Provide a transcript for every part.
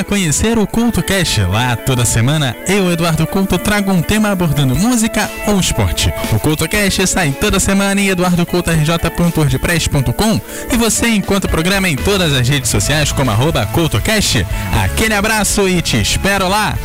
conhecer o CoutoCast. Lá toda semana eu, Eduardo Couto, trago um tema abordando música ou esporte. O CoutoCast sai toda semana em eduardocoutorj.wordpress.com e você encontra o programa em todas as redes sociais como @CoutoCast. Aquele abraço e te espero lá!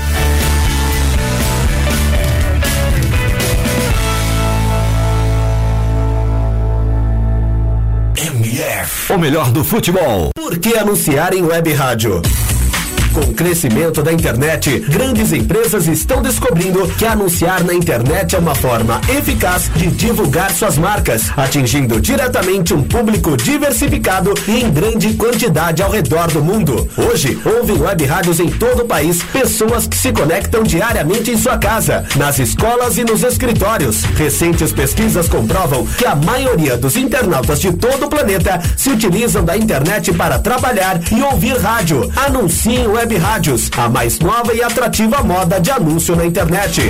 O melhor do futebol. Por que anunciar em web rádio? Com o crescimento da internet, grandes empresas estão descobrindo que anunciar na internet é uma forma eficaz de divulgar suas marcas, atingindo diretamente um público diversificado e em grande quantidade ao redor do mundo. Hoje, ouvem web rádios em todo o país, pessoas que se conectam diariamente em sua casa, nas escolas e nos escritórios. Recentes pesquisas comprovam que a maioria dos internautas de todo o planeta se utilizam da internet para trabalhar e ouvir rádio. Anunciem web rádios, a mais nova e atrativa moda de anúncio na internet.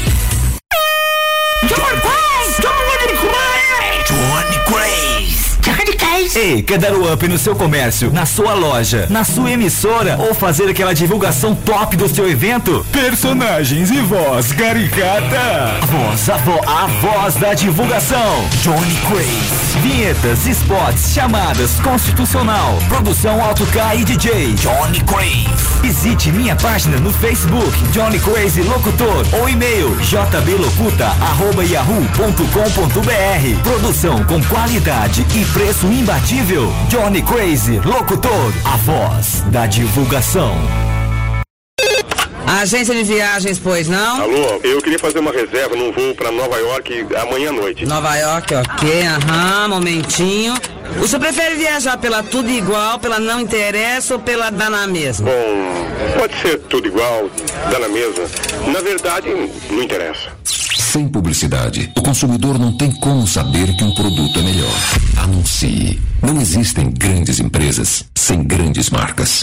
Ei, quer dar o up no seu comércio, na sua loja, na sua emissora ou fazer aquela divulgação top do seu evento? Personagens e voz caricata. A voz da divulgação. Johnny Craze. Vinhetas, spots, chamadas, constitucional, produção AutoK e DJ. Johnny Craze. Visite minha página no Facebook, Johnny Craze Locutor, ou e-mail jblocuta@yahoo.com.br. Produção com qualidade e preço imbatível. Johnny Craze Locutor, a voz da divulgação. Agência de viagens, pois não? Alô, eu queria fazer uma reserva num voo para Nova York amanhã à noite. Nova York, ok, momentinho. O senhor prefere viajar pela tudo igual, pela não interessa ou pela dá na mesma? Bom, pode ser tudo igual, dá na mesma. Na verdade, não interessa. Sem publicidade, o consumidor não tem como saber que um produto é melhor. Anuncie. Não existem grandes empresas sem grandes marcas.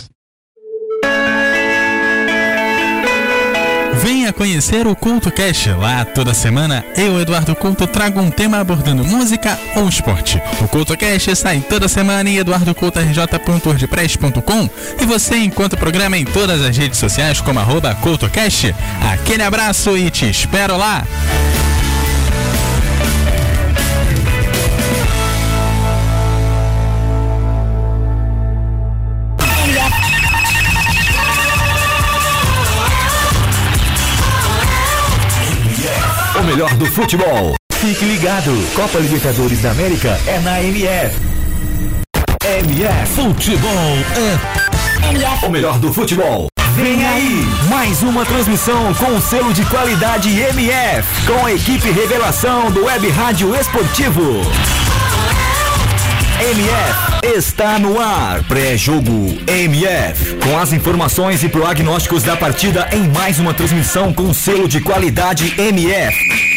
Venha conhecer o CoutoCast. Lá toda semana eu, Eduardo Couto, trago um tema abordando música ou esporte. O CoutoCast sai toda semana em eduardocoutorj.wordpress.com e você encontra o programa em todas as redes sociais como @CoutoCast. Aquele abraço e te espero lá! O melhor do futebol. Fique ligado. Copa Libertadores da América é na MF. MF Futebol é o melhor do futebol. Vem aí, mais uma transmissão com o selo de qualidade MF, com a equipe revelação do Web Rádio Esportivo. MF está no ar. Pré-jogo MF, com as informações e prognósticos da partida em mais uma transmissão com o selo de qualidade MF.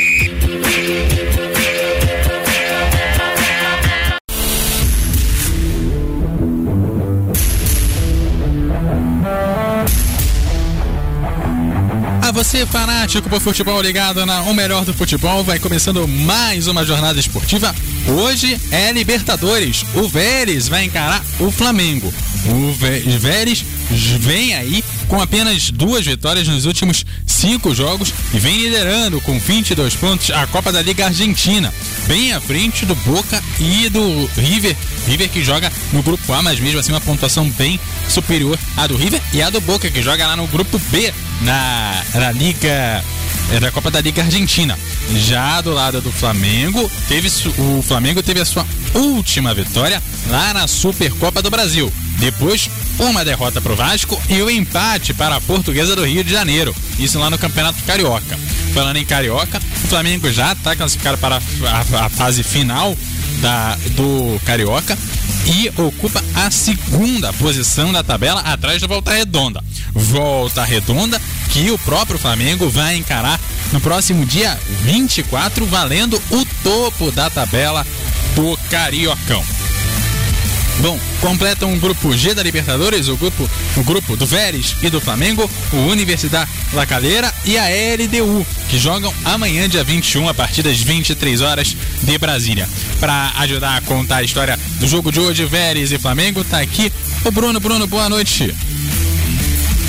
A você, fanático por futebol ligado na O Melhor do Futebol, vai começando mais uma jornada esportiva. Hoje é Libertadores. O Vélez vai encarar o Flamengo. O Vélez vem aí com apenas 2 vitórias nos últimos 5 jogos e vem liderando com 22 pontos a Copa da Liga Argentina, bem à frente do Boca e do River. River que joga no grupo A, mas mesmo assim uma pontuação bem superior à do River e à do Boca, que joga lá no grupo B na Liga da Copa da Liga Argentina. Já do lado do Flamengo, o Flamengo teve a sua última vitória lá na Supercopa do Brasil. Depois, uma derrota para o Vasco e o empate para a Portuguesa do Rio de Janeiro. Isso lá no Campeonato Carioca. Falando em Carioca, o Flamengo já está classificado para a fase final do Carioca e ocupa a 2ª posição da tabela, atrás do Volta Redonda. Volta Redonda que o próprio Flamengo vai encarar no próximo dia 24, valendo o topo da tabela do Cariocão. Bom, completam o grupo G da Libertadores, o grupo do Vélez e do Flamengo, o Universidad La Calera e a LDU, que jogam amanhã, dia 21, a partir das 23 horas de Brasília. Para ajudar a contar a história do jogo de hoje, Vélez e Flamengo, tá aqui o Bruno. Bruno, boa noite.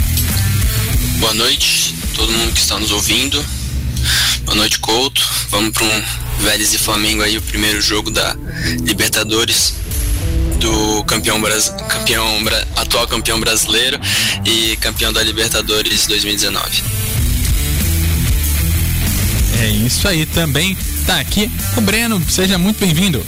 Boa noite, todo mundo que está nos ouvindo. Boa noite, Couto. Vamos para um Vélez e Flamengo aí, o primeiro jogo da Libertadores do atual campeão brasileiro e campeão da Libertadores 2019. É isso aí, também tá aqui o Breno, seja muito bem-vindo.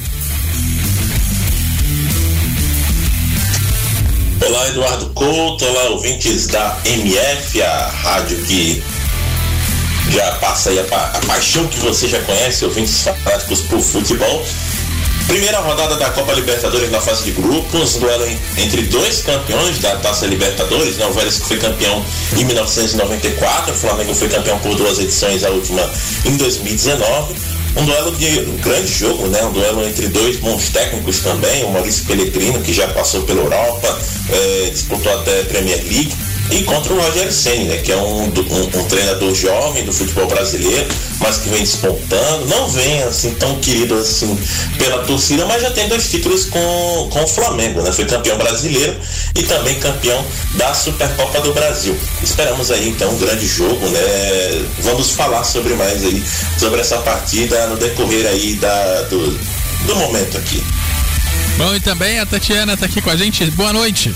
Olá, Eduardo Couto, olá, ouvintes da MF, a rádio que já passa aí a paixão que você já conhece, ouvintes fanáticos por futebol. Primeira rodada da Copa Libertadores na fase de grupos, duelo entre dois campeões da Taça Libertadores, né? O Vélez que foi campeão em 1994, o Flamengo foi campeão por 2 edições, a última em 2019. Um duelo um grande jogo, né? Um duelo entre dois bons técnicos também, o Maurício Pellegrino, que já passou pela Europa, disputou até a Premier League, e contra o Rogério Ceni, né? Que é um treinador jovem do futebol brasileiro, mas que vem despontando, não vem assim tão querido assim pela torcida, mas já tem 2 títulos com o Flamengo, né? Foi campeão brasileiro e também campeão da Supercopa do Brasil. Esperamos aí então um grande jogo, né? Vamos falar sobre mais aí, sobre essa partida no decorrer aí do momento aqui. Bom, e também a Tatiana tá aqui com a gente. Boa noite.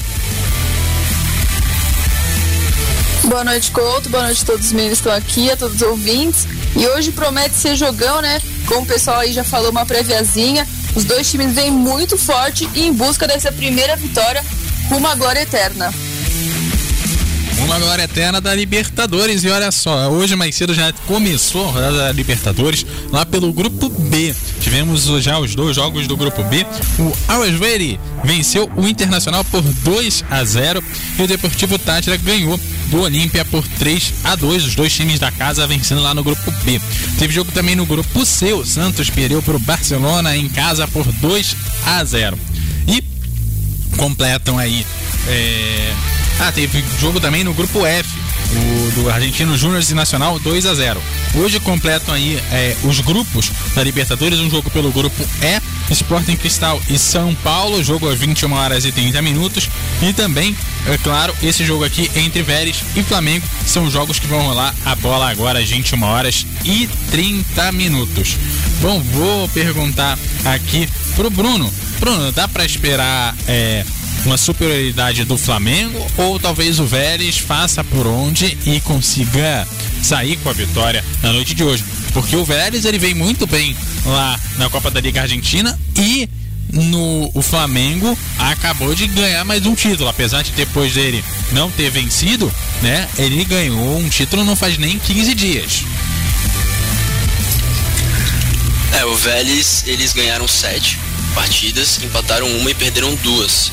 Boa noite, Couto. Boa noite a todos os meninos que estão aqui, a todos os ouvintes. E hoje promete ser jogão, né? Como o pessoal aí já falou, uma préviazinha. Os dois times vêm muito forte e em busca dessa primeira vitória rumo à glória eterna. Uma glória eterna da Libertadores. E olha só, hoje mais cedo já começou a rodada da Libertadores lá pelo Grupo B. Tivemos já os 2 jogos do Grupo B. O Always Ready venceu o Internacional por 2-0 e o Deportivo Táchira ganhou do Olímpia por 3-2. Os 2 times da casa vencendo lá no Grupo B. Teve jogo também no Grupo C. O Santos perdeu para o Barcelona em casa por 2-0. E completam aí... teve jogo também no Grupo F, o do Argentino Júnior e Nacional 2-0. Hoje completam aí os grupos da Libertadores, um jogo pelo Grupo E, Sporting Cristal e São Paulo, jogo às 21h30. E também, é claro, esse jogo aqui entre Vélez e Flamengo, são jogos que vão rolar a bola agora às 21h30. Bom, vou perguntar aqui pro Bruno. Bruno, dá pra esperar uma superioridade do Flamengo ou talvez o Vélez faça por onde e consiga sair com a vitória na noite de hoje? Porque o Vélez ele vem muito bem lá na Copa da Liga Argentina e o Flamengo acabou de ganhar mais um título, apesar de depois dele não ter vencido, né? Ele ganhou um título não faz nem 15 dias. O Vélez, eles ganharam 7 partidas, empataram 1 e perderam 2.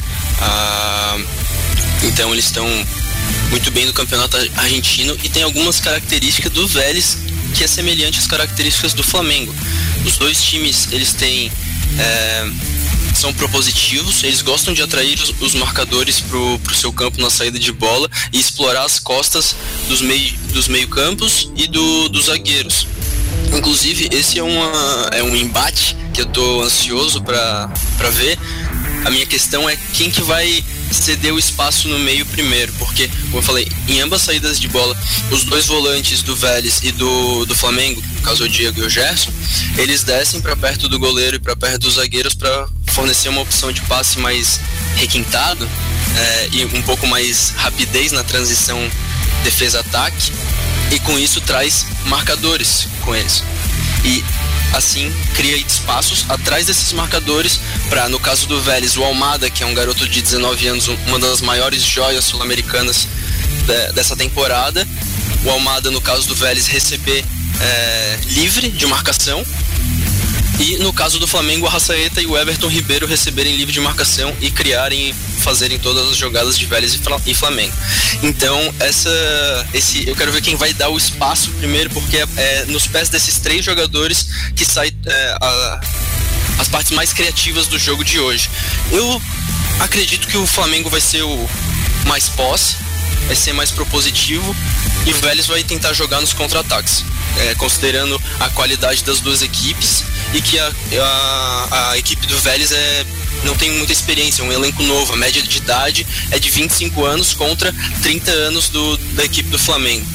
Então eles estão muito bem no campeonato argentino e tem algumas características do Vélez que é semelhante às características do Flamengo. Os 2 times, eles têm são propositivos, eles gostam de atrair os marcadores pro seu campo na saída de bola e explorar as costas dos meio-campos e dos zagueiros. Inclusive, esse é um embate que eu tô ansioso para ver. A minha questão é quem que vai ceder o espaço no meio primeiro, porque, como eu falei, em ambas saídas de bola, os 2 volantes do Vélez e do Flamengo, no caso o Diego e o Gerson, eles descem para perto do goleiro e para perto dos zagueiros para fornecer uma opção de passe mais requintado e um pouco mais rapidez na transição defesa-ataque, e com isso traz marcadores com eles. E assim cria espaços atrás desses marcadores para, no caso do Vélez, o Almada, que é um garoto de 19 anos, uma das maiores joias sul-americanas dessa temporada. O Almada, no caso do Vélez, receber livre de marcação. E no caso do Flamengo, o Arrascaeta e o Everton Ribeiro receberem livre de marcação e criarem e fazerem todas as jogadas de Vélez e Flamengo. Então, eu quero ver quem vai dar o espaço primeiro, porque é nos pés desses 3 jogadores que sai as partes mais criativas do jogo de hoje. Eu acredito que o Flamengo vai ser o mais posse, vai ser mais propositivo, e o Vélez vai tentar jogar nos contra-ataques, considerando a qualidade das 2 equipes, e que a equipe do Vélez não tem muita experiência, é um elenco novo, a média de idade é de 25 anos contra 30 anos da equipe do Flamengo.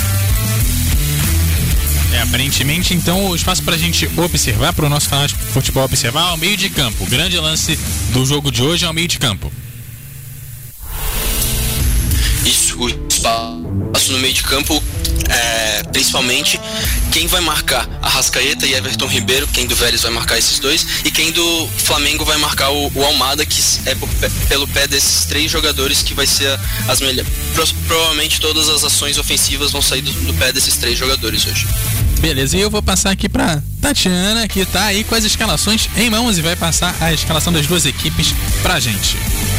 Aparentemente, então, o espaço pra gente observar, pro nosso fanático de futebol observar, é o meio de campo. O grande lance do jogo de hoje é o meio de campo. Isso, o espaço no meio de campo, principalmente quem vai marcar Arrascaeta e Everton Ribeiro, quem do Vélez vai marcar esses dois, e quem do Flamengo vai marcar o Almada, que é pelo pé desses 3 jogadores que vai ser as melhores. Provavelmente todas as ações ofensivas vão sair do pé desses 3 jogadores hoje. Beleza, e eu vou passar aqui pra Tatiana, que tá aí com as escalações em mãos e vai passar a escalação das 2 equipes pra gente.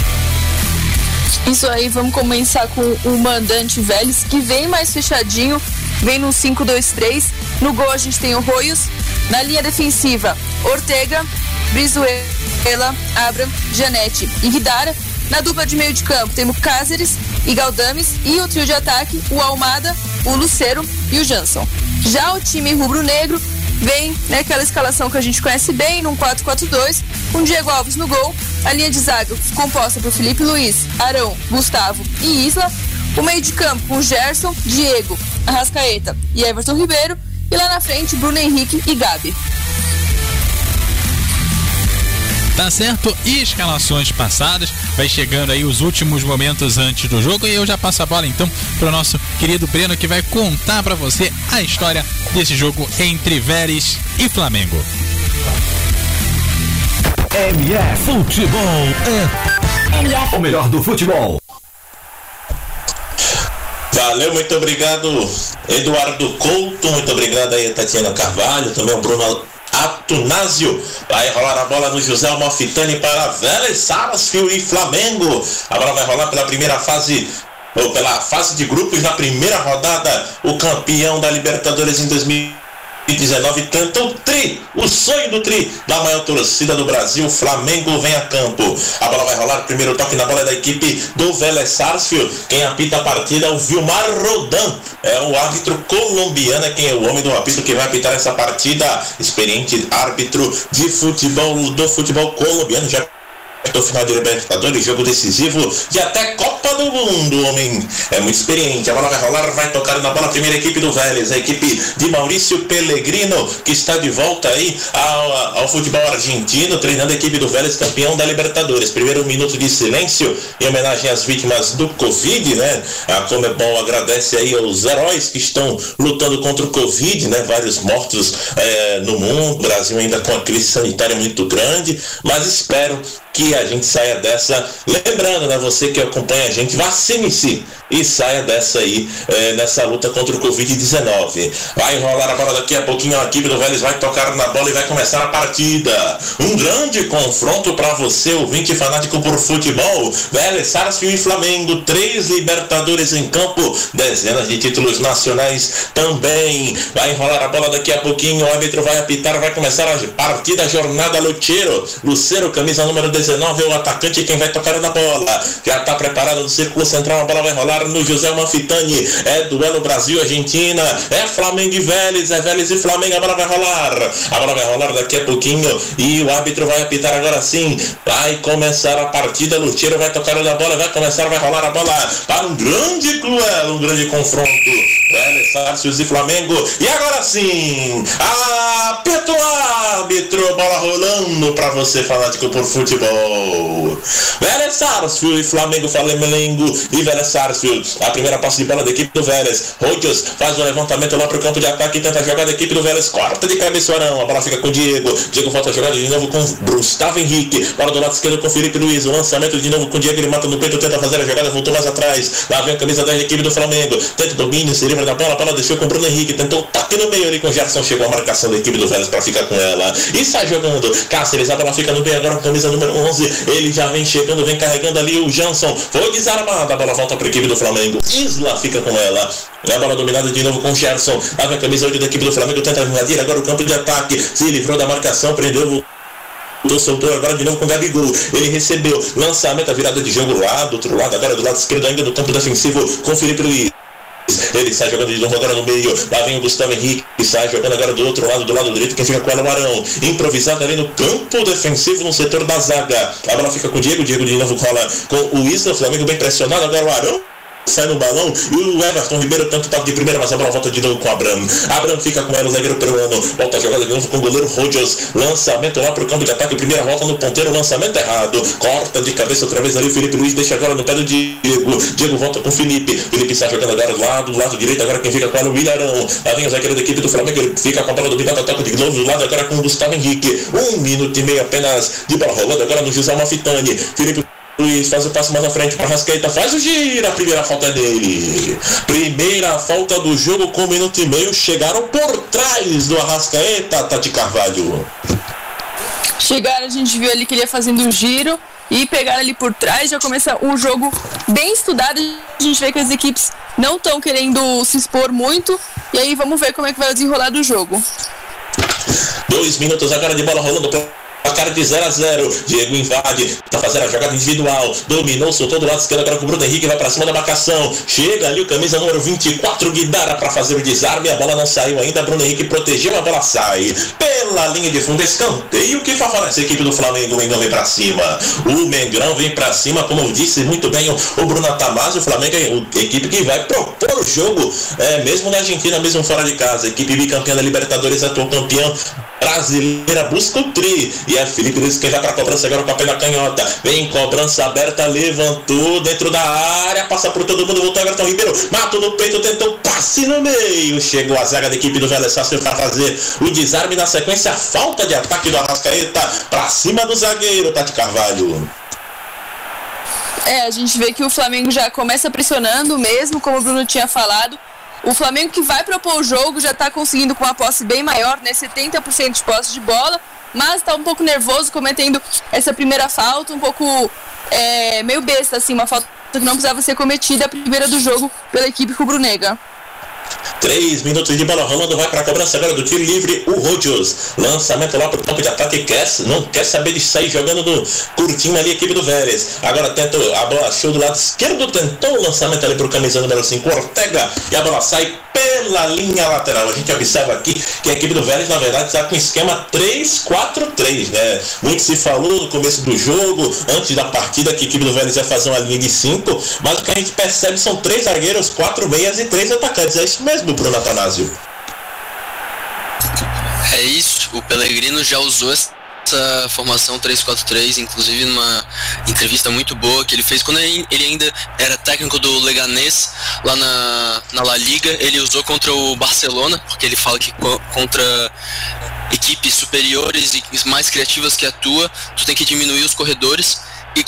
Isso aí, vamos começar com o mandante Vélez, que vem mais fechadinho, vem no 5-2-3. No gol a gente tem o Royos. Na linha defensiva, Ortega, Brizuela, Abram, Janete e Guidara. Na dupla de meio de campo temos Cáceres e Galdames. E o trio de ataque, o Almada, o Lucero e o Jansson. Já o time rubro-negro vem naquela escalação que a gente conhece bem, num 4-4-2, com Diego Alves no gol. A linha de zaga composta por Felipe Luiz, Arão, Gustavo e Isla. O meio de campo com Gerson, Diego, Arrascaeta e Everton Ribeiro. E lá na frente, Bruno Henrique e Gabi. Tá certo? E escalações passadas, vai chegando aí os últimos momentos antes do jogo e eu já passo a bola então pro nosso querido Breno, que vai contar pra você a história desse jogo entre Vélez e Flamengo. MF Futebol é o melhor do futebol. Valeu, muito obrigado, Eduardo Couto, muito obrigado aí, Tatiana Carvalho, também o Bruno Atunásio. Vai rolar a bola no José Almofitani para Vélez, Sarsfield e Flamengo. A bola vai rolar pela primeira fase, ou pela fase de grupos, na primeira rodada. O campeão da Libertadores em 2019 canta o sonho do tri da maior torcida do Brasil. Flamengo vem a campo. A bola vai rolar, primeiro toque na bola da equipe do Vélez Sarsfield. Quem apita a partida é o Vilmar Rodan, é o árbitro colombiano, é quem é o homem do apito que vai apitar essa partida. Experiente árbitro de futebol, do futebol colombiano, já do final de Libertadores, jogo decisivo e até Copa do Mundo, homem é muito experiente. A bola vai rolar, vai tocar na bola a primeira equipe do Vélez, a equipe de Maurício Pellegrino, que está de volta aí ao futebol argentino, treinando a equipe do Vélez, campeão da Libertadores. Primeiro minuto de silêncio em homenagem às vítimas do Covid, né? A Conmebol agradece aí aos heróis que estão lutando contra o Covid, né? Vários mortos no mundo, o Brasil ainda com a crise sanitária muito grande, mas espero que a gente saia dessa, lembrando, né, você que acompanha a gente, vacine-se e saia dessa aí, nessa luta contra o Covid-19. Vai rolar a bola daqui a pouquinho, a equipe do Vélez vai tocar na bola e vai começar a partida. Um grande confronto para você, ouvinte fanático por futebol. Vélez, Sarsfield e Flamengo, 3 Libertadores em campo, dezenas de títulos nacionais também. Vai rolar a bola daqui a pouquinho, o árbitro vai apitar, vai começar a partida, jornada Lucero, camisa número 19, é o atacante, quem vai tocar na bola. Já está preparado no círculo central, a bola vai rolar no José Almofitani. É duelo Brasil-Argentina, é Flamengo e Vélez, é Vélez e Flamengo, a bola vai rolar daqui a pouquinho e o árbitro vai apitar agora sim. Vai começar a partida, Lucero vai tocar na bola, vai rolar a bola para um grande duelo, um grande confronto. Vélez, Sarsfield e Flamengo. E agora sim, apita o árbitro, bola rolando para você fanático por futebol. Vélez, Sarsfield e Flamengo e Vélez Sarsfield. A primeira posse de bola da equipe do Vélez. Royos faz o levantamento lá pro campo de ataque e tenta jogar da equipe do Vélez. Corta de cabeça o Arão. A bola fica com o Diego. Diego volta a jogar de novo com Gustavo Henrique. Bola do lado esquerdo com Felipe Luiz. O lançamento de novo com o Diego. Ele mata no peito, tenta fazer a jogada, voltou mais atrás. Lá vem a camisa da equipe do Flamengo. Tenta o domínio, se livra da bola. A bola deixou com o Bruno Henrique. Tentou um toque no meio ali com o Gerson. Chegou a marcação da equipe do Vélez para ficar com ela. E sai jogando. Cáceres, a bola fica no meio agora com a camisa número 11. Ele já vem chegando, vem carregando ali o Jansson. Foi desarmada. A bola volta para a equipe do Flamengo. Isla fica com ela. A bola dominada de novo com o Gerson. Lá vem a camisa 8 da equipe do Flamengo. Tenta invadir agora o campo de ataque. Se livrou da marcação, prendeu soltou agora de novo com o Gabigol. Ele recebeu lançamento, a virada de jogo lá do outro lado, agora do lado esquerdo ainda do campo defensivo com o Felipe Luiz. Ele sai jogando de novo agora no meio. Lá vem o Gustavo Henrique, sai jogando agora do outro lado, do lado direito. Quem fica com ela é o Arão. Improvisado ali no campo defensivo, no setor da zaga. A bola fica com o Diego. Diego de novo rola com o Isla. O Flamengo bem pressionado. Agora o Arão sai no balão e o Everton Ribeiro tanto toque de primeira, mas a bola volta de novo com o Abraham. Abraham fica com ela, o zagueiro peruano. Volta a jogada de novo com o goleiro Rodgers. Lançamento lá pro campo de ataque. Primeira volta no ponteiro, lançamento errado. Corta de cabeça outra vez ali. O Felipe Luiz deixa agora no pé do Diego. Diego volta com o Felipe. Felipe está jogando agora do lado direito. Agora quem fica com ela é o Ilharão. Lá vem o zagueiro da equipe do Flamengo. Ele fica com a bola dominada, toca de novo do lado agora com o Gustavo Henrique. 1 minuto e meio apenas de bola rolando agora no José Malfitani. Felipe Luiz faz o passo mais à frente para Arrascaeta, faz o giro, a primeira falta é dele. Primeira falta do jogo com 1 minuto e meio. Chegaram por trás do Arrascaeta, Tati Carvalho. Chegaram, a gente viu ali que ele ia fazendo o giro e pegaram ali por trás. Já começa um jogo bem estudado. A gente vê que as equipes não estão querendo se expor muito. E aí vamos ver como é que vai o desenrolar do jogo. 2 minutos agora de bola rolando placar de 0-0. Diego invade, tá fazendo a jogada individual, dominou, soltou do lado esquerdo agora com o Bruno Henrique, vai pra cima da marcação, chega ali o camisa número 24, Guidara, pra fazer o desarme, a bola não saiu ainda, Bruno Henrique protegeu, a bola sai pela linha de fundo, escanteio que favorece a equipe do Flamengo. O Mengão vem pra cima, o Mengão vem pra cima, como disse muito bem o Bruno Atamazio. O Flamengo é a equipe que vai propor o jogo, mesmo na Argentina, mesmo fora de casa. A equipe bicampeã da Libertadores, atual campeão brasileira, busca o tri, e é Felipe Luiz que vai para a cobrança agora com a pena canhota, vem cobrança aberta, levantou dentro da área, passa por todo mundo, voltou Everton Ribeiro, matou no peito, tentou passe no meio, chegou a zaga da equipe do Vélez Sarsfield para fazer o desarme, na sequência a falta de ataque do Arrascaeta para cima do zagueiro Tati Carvalho. A gente vê que o Flamengo já começa pressionando mesmo, como o Bruno tinha falado. O Flamengo que vai propor o jogo já está conseguindo com uma posse bem maior, né? 70% de posse de bola, mas está um pouco nervoso cometendo essa primeira falta, um pouco meio besta, assim, uma falta que não precisava ser cometida, a primeira do jogo pela equipe rubro-negra. 3 minutos de bola rolando, vai para a cobrança agora do tiro livre, o Rodgers, lançamento lá para o campo de ataque, não quer saber de sair jogando no curtinho ali a equipe do Vélez, agora tenta a bola, achou do lado esquerdo, tentou o lançamento ali para o camisa número 5, Ortega, e a bola sai pela linha lateral. A gente observa aqui que a equipe do Vélez na verdade está com esquema 3-4-3, né? Muito se falou no começo do jogo, antes da partida, que a equipe do Vélez ia fazer uma linha de 5, mas o que a gente percebe são 3 zagueiros, 4 meias e 3 atacantes. É isso mesmo, Bruno Atanásio? É isso, o Pellegrino já usou essa formação 3-4-3, inclusive numa entrevista muito boa que ele fez quando ele ainda era técnico do Leganés lá na La Liga. Ele usou contra o Barcelona, porque ele fala que contra equipes superiores e mais criativas que atua, tu tem que diminuir os corredores, e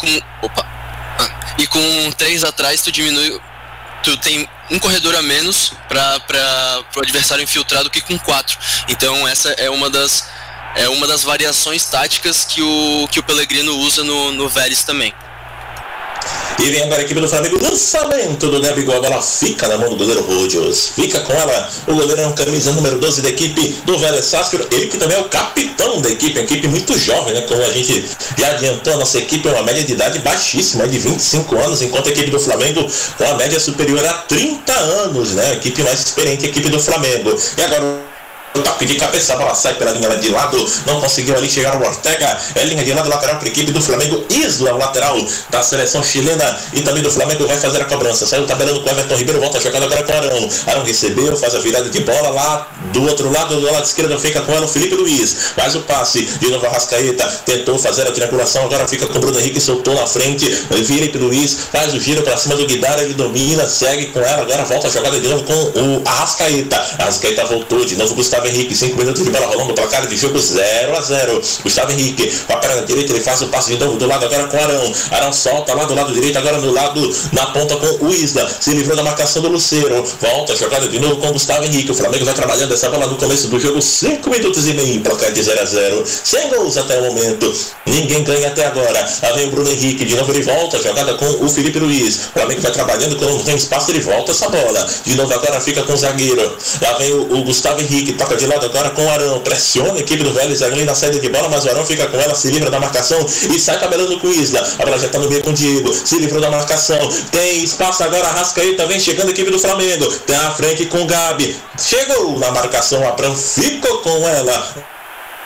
com 3 atrás tu tem um corredor a menos para o adversário infiltrado que com 4. Então essa é uma das variações táticas que o Pellegrino usa no Vélez também. E vem agora a equipe do Flamengo, lançamento do Gabigol, a bola fica na mão do goleiro Rodgers, fica com ela, o goleiro é um camisa número 12 da equipe do Vélez Sarsfield, ele que também é o capitão da equipe, a equipe muito jovem, né, como a gente já adiantou, a nossa equipe é uma média de idade baixíssima, de 25 anos, enquanto a equipe do Flamengo com a média superior a 30 anos, né, a equipe mais experiente, a equipe do Flamengo. E agora o toque de cabeça, a bola sai pela linha de lado, não conseguiu ali chegar o Ortega, linha de lado lateral para a equipe do Flamengo, Isla, lateral da seleção chilena e também do Flamengo, vai fazer a cobrança, saiu tabelando com o Everton Ribeiro, volta a jogada agora com o Arão recebeu, faz a virada de bola lá do outro lado, do lado esquerdo fica com ela o Felipe Luiz, faz o passe, de novo a Arrascaeta, tentou fazer a triangulação, agora fica com o Bruno Henrique, soltou na frente, Felipe Luiz faz o giro para cima do Guidara, ele domina, segue com ela, agora volta a jogada de novo com o Arrascaeta voltou, de novo Gustavo Henrique, 5 minutos de bola rolando, placar de jogo 0-0. Gustavo Henrique, com a perna direita, ele faz o passe de novo do lado agora com o Arão solta lá do lado direito, agora no lado, na ponta com o Isla, se livrou da marcação do Luceiro, volta a jogada de novo com o Gustavo Henrique, o Flamengo vai trabalhando essa bola no começo do jogo, 5 minutos e meio, placar de 0-0, sem gols até o momento, ninguém ganha até agora. Lá vem o Bruno Henrique, de novo ele volta a jogada com o Felipe Luiz, o Flamengo vai trabalhando, quando tem espaço ele volta essa bola, de novo agora fica com o zagueiro, lá vem o Gustavo Henrique, toca de lado agora com o Arão, pressiona a equipe do Vélez ali na saída de bola, mas o Arão fica com ela, se livra da marcação e sai tabelando com o Isla, a bola já tá no meio com o Diego, se livrou da marcação, tem espaço agora, a Arrascaeta vem chegando a equipe do Flamengo, tem a frente com o Gabi, chegou na marcação, o Arão ficou com ela,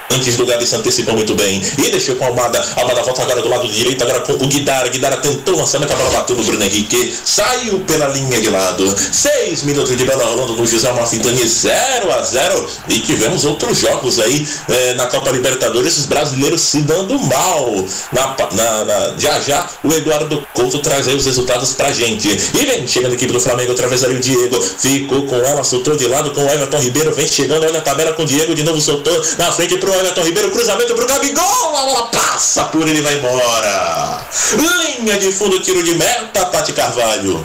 Antes do Gabi se antecipou muito bem e deixou com a Almada volta agora do lado direito, agora com o Guidara tentou o lançamento, a bola bateu no Bruno Henrique, saiu pela linha de lado. 6 minutos de bola rolando no José Malfitani, 0-0, e tivemos outros jogos aí na Copa Libertadores, os brasileiros se dando mal. Já o Eduardo Couto traz aí os resultados pra gente. E vem chegando a equipe do Flamengo, outra vez ali o Diego, ficou com ela, soltou de lado com o Everton Ribeiro, vem chegando, olha a tabela com o Diego, de novo soltou na frente pro Everton Ribeiro, cruzamento pro Gabigol, a bola passa por ele e vai embora. Linha de fundo, tiro de meta, Tati Carvalho.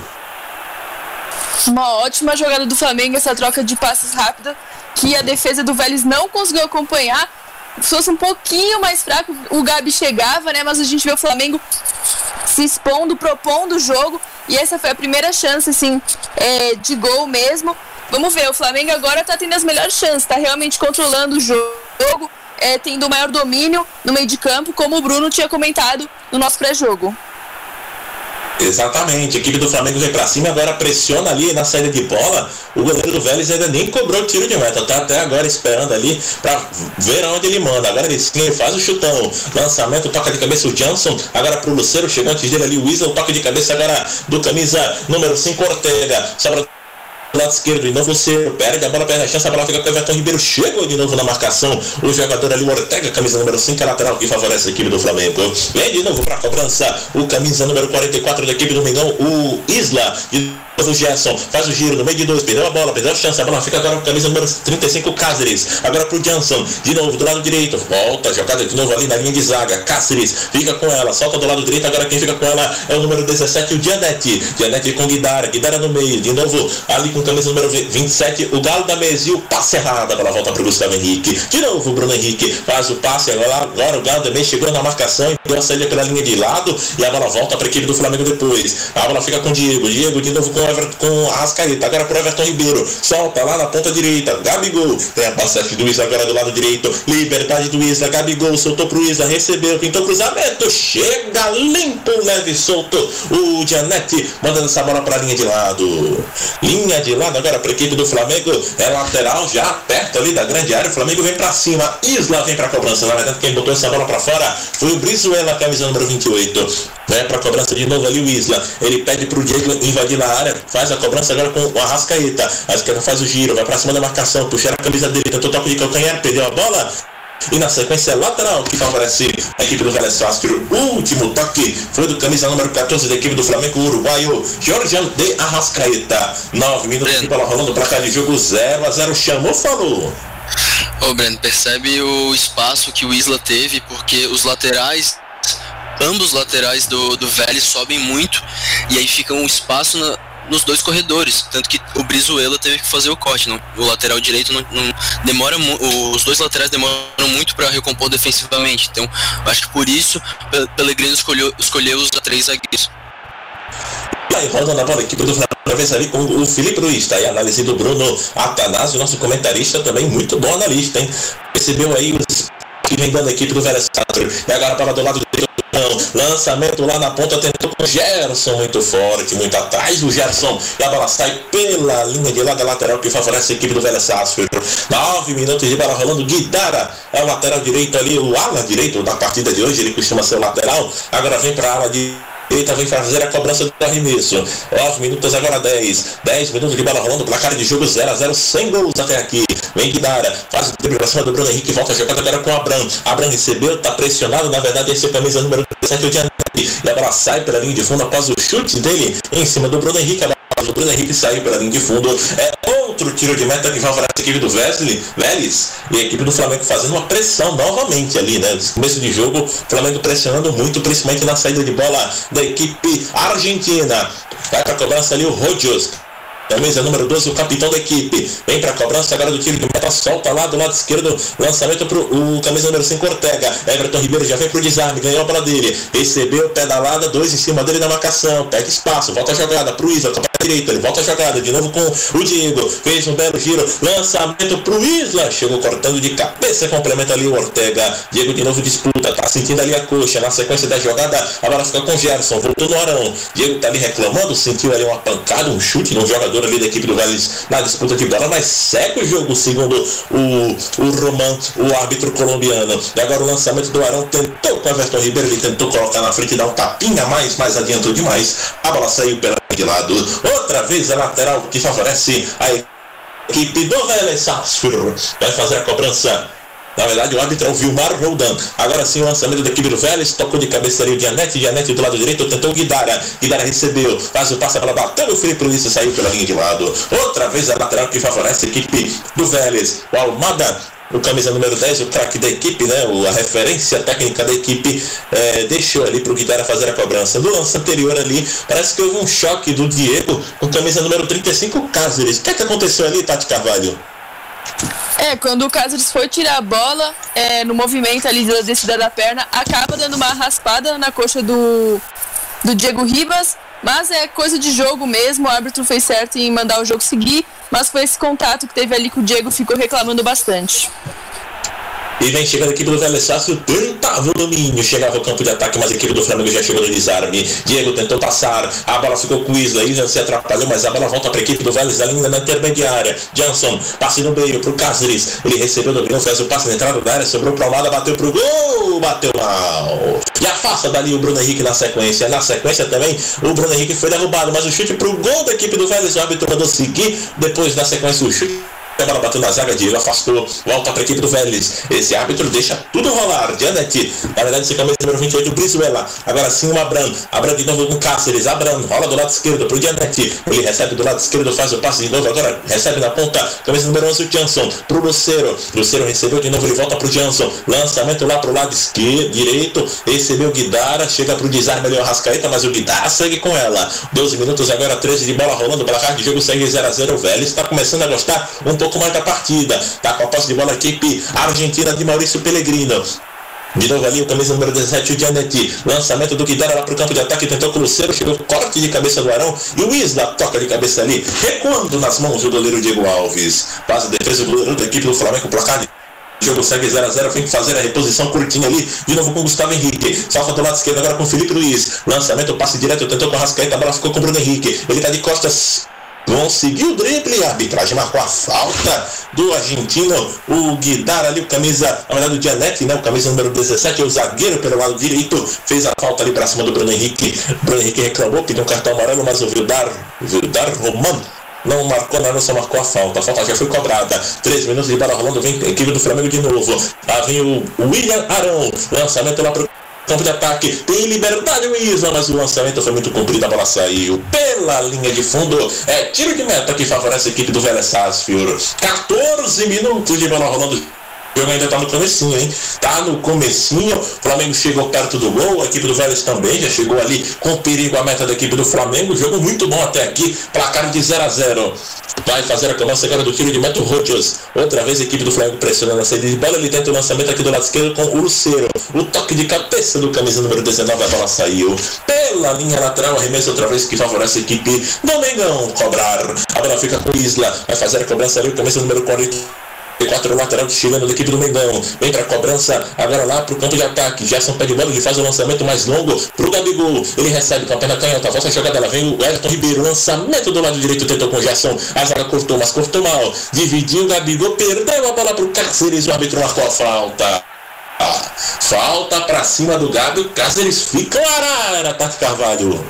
Uma ótima jogada do Flamengo, essa troca de passes rápida, que a defesa do Vélez não conseguiu acompanhar. Se fosse um pouquinho mais fraco, o Gabi chegava, né? Mas a gente vê o Flamengo se expondo, propondo o jogo, e essa foi a primeira chance, assim, de gol mesmo. Vamos ver, o Flamengo agora tá tendo as melhores chances, tá realmente controlando o jogo, tendo o maior domínio no meio de campo, como o Bruno tinha comentado no nosso pré-jogo. Exatamente, a equipe do Flamengo vem pra cima, agora pressiona ali na saída de bola. O goleiro do Vélez ainda nem cobrou o tiro de meta, tá até agora esperando ali pra ver aonde ele manda. Agora ele faz o chutão, lançamento, toca de cabeça o Johnson, agora pro Lucero, chegou antes dele ali o Isla, o toque de cabeça agora do camisa número 5, Ortega, sobra do lado esquerdo, de novo você perde a bola, perde a chance, a bola fica com o Everton Ribeiro, chegou de novo na marcação, o jogador ali, o Ortega, camisa número 5, é lateral que favorece a equipe do Flamengo. Vem de novo pra cobrança, o camisa número 44 da equipe do Mengão, o Isla, o Gerson faz o giro no meio de dois, perdeu a bola, perdeu a chance, a bola fica agora com a camisa número 35, Cáceres, agora pro Johnson, de novo do lado direito, volta, jogada de novo ali na linha de zaga, Cáceres, fica com ela, solta do lado direito, agora quem fica com ela é o número 17, o Gianetti com Guidara no meio, de novo ali com a camisa número 27, o Galo da Mesa, e o passe errado, a bola volta pro Gustavo Henrique, de novo o Bruno Henrique faz o passe, agora o Galo da Mesa chegou na marcação e deu a saída pela linha de lado, e a bola volta pra equipe do Flamengo depois, a bola fica com o Diego de novo com a Arrascaeta, agora pro Everton Ribeiro, solta lá na ponta direita, Gabigol, tem a passagem do Isla agora do lado direito, liberdade do Isla, Gabigol, soltou pro Isla, recebeu, pintou cruzamento, chega limpo, leve e solto, o Gianetti mandando essa bola pra linha de lado agora pra equipe do Flamengo, é lateral já perto ali da grande área, o Flamengo vem pra cima, Isla vem pra cobrança, na verdade quem botou essa bola pra fora foi o Brizuela, camisa número 28, vem pra cobrança de novo ali o Isla, ele pede pro Diego invadir na área, faz a cobrança agora com o Arrascaeta, a esquerda faz o giro, vai pra cima da marcação, puxa a camisa dele, tentou toque de calcanhar, perdeu a bola, e na sequência é lateral que favorece a equipe do Vélez Sarsfield. O último toque foi do camisa número 14 da equipe do Flamengo, o uruguaio Jorge de Arrascaeta. 9 minutos de bola rolando, placar de jogo 0-0, chamou, falou. Ô Breno, percebe o espaço que o Isla teve, porque os laterais, ambos os laterais do Vélez sobem muito, e aí fica um espaço nos dois corredores, tanto que o Brizuela teve que fazer o corte, o lateral direito não demora, os dois laterais demoram muito para recompor defensivamente, então acho que por isso Pellegrino escolheu os 3 zagueiros. E aí rodando a bola, a equipe do Flamengo ali com o Felipe Luiz, tá aí a análise do Bruno Atanásio, nosso comentarista também, muito bom analista, hein? Percebeu aí os que vem dando a equipe do Vélez Sarsfield, e agora a bola do lado direito, lançamento lá na ponta, tentou com o Gerson, muito forte, muito atrás, o Gerson, e a bola sai pela linha de lado da lateral que favorece a equipe do Vélez Sarsfield. 9 minutos de bola rolando, Guidara é o lateral direito ali, o ala direito da partida de hoje, ele costuma ser o lateral, agora vem para a ala de direita, vem fazer a cobrança do arremesso. 9 minutos, agora 10 minutos de bola rolando, placar de jogo 0-0, sem gols até aqui. Vem Guidara, faz o drible pra cima do Bruno Henrique, volta a jogar agora com o Abram recebeu, tá pressionado, na verdade esse é o camisa número 17, o Giannetti, e a bola sai pela linha de fundo após o chute dele em cima do Bruno Henrique, o Bruno Henrique saiu pela linha de fundo, é outro tiro de meta que favorece a equipe do Vélez, e a equipe do Flamengo fazendo uma pressão novamente ali, né, no começo de jogo, o Flamengo pressionando muito, principalmente na saída de bola da equipe argentina. Vai pra cobrança ali o Rodgers, camisa número 12, o capitão da equipe, vem pra cobrança agora do tiro de meta, solta lá do lado esquerdo, lançamento pro o camisa número 5, Ortega, Everton Ribeiro já vem pro desarme, ganhou a bola dele, recebeu, pedalada, 2 em cima dele na marcação, pega espaço, volta a jogada pro Isla, direita, ele volta a jogada de novo com o Diego, fez um belo giro, lançamento pro Isla, chegou cortando de cabeça, complementa ali o Ortega, Diego de novo disputa, tá sentindo ali a coxa, na sequência da jogada, a bola fica com o Gerson, voltou no Arão, Diego tá ali reclamando, sentiu ali uma pancada, um chute no jogador ali da equipe do Vélez na disputa de bola, mas segue o jogo, segundo o Roman, o árbitro colombiano. E agora o lançamento do Arão tentou com o Everton Ribeiro, ele tentou colocar na frente e dar um tapinha mais adiantou demais, a bola saiu pela de lado, outra vez a lateral que favorece a equipe do Vélez Sarsfield, vai fazer a cobrança. Na verdade, o árbitro é o Vilmar Roldan. Agora sim, o lançamento da equipe do Vélez, tocou de cabeça ali o Dianete do lado direito, tentou o Guidara recebeu, faz o passe, a bola bateu no Felipe Luiz e saiu pela linha de lado. Outra vez a lateral que favorece a equipe do Vélez, o Almada, o camisa número 10, o craque da equipe, né, a referência técnica da equipe, deixou ali para o Guidara fazer a cobrança. No lance anterior ali, parece que houve um choque do Diego com camisa número 35, o Cáceres. O que aconteceu ali, Tati Carvalho? Quando o Cáceres foi tirar a bola, no movimento ali da descida da perna, acaba dando uma raspada na coxa do Diego Ribas, mas é coisa de jogo mesmo, o árbitro fez certo em mandar o jogo seguir, mas foi esse contato que teve ali que o Diego ficou reclamando bastante. E vem chegando a equipe do Vélez Sarsfield, tentava o domínio, chegava ao campo de ataque, mas a equipe do Flamengo já chegou no desarme. Diego tentou passar, a bola ficou com o Isla, Isla se atrapalhou, mas a bola volta para a equipe do Vélez, ainda na intermediária. Johnson, passe no meio para o Cáceres, ele recebeu o domínio, fez o passe na entrada da área, sobrou para o lado, bateu para o gol, bateu mal. E afasta dali o Bruno Henrique na sequência. Na sequência também, o Bruno Henrique foi derrubado, mas o chute para o gol da equipe do Vélez, o árbitro mandou seguir, depois da sequência o chute. A bola bateu na zaga, Diego afastou, volta para a equipe do Vélez. Esse árbitro deixa tudo rolar. Dianete, na verdade, esse camisa número 28, Brizuela. Agora sim o Abram de novo com Cáceres. Abram rola do lado esquerdo pro Dianete. Ele recebe do lado esquerdo, faz o passe de novo. Agora recebe na ponta, camisa número 11, o Jansson. Pro Lucero. Lucero recebeu de novo, ele volta pro Jansson. Lançamento lá pro lado esquerdo, direito. Recebeu o Guidara, chega pro desarme ali o Arrascaeta, mas o Guidara segue com ela. 12 minutos, agora 13 de bola rolando. O placar de jogo segue 0-0. O Vélez está começando a gostar um pouco mais da partida, tá com a posse de bola a equipe argentina de Maurício Pellegrino. De novo ali o camisa número 17, o Dianete. Lançamento do Guidara lá pro campo de ataque, tentou com o Lucero, chegou corte de cabeça do Arão e o Isla toca de cabeça ali, recuando nas mãos do goleiro Diego Alves. Faz a defesa do goleiro da equipe do Flamengo, placar de o jogo segue 0-0, vem fazer a reposição curtinha ali, de novo com o Gustavo Henrique, salva do lado esquerdo agora com o Felipe Luiz, lançamento, passe direto, tentou com o Arrascaeta, a bola ficou com o Bruno Henrique, ele tá de costas, conseguiu o drible, a arbitragem marcou a falta do argentino, o Guidara ali, o camisa, na verdade o Dianete, né, o camisa número 17, o zagueiro pelo lado direito, fez a falta ali pra cima do Bruno Henrique. Bruno Henrique reclamou, pediu um cartão amarelo, mas o Vildar Roman não marcou nada, só marcou a falta já foi cobrada. 3 minutos de bola rolando, vem a equipe do Flamengo de novo, lá vem o William Arão, lançamento lá pro campo de ataque, tem liberdade o Isla, mas o lançamento foi muito comprido, a bola saiu pela linha de fundo, é tiro de meta que favorece a equipe do Vélez Sarsfield. 14 minutos de bola rolando, o jogo ainda tá no comecinho, hein? Tá no comecinho, o Flamengo chegou perto do gol, a equipe do Vélez também já chegou ali com perigo a meta da equipe do Flamengo, jogo muito bom até aqui, placar de 0-0. Vai fazer a cobrança agora do tiro de meta o Rodgers. Outra vez a equipe do Flamengo pressionando a saída de bola, ele tenta o lançamento aqui do lado esquerdo com o Lucero. O toque de cabeça do camisa número 19, a bola saiu pela linha lateral, arremesso outra vez que favorece a equipe do Mengão cobrar. A bola fica com o Isla, vai fazer a cobrança ali, o camisa número 40. 4 lateral chegando da equipe do Mengão, vem pra cobrança agora lá pro campo de ataque, Gerson pé de bola, ele faz o lançamento mais longo pro Gabigol, ele recebe com a perna canhota, volta a jogada, lá vem o Everton Ribeiro, lançamento do lado direito, tentou com o Gerson, a zaga cortou, mas cortou mal, dividiu, o Gabigol perdeu a bola pro Cáceres, o árbitro marcou a falta. Falta pra cima do Gabi, o Cáceres fica no Arara, Tati Carvalho.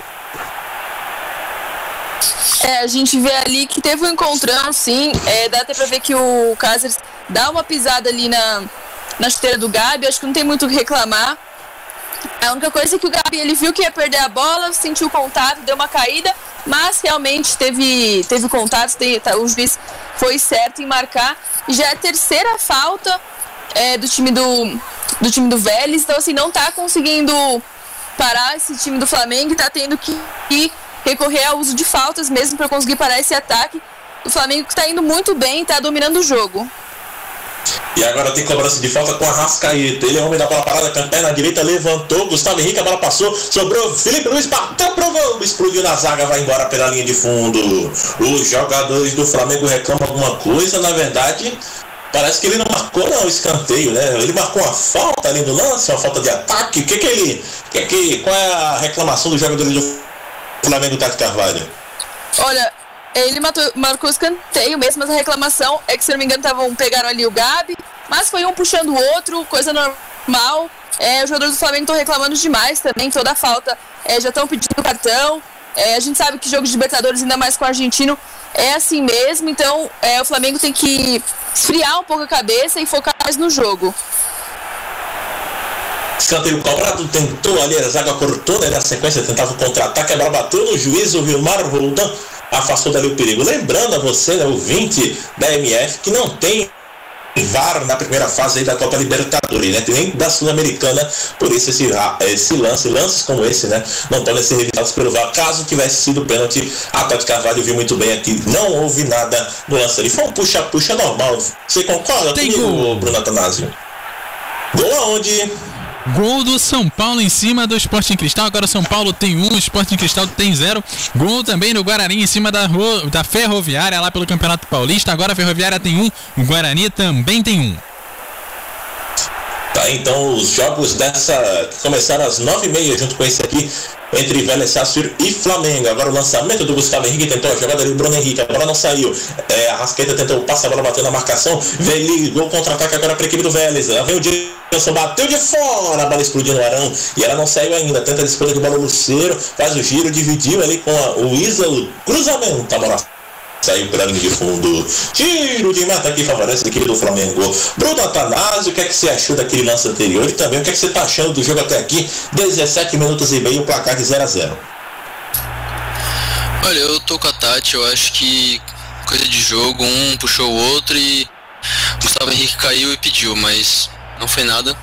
A gente vê ali que teve um encontrão, sim, dá até pra ver que o Cáceres dá uma pisada ali na chuteira do Gabi, acho que não tem muito o que reclamar. A única coisa é que o Gabi, ele viu que ia perder a bola, sentiu o contato, deu uma caída, mas realmente teve contato, o juiz foi certo em marcar, e já é a terceira falta do time do Vélez, então assim, não tá conseguindo parar esse time do Flamengo e tá tendo que recorrer ao uso de faltas mesmo para conseguir parar esse ataque do Flamengo, que está indo muito bem, está dominando o jogo. E agora tem cobrança de falta com a Arrascaeta. Ele é homem da bola parada, com a perna direita, levantou. Gustavo Henrique, a bola passou, sobrou. Felipe Luiz bateu pro gol, explodiu na zaga, vai embora pela linha de fundo. Os jogadores do Flamengo reclamam alguma coisa, na verdade. Parece que ele não marcou o escanteio, né? Ele marcou uma falta ali no lance, uma falta de ataque. Qual é a reclamação do jogador do Flamengo, Tati Carvalho? Olha, ele marcou o escanteio mesmo, mas a reclamação é que, se não me engano, pegaram ali o Gabi, mas foi um puxando o outro, coisa normal. Os jogadores do Flamengo estão reclamando demais também, toda a falta, já estão pedindo cartão. A gente sabe que jogo de Libertadores, ainda mais com o argentino, é assim mesmo, então o Flamengo tem que esfriar um pouco a cabeça e focar mais no jogo. Escanteio cobrado, tentou ali, a zaga cortou, né? Na sequência tentava o contra-ataque, a bola bateu no juiz, o Vilmar Roldan afastou dali o perigo. Lembrando a você, né, ouvinte da MF, que não tem VAR na primeira fase aí da Copa Libertadores, né? Tem nem da Sul-Americana, por isso lances como esse, né, não podem ser revisados pelo VAR. Caso tivesse sido pênalti, a Tati Carvalho viu muito bem aqui, não houve nada no lance ali, foi um puxa-puxa normal. Você concorda comigo, Bruno Atanásio? Gol aonde? Gol do São Paulo em cima do Sporting Cristal. Agora o São Paulo tem 1, o Sporting Cristal tem 0. Gol também do Guarani em cima da Ferroviária lá pelo Campeonato Paulista. Agora a Ferroviária tem 1, o Guarani também tem 1. Tá, então os jogos que começaram às 9h30 junto com esse aqui, entre Vélez Sarsfield e Flamengo. Agora o lançamento do Gustavo Henrique, tentou a jogada ali do Bruno Henrique, a bola não saiu. A Arrascaeta tentou o passe, a bola bateu na marcação. Gol contra-ataque agora para a equipe do Vélez. Lá vem o Dilson, bateu de fora, a bola explodiu no Arão e ela não saiu ainda. Tenta a disputa de bola no Lucero, faz o giro, dividiu ali com o Isla, cruzamento, a bola saiu pela linha de fundo. Tiro de meta que favorece a equipe do Flamengo. Bruno Atanásio, o que é que você achou daquele lance anterior? E também o que é que você está achando do jogo até aqui? 17 minutos e meio, o placar de 0-0. Olha, eu tô com a Tati, eu acho que coisa de jogo, um puxou o outro e Gustavo Henrique caiu e pediu, mas não foi nada.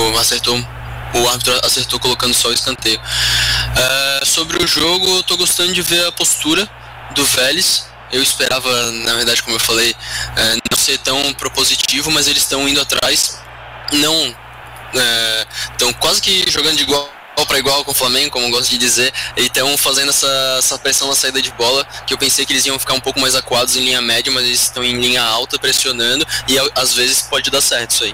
O árbitro acertou colocando só o escanteio. Sobre o jogo, eu tô gostando de ver a postura do Vélez. Eu esperava, na verdade, como eu falei, não ser tão propositivo, mas eles estão indo atrás, não estão quase que jogando de igual para igual com o Flamengo, como eu gosto de dizer, e estão fazendo essa pressão na saída de bola, que eu pensei que eles iam ficar um pouco mais acuados em linha média, mas eles estão em linha alta pressionando, e às vezes pode dar certo isso aí.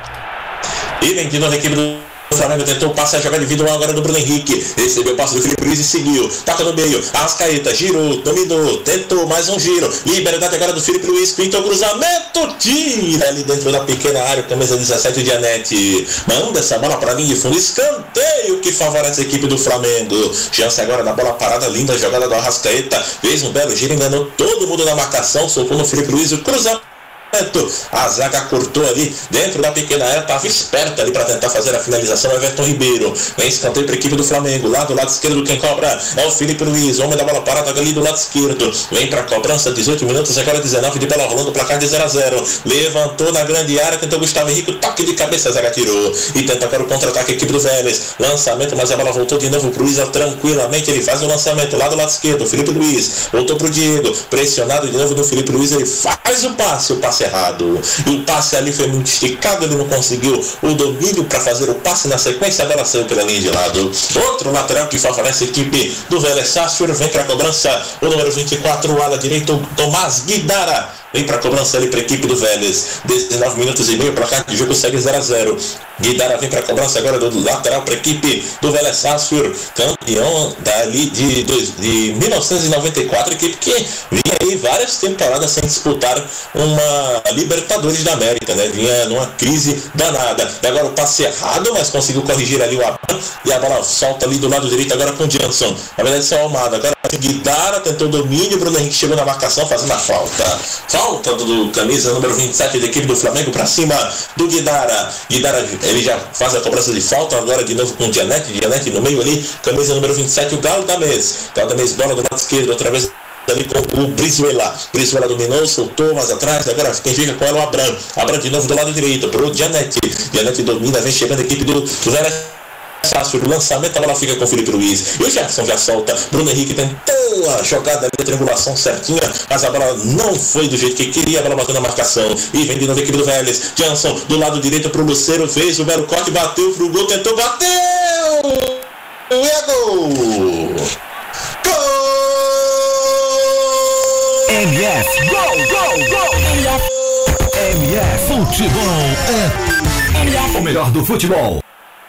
E vem de novo a equipe do Flamengo, tentou passar a jogada individual agora do Bruno Henrique, recebeu o passe do Felipe Luiz e seguiu, toca no meio, Arrascaeta, girou, dominou, tentou mais um giro, liberdade agora do Felipe Luiz, pintou o cruzamento, tira ali dentro da pequena área, camisa 17 de Anete, manda essa bola para linha de fundo, escanteio que favorece a equipe do Flamengo. Chance agora na bola parada, linda jogada do Arrascaeta, fez um belo giro, enganou todo mundo na marcação, soltou no Felipe Luiz o cruzamento. A zaga cortou ali dentro da pequena área, estava esperta ali para tentar fazer a finalização. Everton Ribeiro vem escanteio para a equipe do Flamengo. Lá do lado esquerdo, quem cobra é o Felipe Luiz, homem da bola parada ali do lado esquerdo. Vem para a cobrança, 18 minutos, agora 19 de bola rolando, placar de 0-0. Levantou na grande área, tentou Gustavo Henrique, toque de cabeça, a zaga tirou e tenta agora o contra-ataque a equipe do Vélez. Lançamento, mas a bola voltou de novo pro Luiz tranquilamente. Ele faz o lançamento lá do lado esquerdo. Felipe Luiz voltou pro Diego, pressionado de novo do Felipe Luiz. Ele faz o passe errado, e o passe ali foi muito esticado, ele não conseguiu o domínio para fazer o passe, na sequência a bola saiu pela linha de lado. Outro lateral que favorece a equipe do Vélez Sarsfield, vem para a cobrança o número 24, o ala direito, Tomás Guidara, vem para a cobrança ali para a equipe do Vélez. 19 minutos e meio, placar de jogo segue 0-0. Guidara vem para a cobrança agora do lateral para a equipe do Vélez Sarsfield, campeão dali de 1994, equipe que vinha aí várias temporadas sem disputar uma Libertadores da América, né? Vinha numa crise danada. E agora o passe errado, mas conseguiu corrigir ali o Abrão, e a bola solta ali do lado direito agora com o Jansson. Na verdade, isso é o Almada. Agora Guidara tentou o domínio, Bruno Henrique chegou na marcação fazendo a falta. Falta do camisa número 27 da equipe do Flamengo para cima do Guidara. Guidara, ele já faz a cobrança de falta agora de novo com o Dianete no meio ali, camisa número 27, o Galdamez, bola do lado esquerdo, outra vez ali com o Brizuela dominou, soltou mais atrás, agora quem fica com ela é o Abrão de novo do lado direito, pro Dianete domina, vem chegando a equipe do Vélez fácil, o lançamento, a bola fica com o Felipe Luiz. E o Gerson já solta. Bruno Henrique tentou a jogada ali, a triangulação certinha, mas a bola não foi do jeito que queria, a bola bateu na marcação. E vem de novo a equipe do Vélez. Jansson, do lado direito pro Lucero, fez o belo corte, bateu pro gol, tentou, bateu! E é gol! Gol! MF, gol, gol, gol! MF, futebol é o melhor do futebol.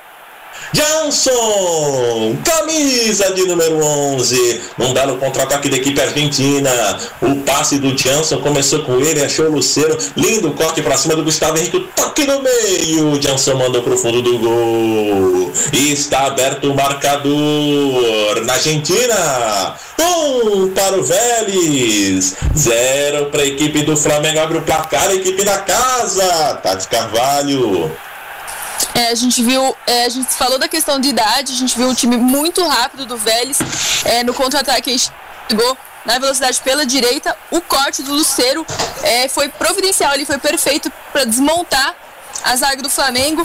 Jansson, camisa de número 11, num belo contra-ataque da equipe argentina. O passe do Jansson começou com ele, achou o Lucero, lindo corte para cima do Gustavo Henrique, o toque no meio, o Jansson mandou pro fundo do gol. E está aberto o marcador na Argentina. 1 para o Vélez, 0 para a equipe do Flamengo. Abre o placar, a equipe da casa, Tati Carvalho. A gente viu, a gente falou da questão de idade, a gente viu um time muito rápido do Vélez, no contra-ataque chegou na velocidade pela direita, o corte do Lucero foi providencial, ele foi perfeito para desmontar a zaga do Flamengo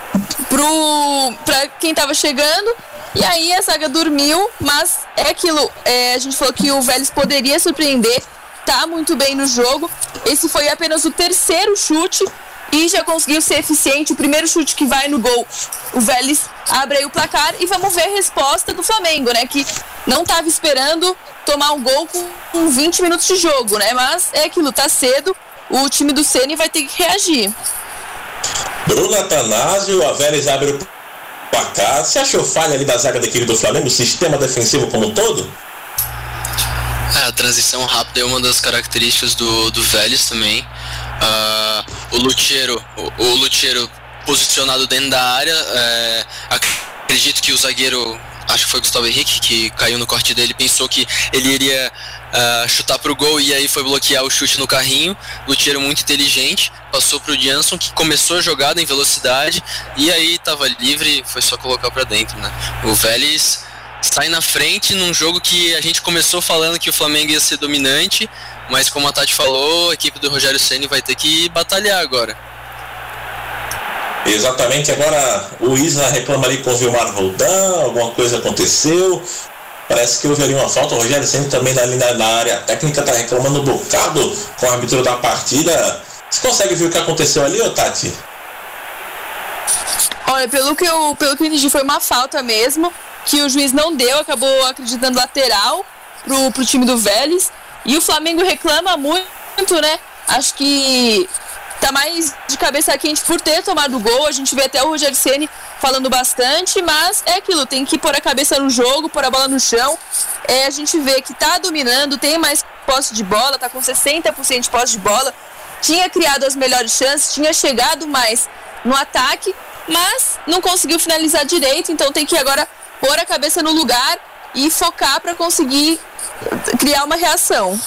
para quem estava chegando, e aí a zaga dormiu, mas é aquilo, a gente falou que o Vélez poderia surpreender, tá muito bem no jogo, esse foi apenas o terceiro chute, e já conseguiu ser eficiente. O primeiro chute que vai no gol, o Vélez abre aí o placar e vamos ver a resposta do Flamengo, né? Que não estava esperando tomar um gol com 20 minutos de jogo, né? Mas é aquilo, tá cedo, o time do Ceni vai ter que reagir. Bruno Atanásio, a Vélez abre o placar. Você achou falha ali da zaga da equipe do Flamengo, o sistema defensivo como um todo? A transição rápida é uma das características do Vélez também. O Lucero posicionado dentro da área, acredito que o zagueiro, acho que foi o Gustavo Henrique, que caiu no corte dele, pensou que ele iria chutar pro gol e aí foi bloquear o chute no carrinho. Lucero muito inteligente, passou pro Jansson, que começou a jogada em velocidade e aí tava livre, foi só colocar pra dentro, né? O Vélez sai na frente num jogo que a gente começou falando que o Flamengo ia ser dominante, mas como a Tati falou, a equipe do Rogério Ceni vai ter que batalhar agora. Exatamente, agora o Isla reclama ali com o Vilmar Roldão, alguma coisa aconteceu, parece que houve ali uma falta. O Rogério Ceni também ali na área técnica está reclamando um bocado com o árbitro da partida. Você consegue ver o que aconteceu ali, ô Tati? Olha, pelo que eu entendi, foi uma falta mesmo, que o juiz não deu, acabou acreditando lateral pro time do Vélez. E o Flamengo reclama muito, né? Acho que tá mais de cabeça quente por ter tomado o gol. A gente vê até o Rogério Ceni falando bastante, mas é aquilo, tem que pôr a cabeça no jogo, pôr a bola no chão. A gente vê que tá dominando, tem mais posse de bola, tá com 60% de posse de bola. Tinha criado as melhores chances, tinha chegado mais no ataque, mas não conseguiu finalizar direito, então tem que agora pôr a cabeça no lugar e focar para conseguir criar uma reação.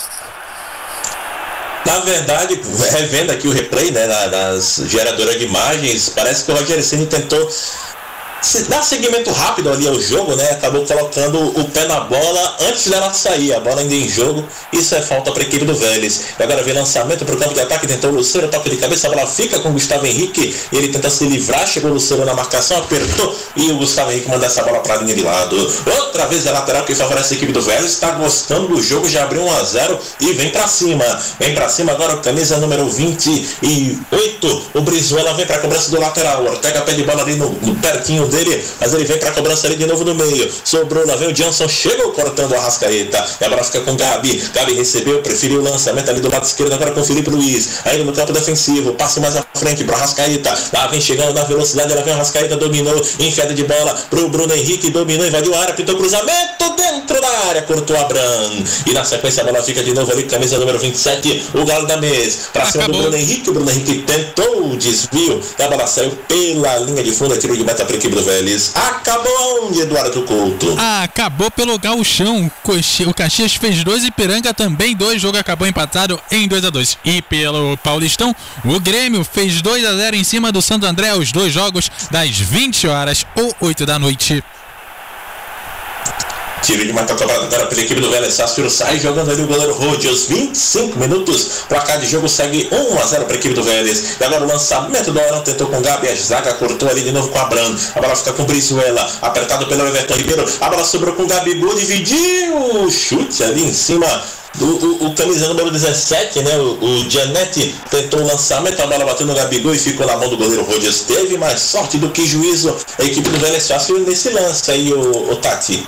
Na verdade, revendo aqui o replay, né, das geradoras de imagens, parece que o Rogério Ceni tentou dar seguimento rápido ali ao jogo, né? Acabou colocando o pé na bola antes dela sair, a bola ainda em jogo. Isso é falta para a equipe do Vélez. E agora vem lançamento para o campo de ataque, tentou o Lucero, toque de cabeça, a bola fica com o Gustavo Henrique, ele tenta se livrar, chegou o Lucero na marcação, apertou e o Gustavo Henrique manda essa bola para a linha de lado. Outra vez é lateral que favorece a equipe do Vélez, está gostando do jogo, já abriu 1-0 e vem para cima. Vem para cima agora o camisa número 28, o Brizuela vem para a cobrança do lateral, Ortega pede bola ali no pertinho dele, mas ele vem pra cobrança ali de novo no meio, sobrou, lá vem o Jansson, chegou cortando o Arrascaeta, e agora fica com o Gabi recebeu, preferiu o lançamento ali do lado esquerdo, agora com o Felipe Luiz, ainda no campo defensivo, passe mais à frente pro Arrascaeta, lá vem chegando na velocidade, lá vem o Arrascaeta, dominou, enfiada de bola pro Bruno Henrique, dominou, invadiu a área, pintou cruzamento dentro da área, cortou a Bran, e na sequência a bola fica de novo ali, camisa número 27, o Galo da Mesa, pra cima do Bruno Henrique, o Bruno Henrique tentou o desvio, e a bola saiu pela linha de fundo, tiro de meta pra equipe do Vélez. Acabou onde, Eduardo Couto? Acabou pelo gauchão. O Caxias fez 2 e Ipiranga também 2. O jogo acabou empatado em 2-2. E pelo Paulistão, o Grêmio fez 2-0 em cima do Santo André. Os 2 jogos das 20 horas ou 8 da noite. Tiro de mata cobrada agora pela equipe do Vélez Sarsfield, sai jogando ali o goleiro Rodios, 25 minutos, placar de jogo segue 1-0 para a equipe do Vélez. E agora o lançamento do Arão, tentou com o Gabi, a zaga cortou ali de novo com a Abrão, a bola fica com o Brizuela, apertado pelo Everton Ribeiro, a bola sobrou com o Gabigol, dividiu, chute ali em cima o camisa número 17, né? O Gianetti tentou o lançamento, a bola bateu no Gabigol e ficou na mão do goleiro Rodios. Teve mais sorte do que juízo a equipe do Vélez Sarsfield nesse lance aí, o Tati.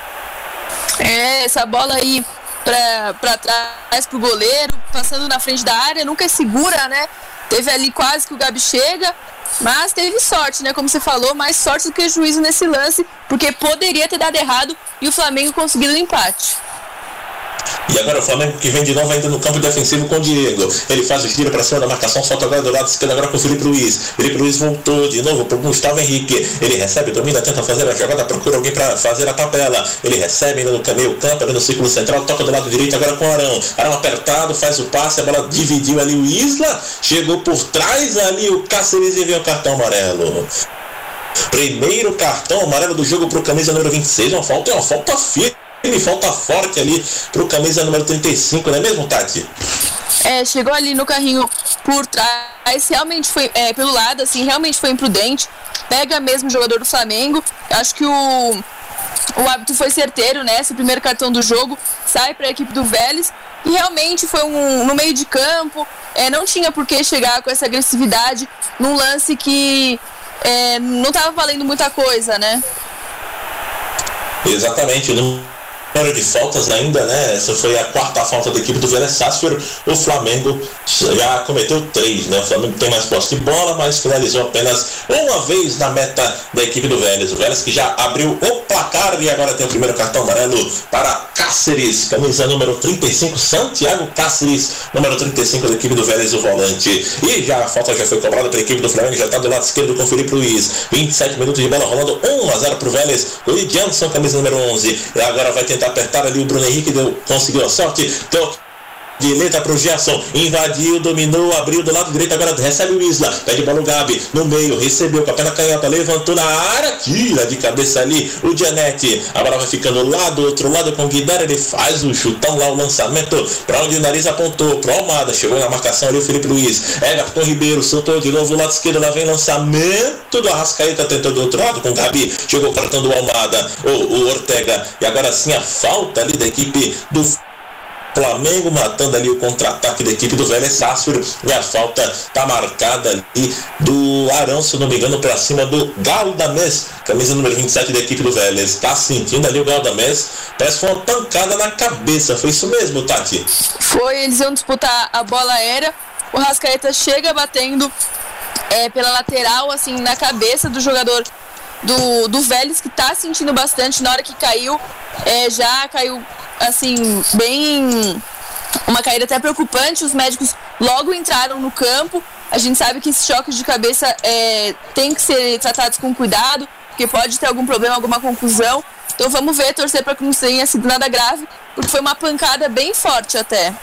Essa bola aí pra trás pro goleiro, passando na frente da área, nunca é segura, né? Teve ali quase que o Gabi chega, mas teve sorte, né? Como você falou, mais sorte do que juízo nesse lance, porque poderia ter dado errado e o Flamengo conseguindo o empate. E agora o Flamengo que vem de novo ainda no campo defensivo com o Diego. Ele faz o giro para cima da marcação, solta agora do lado esquerdo agora com o Felipe Luiz. Felipe Luiz voltou de novo para o Gustavo Henrique. Ele recebe, domina, tenta fazer a jogada, procura alguém para fazer a tabela. Ele recebe ainda no meio campo, no círculo central, toca do lado direito agora com o Arão. Arão apertado, faz o passe, a bola dividiu ali o Isla. Chegou por trás ali o Cáceres e veio o cartão amarelo. Primeiro cartão amarelo do jogo para o camisa número 26. Uma falta firme. Falta forte ali pro camisa número 35, não é mesmo, Tati? Chegou ali no carrinho por trás, realmente foi pelo lado, assim, realmente foi imprudente. Pega mesmo o jogador do Flamengo. Acho que o árbitro foi certeiro, né? Esse primeiro cartão do jogo sai para a equipe do Vélez. E realmente foi no meio de campo. Não tinha por que chegar com essa agressividade num lance que não estava valendo muita coisa, né? Exatamente, número de faltas ainda, né? Essa foi a quarta falta da equipe do Vélez Sarsfield. O Flamengo já cometeu 3, né? O Flamengo tem mais posse de bola, mas finalizou apenas uma vez na meta da equipe do Vélez. O Vélez que já abriu o placar e agora tem o primeiro cartão amarelo para Cáceres, camisa número 35, Santiago Cáceres, número 35 da equipe do Vélez, o volante. E já a falta já foi cobrada pela equipe do Flamengo, já está do lado esquerdo com o Felipe Luiz. 27 minutos de bola rolando, 1-0 para o Vélez. O Janson, camisa número 11. E agora vai tentar apertar ali o Bruno Henrique, conseguiu a sorte. Direita para o Gerson, invadiu, dominou, abriu do lado direito, agora recebe o Isla, pede bola o Gabi, no meio, recebeu com a perna canhota, levantou na área, tira de cabeça ali o Gianetti, a bola vai ficando lá do outro lado com o Guidara, ele faz o chutão lá, o lançamento para onde o nariz apontou, pro Almada, chegou na marcação ali o Felipe Luiz, Everton Ribeiro, soltou de novo o lado esquerdo, lá vem lançamento do Arrascaeta, tentou do outro lado com o Gabi, chegou cortando o Almada, o Ortega, e agora sim a falta ali da equipe do Flamengo, matando ali o contra-ataque da equipe do Vélez Sarsfield, e a falta está marcada ali do Arão, se não me engano, para cima do Galdamés, camisa número 27 da equipe do Vélez. Está sentindo ali o Galdamés, parece que foi uma pancada na cabeça, foi isso mesmo, Tati? Foi, eles iam disputar a bola aérea, o Arrascaeta chega batendo pela lateral, assim, na cabeça do jogador do Vélez, que está sentindo bastante. Na hora que caiu, já caiu assim, bem, uma caída até preocupante. Os médicos logo entraram no campo. A gente sabe que esses choques de cabeça tem que ser tratados com cuidado, porque pode ter algum problema, alguma confusão. Então vamos ver, torcer para que não tenha sido nada grave, porque foi uma pancada bem forte até.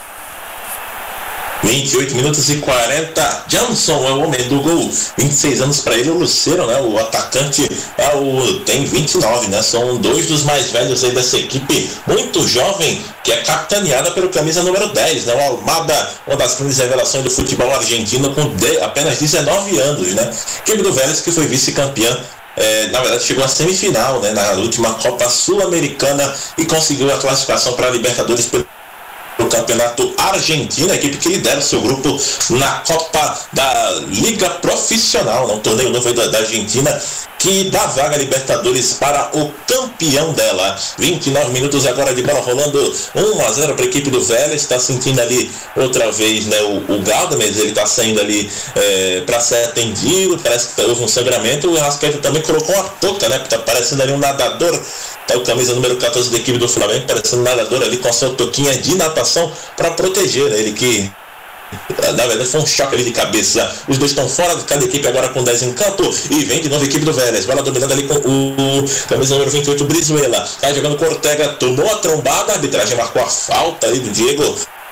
28 minutos e 40, Johnson é o homem do gol, 26 anos para ele, o Lucero, né, o atacante tem 29, né, são dois dos mais velhos aí dessa equipe, muito jovem, que é capitaneada pelo camisa número 10, né, o Almada, uma das grandes revelações do futebol argentino, com apenas 19 anos, né, equipe do Vélez que foi vice-campeã. Na verdade chegou à semifinal, né, na última Copa Sul-Americana e conseguiu a classificação para a Libertadores pelo Campeonato Argentino, a equipe que lidera o seu grupo na Copa da Liga Profissional, um torneio novo da Argentina, que dá vaga a Libertadores para o campeão dela. 29 minutos agora de bola rolando, 1-0 para a equipe do Vélez. Está sentindo ali outra vez, né, o Galdamés, ele está saindo ali para ser atendido, parece que houve um sangramento. O Arrascaeta também colocou uma touca, né, está parecendo ali um nadador. Tá o camisa número 14 da equipe do Flamengo, parecendo um nadador ali com a sua touquinha de natação para proteger, né, ele que na verdade foi um choque ali de cabeça. Os dois estão fora de cada equipe agora com 10 em campo. E vem de novo a equipe do Vélez, bola dominada ali com o camisa número 28, Brizuela, tá jogando com o Ortega, tomou a trombada, a arbitragem marcou a falta ali do Diego.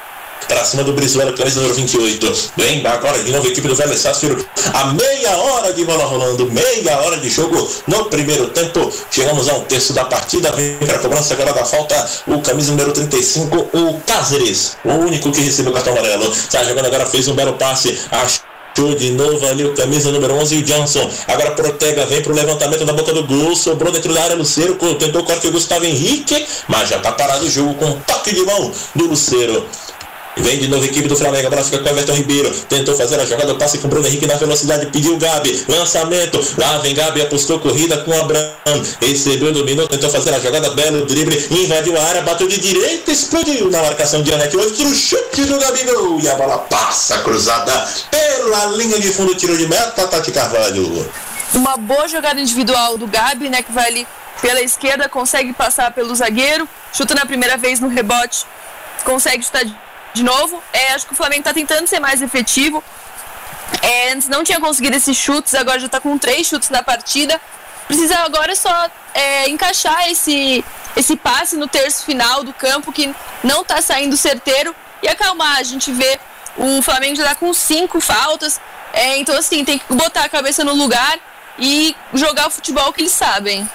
pra cima do Brizuela, camisa número 28. Vem agora de novo a equipe do Vélez Sarsfield. A meia hora de bola rolando, meia hora de jogo no primeiro tempo. Chegamos a um terço da partida. Vem para a cobrança agora da falta o camisa número 35, o Cáceres, o único que recebeu o cartão amarelo. Está jogando agora, fez um belo passe. Achou de novo ali o camisa número 11, o Johnson. Agora Ortega vem para o levantamento da boca do gol. Sobrou dentro da área Lucero. Tentou o corte o Gustavo Henrique, mas já está parado o jogo com um toque de mão do Lucero. Vem de novo a equipe do Flamengo, agora fica com o Everton Ribeiro. Tentou fazer a jogada, passe com o Bruno Henrique na velocidade, pediu o Gabi, lançamento. Lá vem Gabi, apostou corrida com o Abraham. Recebeu, dominou, tentou fazer a jogada, belo drible, invadiu a área, bateu de direita, explodiu na marcação de Anete. Outro chute do Gabigol e a bola passa cruzada pela linha de fundo, tiro de meta, Tati Carvalho. Uma boa jogada individual do Gabi, né, que vai ali pela esquerda, consegue passar pelo zagueiro, chuta na primeira vez no rebote, consegue chutar de novo. Acho que o Flamengo está tentando ser mais efetivo. Antes não tinha conseguido esses chutes, agora já está com 3 chutes na partida. Precisa agora só encaixar esse passe no terço final do campo, que não está saindo certeiro, e acalmar. A gente vê o Flamengo já está com 5 faltas. Então assim, tem que botar a cabeça no lugar e jogar o futebol que eles sabem.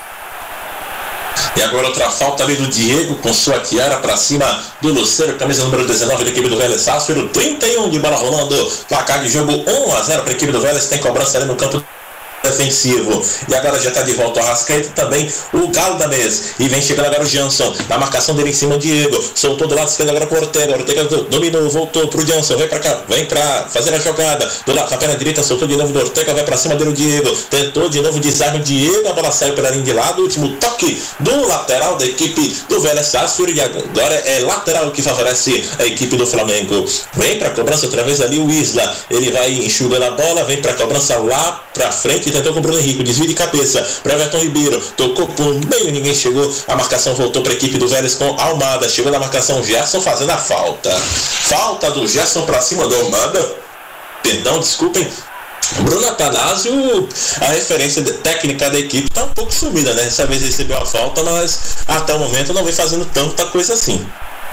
E agora outra falta ali do Diego com sua tiara para cima do Lucero, camisa número 19 da equipe do Vélez Sarsfield, 31 de bola rolando, placar de jogo 1-0 para a equipe do Vélez, tem cobrança ali no campo defensivo. E agora já está de volta o Arrascaeta, também o Galo da mesa. E vem chegando agora o Jansson, na marcação dele em cima o Diego. Soltou do lado esquerdo agora pro Ortega. Ortega dominou, voltou pro Jansson. Vem pra cá, vem pra fazer a jogada. Do lado, com a perna direita, soltou de novo do Ortega. Vai pra cima dele o Diego. Tentou de novo desarme o Diego. A bola saiu pela linha de lado. Último toque do lateral da equipe do Vélez Sarsfield. E agora é lateral que favorece a equipe do Flamengo. Vem pra cobrança outra vez ali o Isla. Ele vai enxugando a bola. Vem pra cobrança lá pra frente. Tentou com o Bruno Henrique, desvio de cabeça para Everton Ribeiro, tocou por meio, ninguém chegou, a marcação voltou para a equipe do Vélez com Almada, chegou na marcação Gerson fazendo a falta do Gerson para cima do Almada, perdão, desculpem, Bruno Atanásio, a referência técnica da equipe está um pouco sumida, né? Dessa vez recebeu a falta, mas até o momento não vem fazendo tanta coisa assim.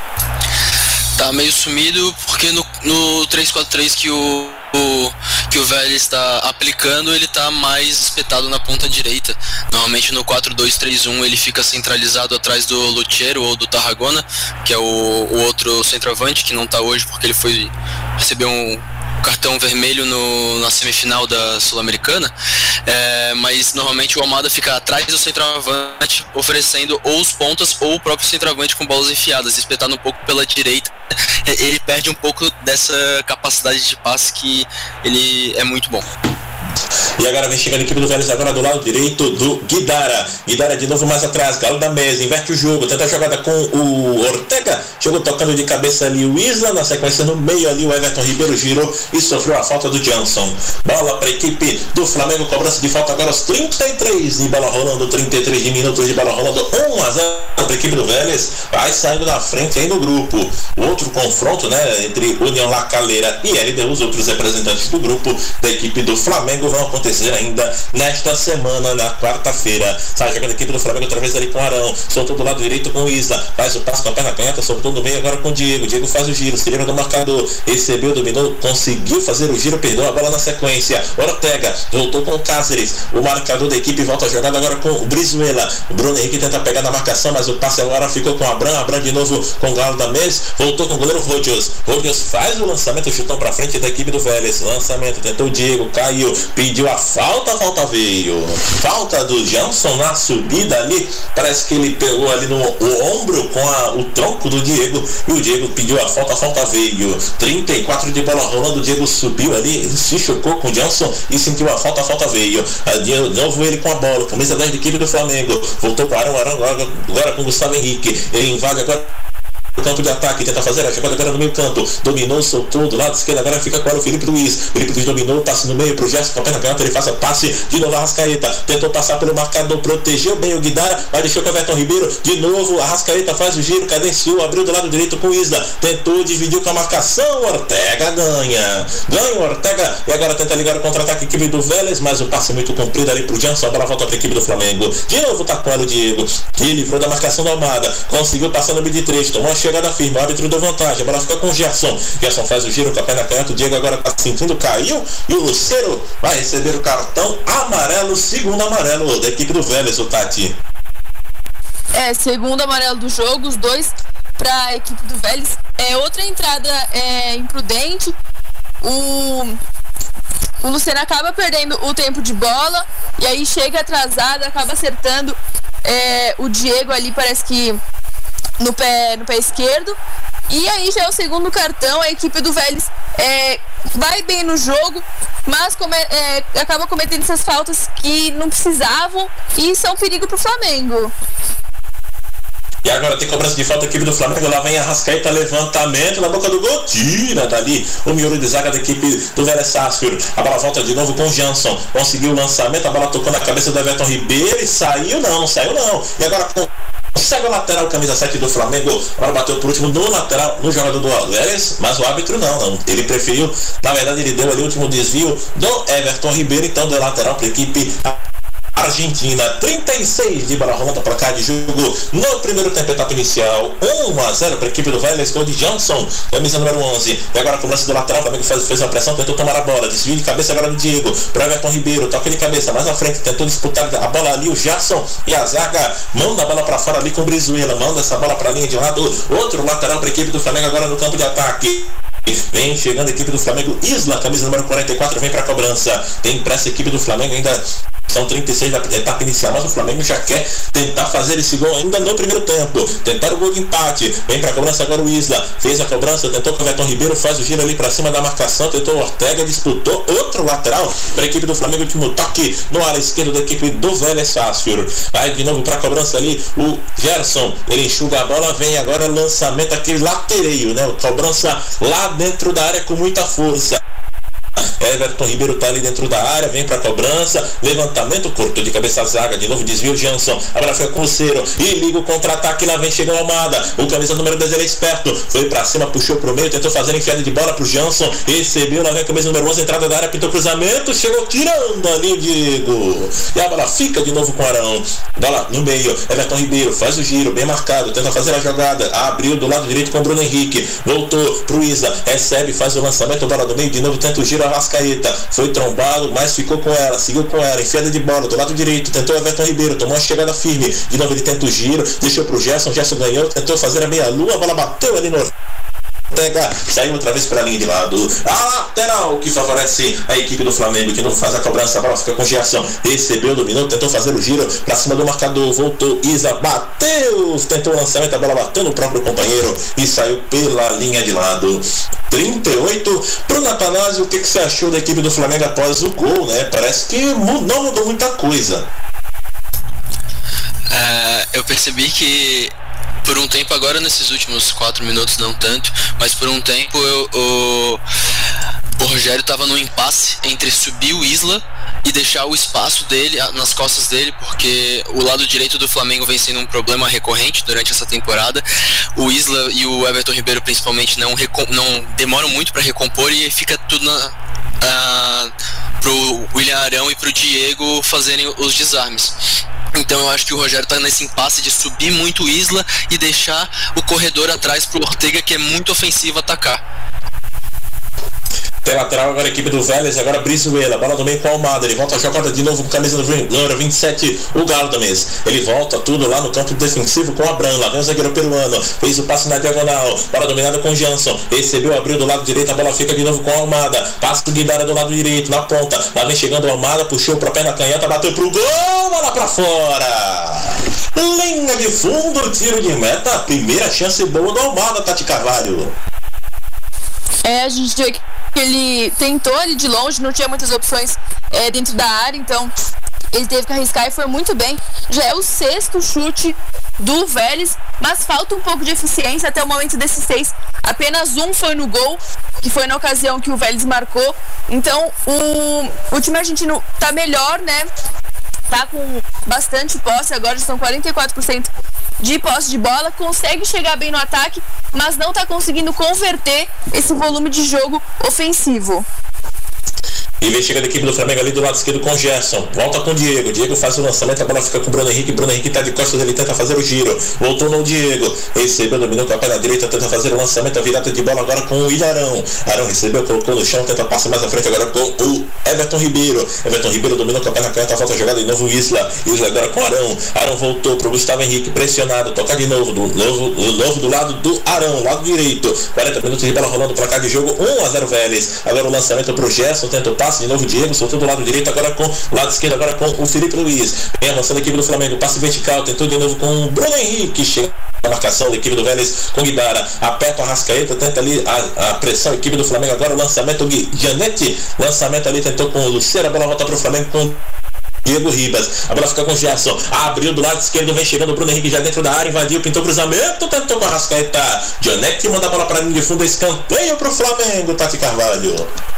Tá meio sumido porque no 3-4-3 que o Vélez está aplicando, ele está mais espetado na ponta direita. Normalmente no 4-2-3-1 ele fica centralizado atrás do Lucero ou do Tarragona, que é o outro centroavante que não está hoje porque ele recebeu um cartão vermelho na semifinal da Sul-Americana, mas normalmente o Almada fica atrás do centroavante, oferecendo ou os pontas ou o próprio centroavante com bolas enfiadas, espetado um pouco pela direita. Ele perde um pouco dessa capacidade de passe que ele é muito bom. E agora vem chegando a equipe do Vélez agora do lado direito do Guidara de novo mais atrás, Galo da mesa, inverte o jogo, tenta a jogada com o Ortega, chegou tocando de cabeça ali o Isla, na sequência no meio ali o Everton Ribeiro girou e sofreu a falta do Johnson. Bola para a equipe do Flamengo, cobrança de falta agora aos 33 de bola rolando, 33 de minutos de bola rolando, 1-0 para a equipe do Vélez, vai saindo na frente aí no grupo. O outro confronto, né, entre União La Calera e LDU, os outros representantes do grupo da equipe do Flamengo vão acontecer ainda nesta semana, na quarta-feira. Sai jogando a equipe do Flamengo outra vez ali com o Arão, soltou do lado direito com o Isla, faz o passe com a perna canhota, soltou no meio agora com o Diego faz o giro, se livra do marcador, recebeu, dominou, conseguiu fazer o giro, perdeu a bola na sequência. Ortega voltou com o Cáceres, o marcador da equipe volta a jogada agora com o Brizuela. O Bruno Henrique tenta pegar na marcação, mas o passe agora ficou com o Abraham de novo com o Galo da Mesa, voltou com o goleiro Rodgers faz o lançamento, chutão pra frente da equipe do Vélez, lançamento, tentou o Diego, caiu, pediu a falta veio. Falta do Jansson na subida ali. Parece que ele pegou ali no ombro com o tronco do Diego. E o Diego pediu a falta veio. 34 de bola rolando. O Diego subiu ali, se chocou com o Jansson e sentiu a falta veio. De novo ele com a bola. Camisa 10 da equipe do Flamengo. Voltou para o Arão agora com o Gustavo Henrique. Ele invade agora o campo de ataque, tenta fazer a jogada agora no meio campo, dominou, soltou do lado esquerdo, agora fica com o Felipe Luiz dominou, passe no meio pro Gerson, com a perna canhota, ele faz a passe de novo a Arrascaeta, tentou passar pelo marcador, protegeu bem o Guidara, mas deixou com o Everton Ribeiro, de novo a Arrascaeta faz o giro, cadenciou, abriu do lado direito com o Isla, tentou, dividiu com a marcação, Ortega ganha o Ortega, e agora tenta ligar o contra-ataque equipe do Vélez, mas o passe muito comprido ali pro Jansson, a bola volta pra equipe do Flamengo, de novo tá com o Diego, que livrou da marcação do Almada, conseguiu passar no meio de três, tomou a chegada firme, o árbitro deu vantagem, a bola fica com o Gerson faz o giro com a perna canhota, o Diego agora tá sentindo, caiu, e o Lucero vai receber o cartão amarelo, segundo amarelo da equipe do Vélez, o Tati. Segundo amarelo do jogo, os dois para a equipe do Vélez. Outra entrada imprudente, o Lucero acaba perdendo o tempo de bola, e aí chega atrasado, acaba acertando o Diego ali, parece que no pé esquerdo, e aí já é o segundo cartão. A equipe do Vélez vai bem no jogo, mas acaba cometendo essas faltas que não precisavam e são perigo pro Flamengo. E agora tem cobrança de falta da equipe do Flamengo. Lá vem a Arrascaeta, levantamento na boca do gol. Tira dali o miolo de zaga da equipe do Vélez Sarsfield. A bola volta de novo com o Jansson. Conseguiu o lançamento, a bola tocou na cabeça do Everton Ribeiro e saiu não. E agora consegue o lateral, camisa 7 do Flamengo. A bola bateu por último no lateral, no jogador do Vélez, mas o árbitro não. Ele preferiu, na verdade ele deu ali o último desvio do Everton Ribeiro, então deu lateral para a equipe Argentina. 36 de bola rolando para cá de jogo no primeiro tempo, etapa inicial. 1-0 para a equipe do Vélez, gol de Johnson, camisa número 11. E agora a cobrança do lateral, o Flamengo fez uma pressão, tentou tomar a bola, desvio de cabeça agora do Diego para Everton Ribeiro, toque de cabeça mais na frente, tentou disputar a bola ali o Gerson, e a zaga manda a bola para fora ali com o Brizuela, manda essa bola para a linha de lado. Outro lateral para a equipe do Flamengo agora no campo de ataque. Vem chegando a equipe do Flamengo, Isla, camisa número 44, vem para a cobrança. Tem pressa a equipe do Flamengo, ainda são 36 da etapa inicial, mas o Flamengo já quer tentar fazer esse gol ainda no primeiro tempo, tentar o gol de empate. Vem para a cobrança agora o Isla, fez a cobrança, tentou com o Everton Ribeiro, faz o giro ali para cima da marcação, tentou o Ortega, disputou outro lateral para a equipe do Flamengo, último toque no ala esquerdo da equipe do Vélez Sarsfield. Vai de novo para a cobrança ali o Gerson, ele enxuga a bola, vem agora lançamento, aquele latereio, né? Cobrança lá dentro da área com muita força. Everton Ribeiro tá ali dentro da área, vem pra cobrança, levantamento, cortou de cabeça a zaga, de novo desvio Jansson, agora fica com o Lucero e liga o contra-ataque, lá vem chegando Almada, o camisa número 10 ele é esperto, foi pra cima, puxou pro meio, tentou fazer enfiada de bola pro Jansson, recebeu, lá vem a camisa número 11, entrada da área, pintou cruzamento, chegou tirando ali o Diego, e a bola fica de novo com o Arão, bola no meio, Everton Ribeiro faz o giro, bem marcado, tenta fazer a jogada, abriu do lado direito com o Bruno Henrique, voltou pro Isa, recebe, faz o lançamento, bola do meio, de novo tenta o giro, Arrascaeta, foi trombado, mas ficou com ela, seguiu com ela, enfiada de bola do lado direito, tentou Everton Ribeiro, tomou uma chegada firme, de novo ele tenta o giro, deixou pro Gerson ganhou, tentou fazer a meia-lua, a bola bateu ali no Ortega, saiu outra vez para a linha de lado, a lateral que favorece a equipe do Flamengo, que não faz a cobrança, a bola fica com Gerson, recebeu, dominou, tentou fazer o giro para cima do marcador, voltou, Isa, bateu, tentou o lançamento, a bola bateu no próprio companheiro e saiu pela linha de lado. 38 pro Natanásio. O que você achou da equipe do Flamengo após o gol, né? Parece que não mudou muita coisa. Eu percebi que por um tempo, agora nesses últimos 4 minutos não tanto, mas por um tempo o Rogério estava no impasse entre subir o Isla e deixar o espaço dele nas costas dele, porque o lado direito do Flamengo vem sendo um problema recorrente durante essa temporada. O Isla e o Everton Ribeiro principalmente não demoram muito para recompor e fica tudo pro William Arão e pro Diego fazerem os desarmes. Então eu acho que o Rogério tá nesse impasse de subir muito o Isla e deixar o corredor atrás pro Ortega, que é muito ofensivo, atacar. Tem lateral agora a equipe do Vélez, agora Brizuela, bola do meio com a Almada, ele volta a jogada de novo com a camisa do número 27, o Galo da mesa. Ele volta tudo lá no campo defensivo com a Abram, lá vem o zagueiro peruano, fez o passe na diagonal, bola dominada com o Jansson, recebeu, abriu do lado direito, a bola fica de novo com a Almada, passe de Guidara do lado direito, na ponta, lá vem chegando a Almada, puxou pra pé na canhota, bateu pro gol, bola pra fora! Linha de fundo, tiro de meta, primeira chance boa do Almada, Tati Carvalho. A gente vê que ele tentou ali de longe, não tinha muitas opções dentro da área, então ele teve que arriscar e foi muito bem. Já é o 6º chute do Vélez, mas falta um pouco de eficiência até o momento desses 6. Apenas um foi no gol, que foi na ocasião que o Vélez marcou. Então o time argentino tá melhor, né? Tá com bastante posse, agora já são 44% de posse de bola, consegue chegar bem no ataque, mas não tá conseguindo converter esse volume de jogo ofensivo. E vem chegando a equipe do Flamengo ali do lado esquerdo com o Gerson. Volta com o Diego. Diego faz o lançamento, a bola fica com o Bruno Henrique. Bruno Henrique tá de costas, ele tenta fazer o giro. Voltou no Diego. Recebeu, dominou com a perna direita, tenta fazer o lançamento, a virada de bola agora com o Ilharão. Arão recebeu, colocou no chão, tenta passar mais à frente agora com o Everton Ribeiro. Everton Ribeiro dominou com a perna canhota, volta a jogada de novo o Isla. Isla agora com o Arão. Arão voltou pro Gustavo Henrique, pressionado, tocar de novo do lado do Arão, lado direito. 40 minutos de bola rolando, placar de jogo 1-0 Vélez. Agora o lançamento pro Gerson, tenta o passe de novo Diego, soltou do lado direito, agora com o lado esquerdo, agora com o Felipe Luiz. Vem avançando a equipe do Flamengo, passe vertical, tentou de novo com o Bruno Henrique, chega a marcação da equipe do Vélez com Guidara, aperta o Arrascaeta, tenta ali a pressão, a equipe do Flamengo agora, o lançamento Gianetti, lançamento ali, tentou com o Lucero, a bola volta pro Flamengo com Diego Ribas, a bola fica com o Gerson, abriu do lado esquerdo, vem chegando o Bruno Henrique já dentro da área, invadiu, pintou cruzamento, tentou com a Arrascaeta, Gianetti manda a bola para a linha de fundo, escanteio pro Flamengo, Tati Carvalho.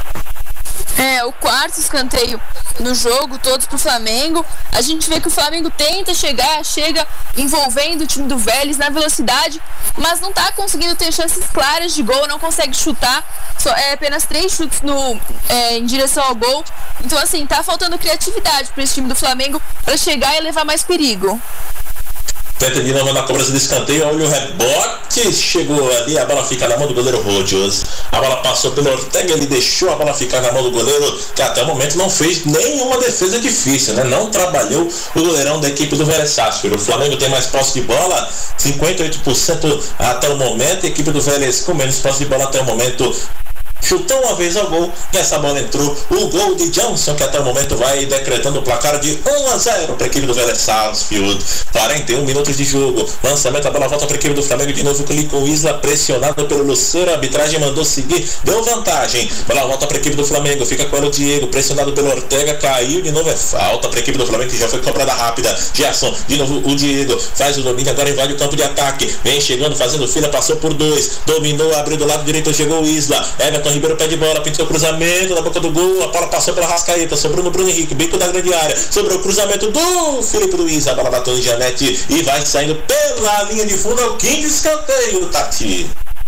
O quarto escanteio no jogo, todos pro Flamengo. A gente vê que o Flamengo tenta chega envolvendo o time do Vélez na velocidade, mas não tá conseguindo ter chances claras de gol, não consegue chutar, apenas 3 chutes em direção ao gol. Então assim, tá faltando criatividade para esse time do Flamengo para chegar e levar mais perigo. Tenta de novo na cobrança do escanteio, olha o rebote, chegou ali, a bola fica na mão do goleiro Rodgers. A bola passou pelo Ortega, ele deixou a bola ficar na mão do goleiro, que até o momento não fez nenhuma defesa difícil, né? Não trabalhou o goleirão da equipe do Vélez Sarsfield. O Flamengo tem mais posse de bola, 58% até o momento, a equipe do Vélez com menos posse de bola até o momento. Chutou uma vez ao gol e essa bola entrou. O gol de Johnson, que até o momento vai decretando o placar de 1-0 para a equipe do Vélez Sarsfield. 41 minutos de jogo. Lançamento, a bola volta para a equipe do Flamengo de novo com o Isla pressionado pelo Lucero. A arbitragem mandou seguir, deu vantagem. Bola volta para a equipe do Flamengo. Fica com ela o Diego, pressionado pelo Ortega. Caiu de novo, é falta para a equipe do Flamengo que já foi cobrada rápida. Gerson, de novo o Diego. Faz o domínio, agora invade o campo de ataque. Vem chegando, fazendo fila, passou por 2. Dominou, abriu do lado direito, chegou o Isla. Everton Ribeiro pede bola, pintou o cruzamento na boca do gol, a bola passou pela Arrascaeta, sobrou no Bruno Henrique, bico da grande área, sobrou o cruzamento do Felipe Luiz, a bola bateu em Gianetti e vai saindo pela linha de fundo, é o 15º escanteio, Tati.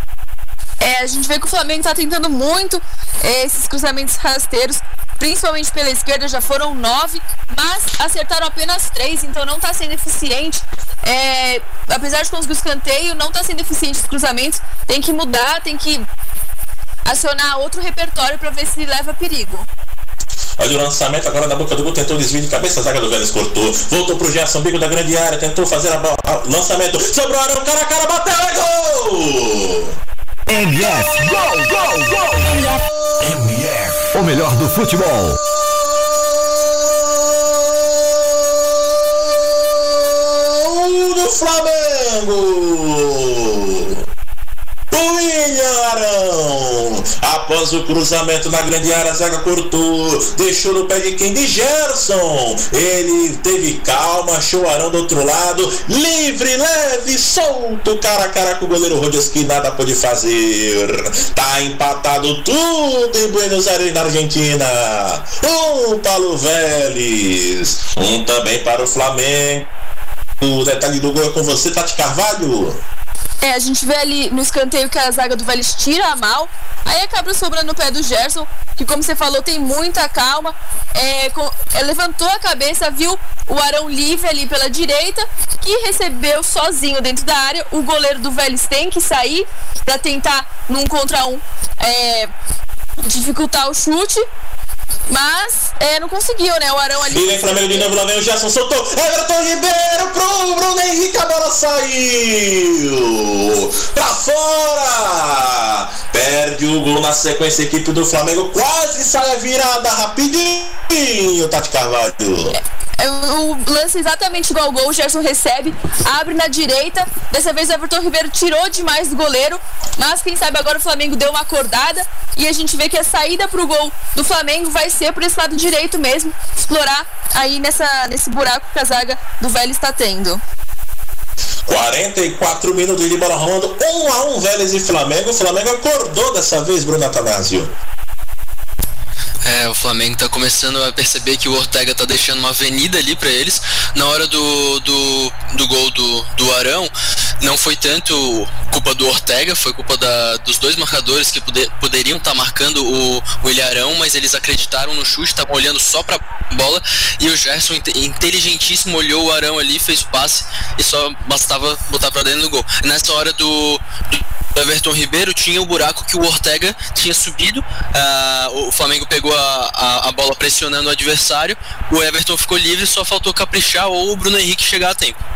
A gente vê que o Flamengo tá tentando muito esses cruzamentos rasteiros, principalmente pela esquerda, já foram 9, mas acertaram apenas 3, então não tá sendo eficiente. Apesar de conseguir o escanteio, não tá sendo eficiente os cruzamentos, tem que mudar, tem que acionar outro repertório para ver se leva perigo. Olha o lançamento agora na boca do gol, tentou desvio de cabeça, a zaga do Vélez cortou, voltou pro Gerson, bico da grande área, tentou fazer lançamento, sobrou Arão, cara a cara, bateu, é gol! MF, gol! MF, o melhor do futebol. Do Flamengo! William Arão, após o cruzamento na grande área, a zaga cortou, deixou no pé de quem? De Gerson. Ele teve calma, achou o Arão do outro lado, livre, leve, solto, cara a cara com o goleiro Rodgers, que nada pôde fazer. Tá empatado tudo em Buenos Aires, na Argentina. 1 para o Vélez, 1 também para o Flamengo. O detalhe do gol é com você, Tati Carvalho. A gente vê ali no escanteio que a zaga do Vélez tira a mal, aí acaba sobrando no pé do Gerson, que como você falou, tem muita calma, levantou a cabeça, viu o Arão livre ali pela direita, que recebeu sozinho dentro da área. O goleiro do Vélez tem que sair para tentar, num contra um, dificultar o chute, mas não conseguiu, né? O Arão ali. E vem Flamengo de novo, lá vem o Gerson, soltou. Everton Ribeiro pro Bruno Henrique, a bola saiu pra fora. Perde o gol na sequência, a equipe do Flamengo quase sai a virada rapidinho, Tati Carvalho. O lance exatamente igual ao gol, o Gerson recebe, abre na direita, dessa vez o Everton Ribeiro tirou demais do goleiro, mas quem sabe agora o Flamengo deu uma acordada e a gente vê que a saída pro gol do Flamengo vai ser por esse lado direito mesmo, explorar aí nesse buraco que a zaga do Vélez está tendo. 44 minutos de bola rolando, 1-1 Vélez e Flamengo. O Flamengo acordou dessa vez, Bruno Atanásio. O Flamengo tá começando a perceber que o Ortega tá deixando uma avenida ali pra eles. Na hora do gol do Arão, não foi tanto culpa do Ortega, foi culpa dos dois marcadores que poderiam estar marcando o Ilharão, mas eles acreditaram no chute, estavam olhando só pra bola, e o Gerson, inteligentíssimo, olhou o Arão ali, fez o passe e só bastava botar pra dentro do gol. Nessa hora do Everton Ribeiro tinha o buraco que o Ortega tinha subido, o Flamengo pegou a bola pressionando o adversário, o Everton ficou livre, só faltou caprichar ou o Bruno Henrique chegar a tempo.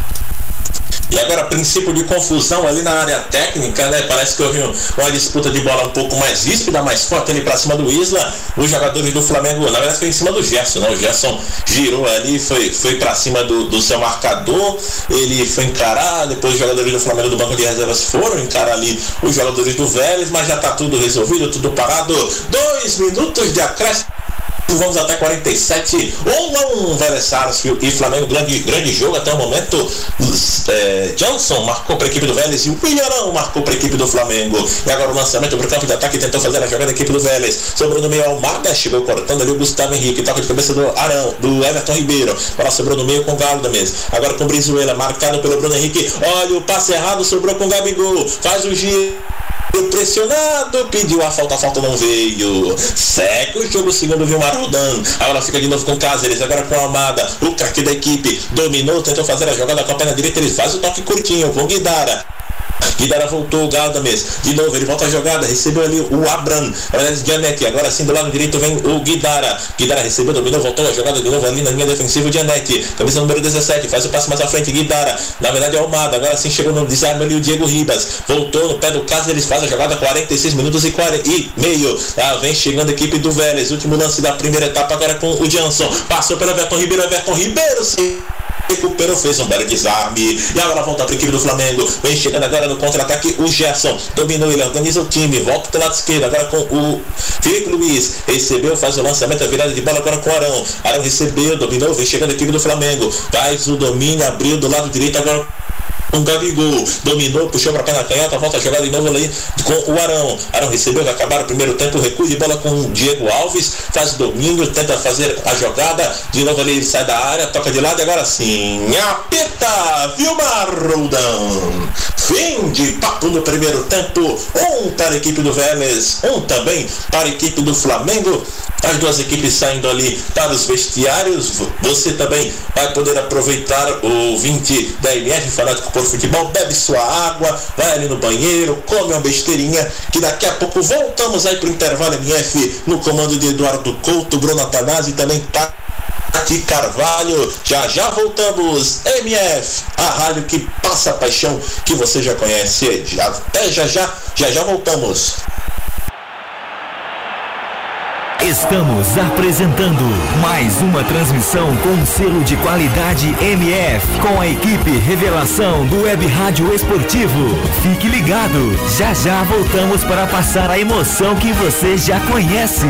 E agora, princípio de confusão ali na área técnica, né? Parece que houve uma disputa de bola um pouco mais ríspida, mais forte ali pra cima do Isla. Os jogadores do Flamengo, na verdade foi em cima do Gerson, né? O Gerson girou ali, foi pra cima do seu marcador, ele foi encarar, depois os jogadores do Flamengo do banco de reservas foram encarar ali os jogadores do Vélez, mas já tá tudo resolvido, tudo parado. 2 minutos de acréscimo. Vamos até 47, 1-1, Vélez Sarsfield e Flamengo, grande jogo até o momento. Johnson marcou para a equipe do Vélez e o Ilharão marcou para a equipe do Flamengo. E agora o lançamento para o campo de ataque, tentou fazer a jogada da equipe do Vélez, sobrou no meio Almada, chegou cortando ali o Gustavo Henrique, toca de cabeça do Arão, do Everton Ribeiro, agora sobrou no meio com o Galdames, agora com o Brizuela, marcado pelo Bruno Henrique, olha o passe errado, sobrou com o Gabigol, faz o giro, pressionado, pediu a falta não veio, segue o jogo, segundo Vilmar Rodan, agora fica de novo com o Cáceres, agora com a Almada, o craque da equipe, dominou, tentou fazer a jogada com a perna direita, ele faz o toque curtinho com o Guidara voltou, o Galdames, de novo, ele volta a jogada, recebeu ali o Abram, Gianetti, agora sim do lado direito vem o Guidara recebeu, dominou, voltou a jogada de novo ali na linha defensiva, o Gianetti, camisa número 17, faz o passe mais à frente, Guidara, na verdade é o Almada, agora sim chegou no desarme ali o Diego Ribas, voltou no pé do Cáceres, faz a jogada, 46 minutos e meio, vem chegando a equipe do Vélez, último lance da primeira etapa agora com o Johnson, passou pelo Everton Ribeiro, sim, recuperou, fez um belo desarme e agora volta para a equipe do Flamengo, vem chegando agora no contra-ataque o Gerson, dominou, ele organiza o time, volta pelo lado esquerdo agora com o Felipe Luiz, recebeu, faz o lançamento, a virada de bola agora com o Arão recebeu, dominou, vem chegando a equipe do Flamengo, faz o domínio, abriu do lado direito agora com o Gabigol, dominou, puxou para a perna canhota, volta a jogada de novo ali com o Arão recebeu, vai acabar o primeiro tempo, recuo de bola com o Diego Alves, faz o domínio, tenta fazer a jogada, de novo ali ele sai da área, toca de lado e agora sim, apita, Vilmar Roldão, fim de papo no primeiro tempo, 1 para a equipe do Vélez, 1 também para a equipe do Flamengo, as duas equipes saindo ali para os vestiários, você também vai poder aproveitar o ouvinte da MF, Fanático por Futebol, bebe sua água, vai ali no banheiro, come uma besteirinha, que daqui a pouco voltamos aí para o intervalo MF, no comando de Eduardo Couto, Bruno Atanásio e também Tati Carvalho. Já voltamos, MF, a rádio que passa a paixão que você já conhece. Até já voltamos. Estamos apresentando mais uma transmissão com selo de qualidade MF, com a equipe Revelação do Web Rádio Esportivo. Fique ligado, já voltamos para passar a emoção que você já conhece.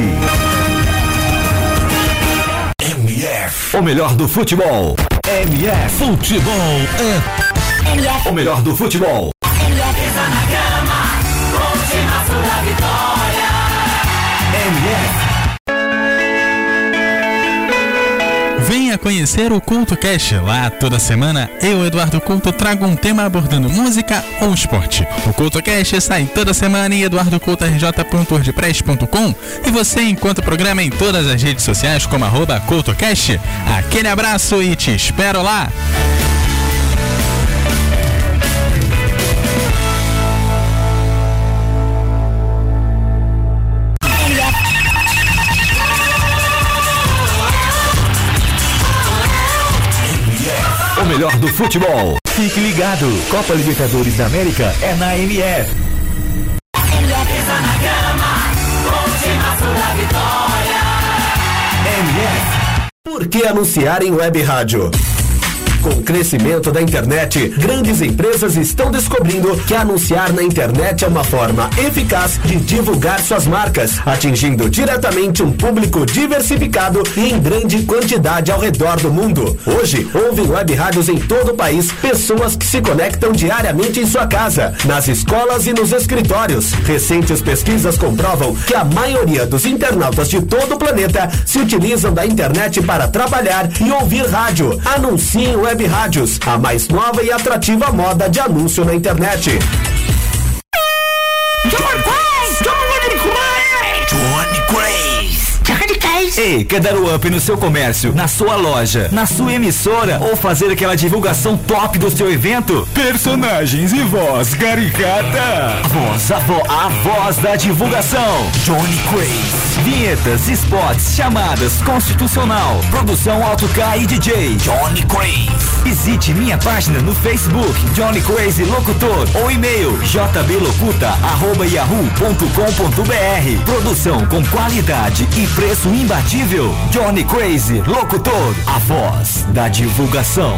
MF, o melhor do futebol. MF, futebol é MF, o melhor do futebol. MF está na cama, última sua vitória. MF. Venha conhecer o CoutoCast. Lá toda semana eu, Eduardo Couto, trago um tema abordando música ou esporte. O CoutoCast sai toda semana em eduardocoutorj.wordpress.com e você encontra o programa em todas as redes sociais como @CoutoCast. Aquele abraço e te espero lá! O melhor do futebol. Fique ligado, Copa Libertadores da América é na MF. MF está na cama, última sua vitória. MF. Por que anunciar em web rádio? Com o crescimento da internet, grandes empresas estão descobrindo que anunciar na internet é uma forma eficaz de divulgar suas marcas, atingindo diretamente um público diversificado e em grande quantidade ao redor do mundo. Hoje, ouvem web rádios em todo o país, pessoas que se conectam diariamente em sua casa, nas escolas e nos escritórios. Recentes pesquisas comprovam que a maioria dos internautas de todo o planeta se utilizam da internet para trabalhar e ouvir rádio. Anuncie web Web Rádios, a mais nova e atrativa moda de anúncio na internet. Ei, quer dar o up no seu comércio, na sua loja, na sua emissora ou fazer aquela divulgação top do seu evento? Personagens e voz caricata. A voz da divulgação. Johnny Craze. Vinhetas, spots, chamadas, constitucional, produção Auto K e DJ. Johnny Craze. Visite minha página no Facebook, Johnny Craze Locutor, ou e-mail jblocuta@yahoo.com.br. Produção com qualidade e preço imbatível. Johnny Craze Locutor, a voz da divulgação.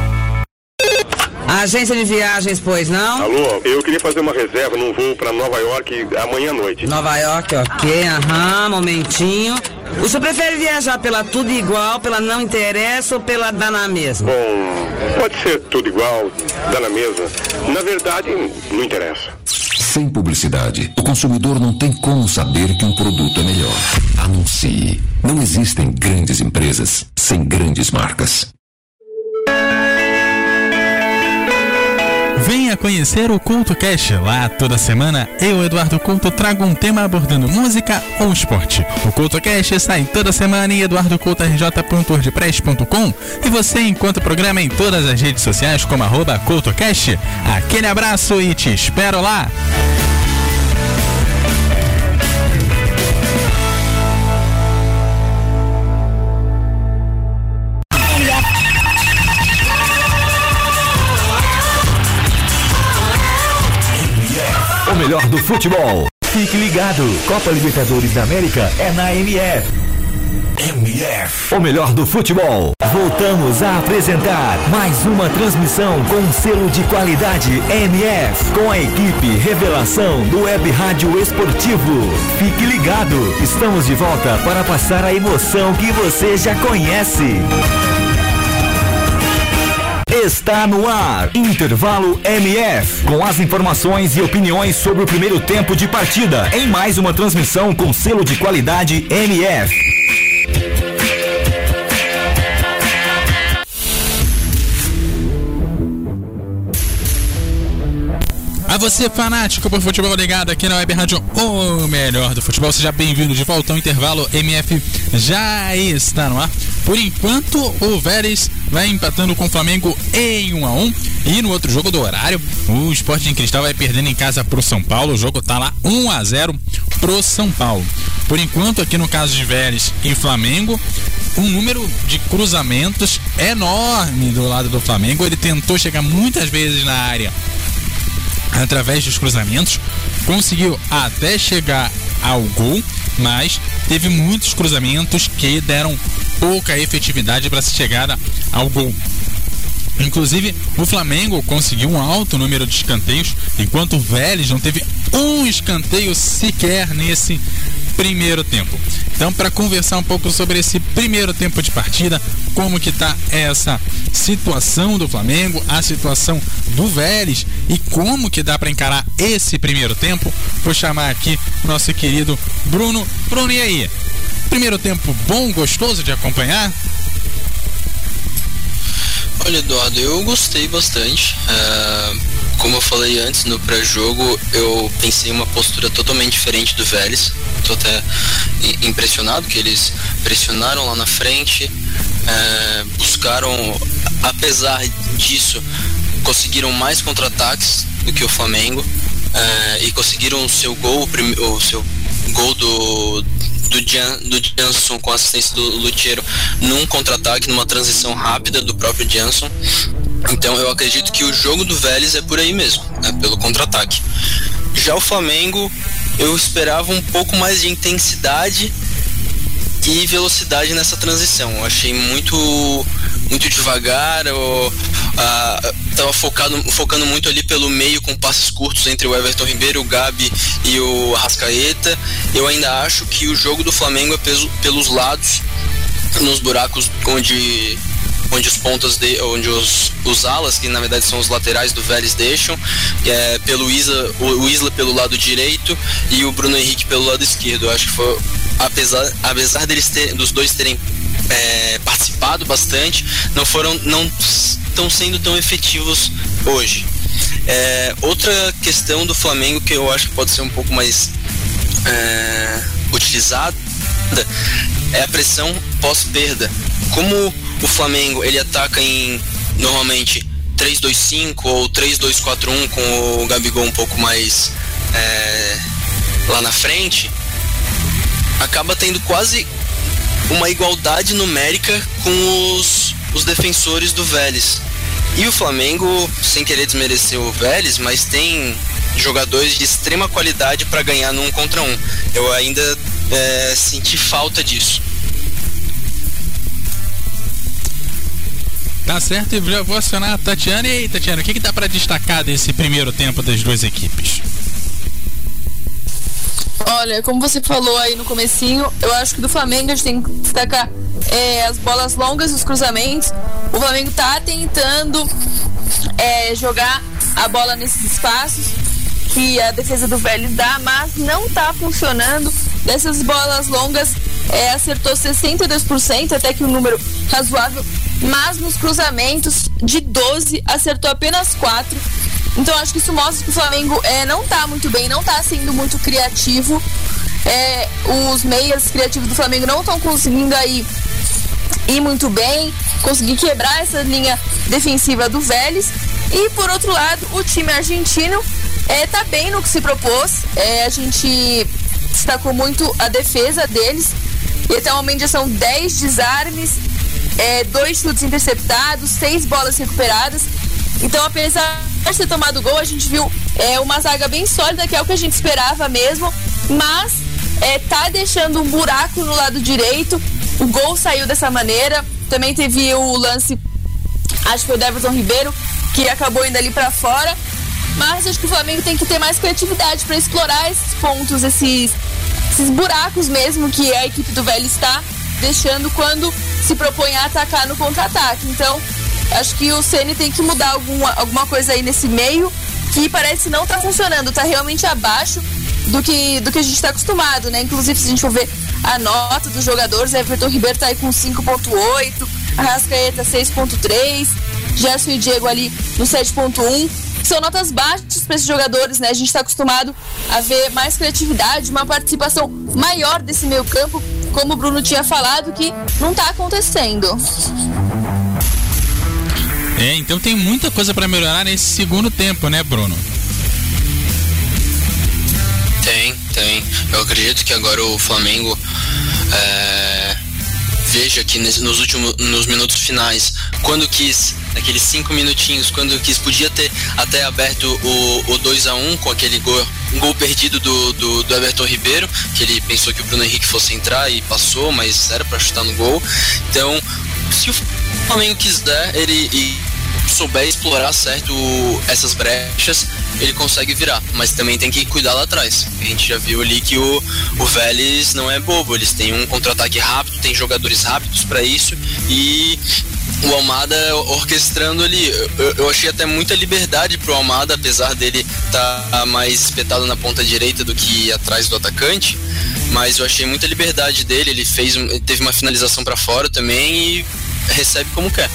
Agência de viagens, pois não? Alô, eu queria fazer uma reserva num voo para Nova York amanhã à noite. Nova York, ok, momentinho. O senhor prefere viajar pela tudo igual, pela não interessa ou pela dá na mesma? Bom, pode ser tudo igual, dá na mesma. Na verdade, não interessa. Sem publicidade, o consumidor não tem como saber que um produto é melhor. Anuncie. Não existem grandes empresas sem grandes marcas. Venha conhecer o CoutoCast. Lá toda semana eu, Eduardo Couto, trago um tema abordando música ou esporte. O CoutoCast sai toda semana em eduardocoutorj.wordpress.com e você encontra o programa em todas as redes sociais como @CoutoCast. Aquele abraço e te espero lá! O melhor do futebol. Fique ligado. Copa Libertadores da América é na MF. O melhor do futebol. Voltamos a apresentar mais uma transmissão com selo de qualidade MF, com a equipe Revelação do Web Rádio Esportivo. Fique ligado. Estamos de volta para passar a emoção que você já conhece. Está no ar, Intervalo MF, com as informações e opiniões sobre o primeiro tempo de partida, em mais uma transmissão com selo de qualidade MF. A você, fanático por futebol ligado aqui na Web Rádio, o melhor do futebol, seja bem-vindo de volta ao Intervalo MF, já está no ar. Por enquanto, o Vélez vai empatando com o Flamengo em 1-1. E no outro jogo do horário, o Sporting Cristal vai perdendo em casa pro São Paulo. O jogo tá lá 1-0 pro São Paulo. Por enquanto, aqui no caso de Vélez e Flamengo, um número de cruzamentos enorme do lado do Flamengo. Ele tentou chegar muitas vezes na área através dos cruzamentos, conseguiu até chegar ao gol, mas teve muitos cruzamentos que deram pouca efetividade para essa chegada ao gol. Inclusive, o Flamengo conseguiu um alto número de escanteios, enquanto o Vélez não teve um escanteio sequer nesse primeiro tempo. Então, para conversar um pouco sobre esse primeiro tempo de partida, como que tá essa situação do Flamengo, a situação do Vélez e como que dá para encarar esse primeiro tempo, vou chamar aqui o nosso querido Bruno. Bruno, e aí? Primeiro tempo bom, gostoso de acompanhar? Olha, Eduardo, eu gostei bastante. Como eu falei antes no pré-jogo, eu pensei em uma postura totalmente diferente do Vélez. Estou até impressionado que eles pressionaram lá na frente, buscaram, apesar disso, conseguiram mais contra-ataques do que o Flamengo, e conseguiram o seu gol do Jansson com a assistência do Luthiero num contra-ataque, numa transição rápida do próprio Jansson. Então eu acredito que o jogo do Vélez é por aí mesmo, pelo contra-ataque. Já o Flamengo, eu esperava um pouco mais de intensidade e velocidade nessa transição. Eu achei muito devagar, estava focando muito ali pelo meio, com passes curtos entre o Everton Ribeiro, o Gabi e o Arrascaeta. Eu ainda acho que o jogo do Flamengo é pelos lados, nos buracos onde os pontas, onde os alas, que na verdade são os laterais do Vélez, deixam, pelo o Isla pelo lado direito e o Bruno Henrique pelo lado esquerdo. Eu acho que foi, apesar dos dois terem participado bastante, estão sendo tão efetivos hoje. Outra questão do Flamengo que eu acho que pode ser um pouco mais utilizada é a pressão pós-perda. Como o Flamengo ele ataca em normalmente 3-2-5 ou 3-2-4-1 com o Gabigol um pouco mais lá na frente, acaba tendo quase uma igualdade numérica com os defensores do Vélez. E o Flamengo, sem querer desmerecer o Vélez, mas tem jogadores de extrema qualidade para ganhar no 1 contra 1. Eu ainda senti falta disso. Tá certo, e eu vou acionar a Tatiana. E aí, Tatiana, o que dá para destacar desse primeiro tempo das duas equipes? Olha, como você falou aí no comecinho, eu acho que do Flamengo a gente tem que destacar as bolas longas e os cruzamentos. O Flamengo tá tentando jogar a bola nesses espaços que a defesa do Vélez dá, mas não tá funcionando. Dessas bolas longas, acertou 62%, até que um número razoável, mas nos cruzamentos de 12 acertou apenas 4. Então acho que isso mostra que o Flamengo não tá muito bem, não tá sendo muito criativo. Os meias criativos do Flamengo não estão conseguindo aí ir muito bem, conseguir quebrar essa linha defensiva do Vélez. E por outro lado, o time argentino tá bem no que se propôs. A gente destacou muito a defesa deles, e até o momento já são 10 desarmes, 2 chutes interceptados, 6 bolas recuperadas. Então, apesar de ter tomado gol, a gente viu uma zaga bem sólida, que é o que a gente esperava mesmo, mas tá deixando um buraco no lado direito. O gol saiu dessa maneira. Também teve o lance, acho que foi o Everton Ribeiro, que acabou indo ali pra fora. Mas acho que o Flamengo tem que ter mais criatividade para explorar esses pontos, esses buracos mesmo que a equipe do Vélez está deixando quando se propõe a atacar no contra-ataque. Então, acho que o Ceni tem que mudar alguma coisa aí nesse meio, que parece não tá funcionando, tá realmente abaixo do que a gente está acostumado, né? Inclusive, se a gente for ver a nota dos jogadores, Everton Ribeiro tá aí com 5.8, Arrascaeta 6.3, Gerson e Diego ali no 7.1. São notas baixas para esses jogadores, né? A gente está acostumado a ver mais criatividade, uma participação maior desse meio campo, como o Bruno tinha falado, que não está acontecendo. Então tem muita coisa para melhorar nesse segundo tempo, né, Bruno? Tem. Eu acredito que agora o Flamengo veja que nos minutos finais, quando quis, naqueles 5 minutinhos, quando quis, podia ter até aberto o 2-1 com aquele gol perdido do Everton Ribeiro, que ele pensou que o Bruno Henrique fosse entrar e passou, mas era para chutar no gol. Então, se o Flamengo quiser, ele souber explorar certo essas brechas, ele consegue virar, mas também tem que cuidar lá atrás. A gente já viu ali que o Vélez não é bobo, eles têm um contra-ataque rápido, tem jogadores rápidos para isso, e o Almada orquestrando ali. Eu achei até muita liberdade pro Almada, apesar dele estar mais espetado na ponta direita do que atrás do atacante, mas eu achei muita liberdade dele. Ele teve uma finalização para fora também e recebe como quer.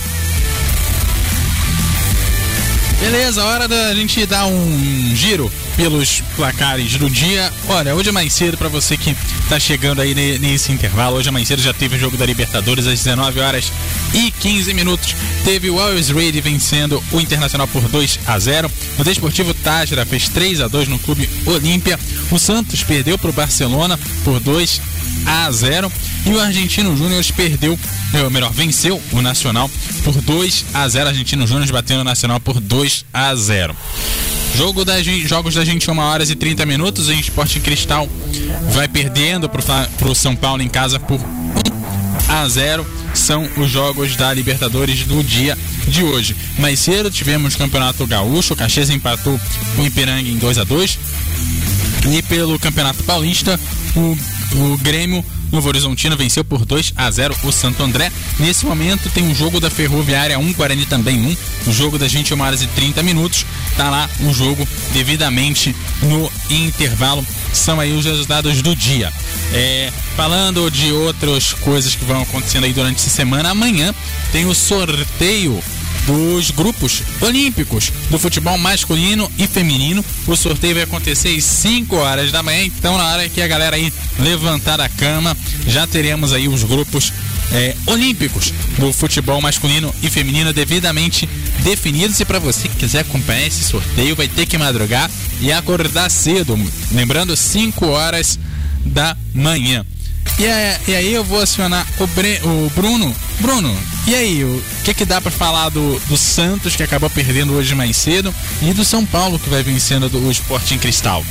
Beleza, hora da gente dar um giro pelos placares do dia. Olha, hoje é mais cedo para você que tá chegando aí nesse intervalo. Hoje é mais cedo, já teve o jogo da Libertadores às 19h15. Teve o Always Ready vencendo o Internacional por 2-0. O Desportivo Táchira fez 3-2 no Clube Olímpia. O Santos perdeu pro Barcelona por 2-0. E o Argentino Júnior venceu o Nacional por 2-0. Argentino Júnior batendo o Nacional por 2-0. Jogos da gente 1h30. O Sporting Cristal vai perdendo pro São Paulo em casa por 1-0. São os jogos da Libertadores do dia de hoje. Mais cedo tivemos Campeonato Gaúcho. O Caxias empatou com o Ipiranga em 2-2. E pelo Campeonato Paulista, o Grêmio Novo Horizontino venceu por 2-0 o Santo André. Nesse momento tem um jogo da Ferroviária 1, Guarani também 1. O jogo das 21h30. Tá lá o jogo devidamente no intervalo. São aí os resultados do dia. Falando de outras coisas que vão acontecendo aí durante essa semana, amanhã tem o sorteio dos grupos olímpicos do futebol masculino e feminino. O sorteio vai acontecer às 5 horas da manhã, então na hora que a galera aí levantar a cama, já teremos aí os grupos olímpicos do futebol masculino e feminino devidamente definidos. E para você que quiser acompanhar esse sorteio, vai ter que madrugar e acordar cedo, lembrando 5 horas da manhã. E aí eu vou acionar o Bruno. Bruno, e aí, o que dá para falar do Santos, que acabou perdendo hoje mais cedo, e do São Paulo, que vai vencendo o Sporting Cristal?